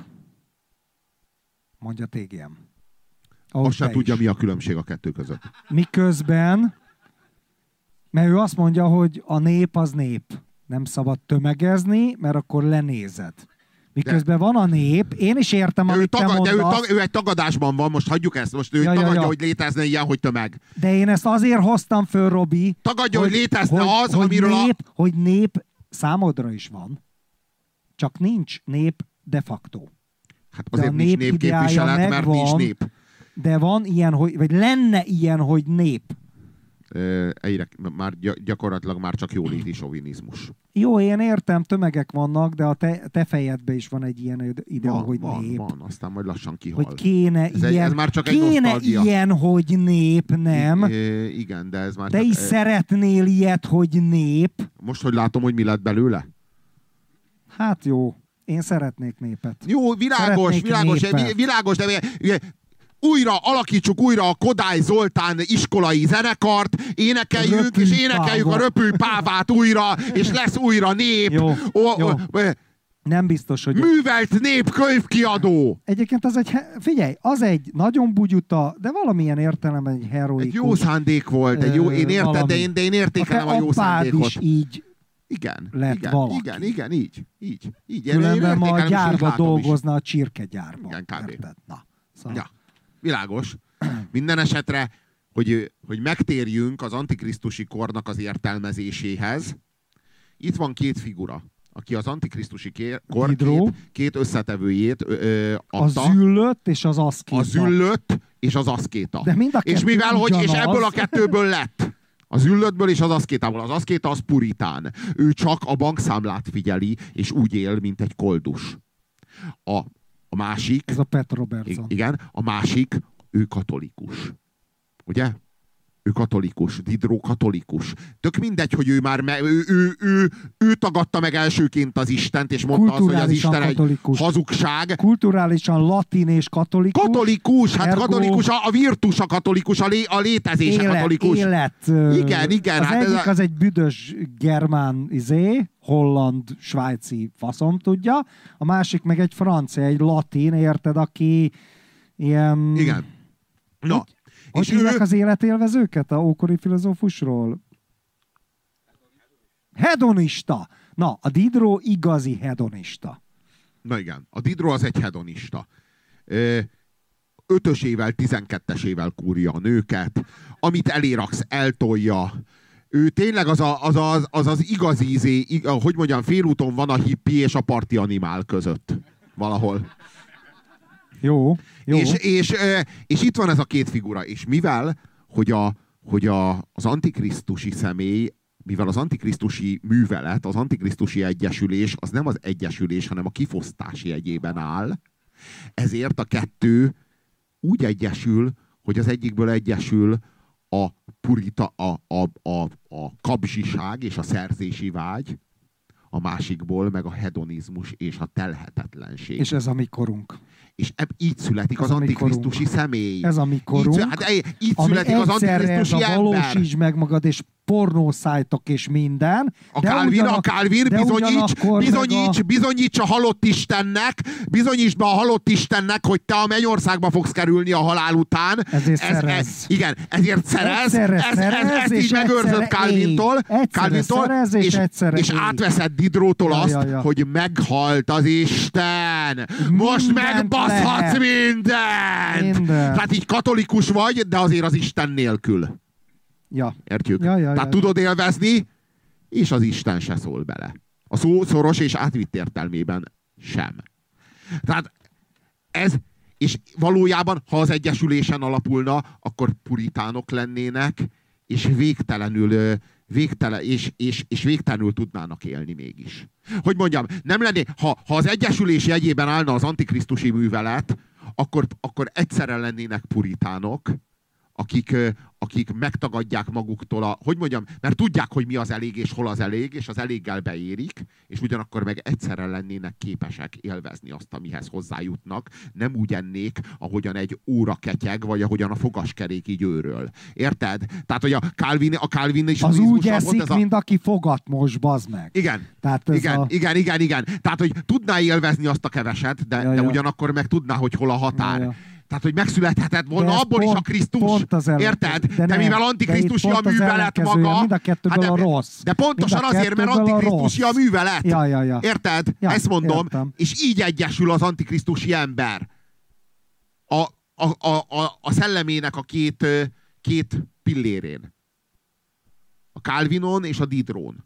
Mondja TGM. Azt sem tudja, mi a különbség a kettő között. Miközben, mert ő azt mondja, hogy a nép az nép. Nem szabad tömegezni, mert akkor lenézed. Miközben van a nép, én is értem, amit te mondasz. De ő egy tagadásban van, most hagyjuk ezt. Most ő tagadja, hogy létezne ilyen, hogy tömeg. De én ezt azért hoztam föl, Robi. Tagadja, hogy létezne az, amiről hogy nép számodra is van. Csak nincs nép de facto. Hát azért nincs népképviselet, mert nincs nép. De van ilyen, vagy lenne ilyen, hogy nép. Egyre, már gyakorlatilag már csak jóléti sovinizmus. Jó, én értem, tömegek vannak, de a te fejedben is van egy ilyen ide, hogy nép. Van, aztán majd lassan kihal. Hogy kéne ez már csak egy nosztalgia. Ilyen, hogy nép, nem? Igen, de ez már te csak... is szeretnél ilyet, hogy nép. Most, hogy látom, hogy mi lett belőle? Hát jó. Én szeretnék népet. Jó, világos, de újra alakítsuk újra a Kodály Zoltán iskolai zenekart, énekeljünk, és énekeljük a Röpülj Pávát újra, és lesz újra nép. Jó. Nem biztos, hogy... Művelt népkönyvkiadó! Egyébként az egy nagyon bugyuta, de valamilyen értelemben egy heroikus... Egy jó szándék volt, én érted, de én értékelem a jó szándékot. Is így igen, így. Különben ma a gyárba dolgozna, a csirkegyárba. Igen, kb. Na, szóval. Ja, világos. Minden esetre, hogy megtérjünk az antikrisztusi kornak az értelmezéséhez, itt van két figura, aki az antikrisztusi kor két összetevőjét adta. A züllött és az aszkéta. A züllött és az aszkéta. De mind a kettő és ebből a kettőből lett. Az züllöttből és az aszkétából. Az aszkéta az puritán. Ő csak a bankszámlát figyeli, és úgy él, mint egy koldus. A másik... Ez a Pat Robertson. Igen, a másik, ő katolikus. Ugye? Ő katolikus, Diderot katolikus. Tök mindegy, hogy ő már ő tagadta meg elsőként az Istent, és mondta azt, hogy az Isten katolikus. Egy hazugság. Kulturálisan latin és katolikus. Katolikus, hát katolikus, a virtus a katolikus, a létezés a katolikus. Élet. Igen. Az egyik az egy büdös germán holland, svájci faszom tudja, a másik meg egy francia, egy latin, érted, aki ilyen... Igen. Na, hogy hívják az életélvezőket a ókori filozófusról? Hedonista. Na, a Diderot igazi hedonista. Na igen, a Diderot az egy hedonista. 5-ösével, 12-esével kúrja a nőket, amit eléraksz, eltolja. Ő tényleg az igazi, hogy mondjam, félúton van a hippi és a parti animál között. Valahol. Jó. És itt van ez a két figura. És mivel, hogy az antikrisztusi személy, mivel az antikrisztusi művelet, az antikrisztusi egyesülés, az nem az egyesülés, hanem a kifosztás jegyében áll, ezért a kettő úgy egyesül, hogy az egyikből egyesül a kapzsiság és a szerzési vágy, a másikból meg a hedonizmus és a telhetetlenség. És ez a mi korunk. És így születik az antikrisztusi személy. Ez a mi korunk. Így születik az antikrisztusi ember. Valósítsd meg magad, és pornószájtok és minden. A Calvin bizonyíts a halott Istennek, bizonyítsd be a halott Istennek, hogy te a mennyországba fogsz kerülni a halál után. Ezért szerez. Igen, ezért szerez. Ezt így megőrzöd Calvintól, és átveszed Diderottól azt, hogy meghalt az Isten. Most megbaszhatsz mindent. Tehát így katolikus vagy, de azért az Isten nélkül. Ja. Értjük? Tehát tudod élvezni, és az Isten se szól bele. A szó szoros és átvitt értelmében sem. Tehát ez, és valójában, ha az egyesülésen alapulna, akkor puritánok lennének, és végtelenül tudnának élni mégis. Hogy mondjam, nem lenné, ha az egyesülés jegyében állna az antikrisztusi művelet, akkor egyszerre lennének puritánok, akik megtagadják maguktól hogy mondjam, mert tudják, hogy mi az elég és hol az elég, és az eléggel beérik, és ugyanakkor meg egyszerre lennének képesek élvezni azt, amihez hozzájutnak. Nem úgy ennék, ahogyan egy óra ketyeg, vagy ahogyan a fogaskerék így őről. Érted? Tehát, hogy a Calvin is az úgy eszik, mint aki fogat most, bazd meg. Igen. Tehát igen. Tehát, hogy tudná élvezni azt a keveset, de ugyanakkor meg tudná, hogy hol a határ. Ja. Tehát, hogy megszülethetett volna abból is a Krisztus. Érted? De mivel antikrisztusi a művelet maga. Mind a kettőből a rossz. De pontosan azért, mert antikrisztusi a művelet. Ja. Érted? Ezt mondom. Értem. És így egyesül az antikrisztusi ember. A szellemének a két pillérén. A Calvinon és a Diderón.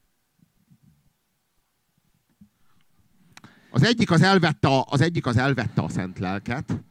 Az egyik az elvette a szent lelket,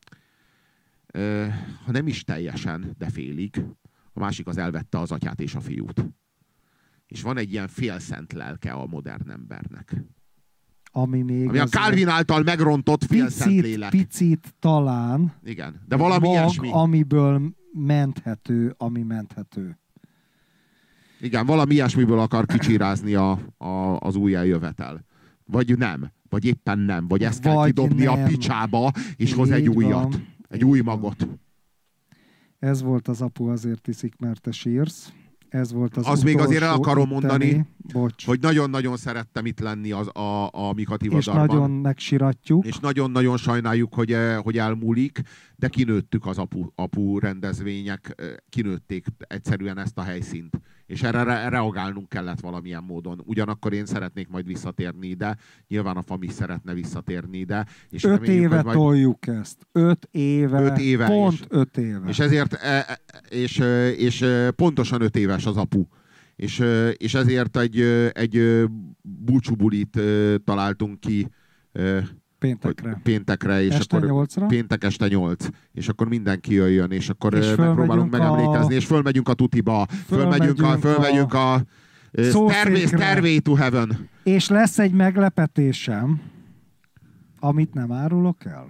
ha nem is teljesen, de félig. A másik az elvette az atyát és a fiút. És van egy ilyen félszent lelke a modern embernek. Ami a Calvin által megrontott félszent lélek. Picit talán. Igen, de valami ilyesmi. Amiből menthető, ami menthető. Igen, valami ilyesmiből akar kicsirázni az új eljövetel. Vagy nem. Vagy éppen nem. Vagy ezt kell kidobni a picsába, és hoz egy újat. Egy új magot. Ez volt az Apu azért iszik, mert te sírsz. Ez volt az még azért el akarom mondani, hogy nagyon-nagyon szerettem itt lenni a Mika Tivadárban. És nagyon megsiratjuk. És nagyon-nagyon sajnáljuk, hogy elmúlik, de kinőttük az apu rendezvények, kinőtték egyszerűen ezt a helyszínt. És erre reagálnunk kellett valamilyen módon. Ugyanakkor én szeretnék majd visszatérni ide, nyilván a FAM is szeretne visszatérni ide. És 5 éve majd... toljuk ezt. 5 éve. Pont 5 éve. És ezért, és pontosan 5 éves az Apu. És ezért egy búcsúbulit találtunk ki péntekre, és este akkor 8-ra? Péntek este 8, és akkor mindenki jöjjön, és akkor megpróbálunk megemlékezni, és fölmegyünk a Tutiba, fölmegyünk a Stairway to Heaven. És lesz egy meglepetésem, amit nem árulok el.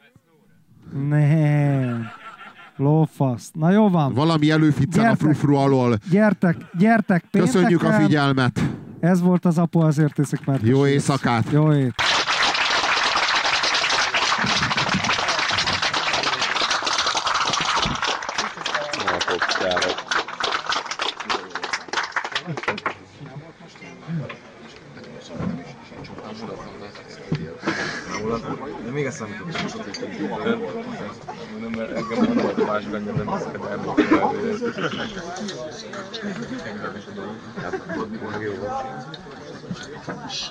Nem. Lófasz. Na jó van. Valami előficcen a frufru alól. Gyertek pénteken. Köszönjük a figyelmet. Ez volt az Apu azért iszik, mert jó éjszakát. Jó ét. De még ezt nem tudtam. Nem, mert engem nem volt más benne, nem ezeket elmondani.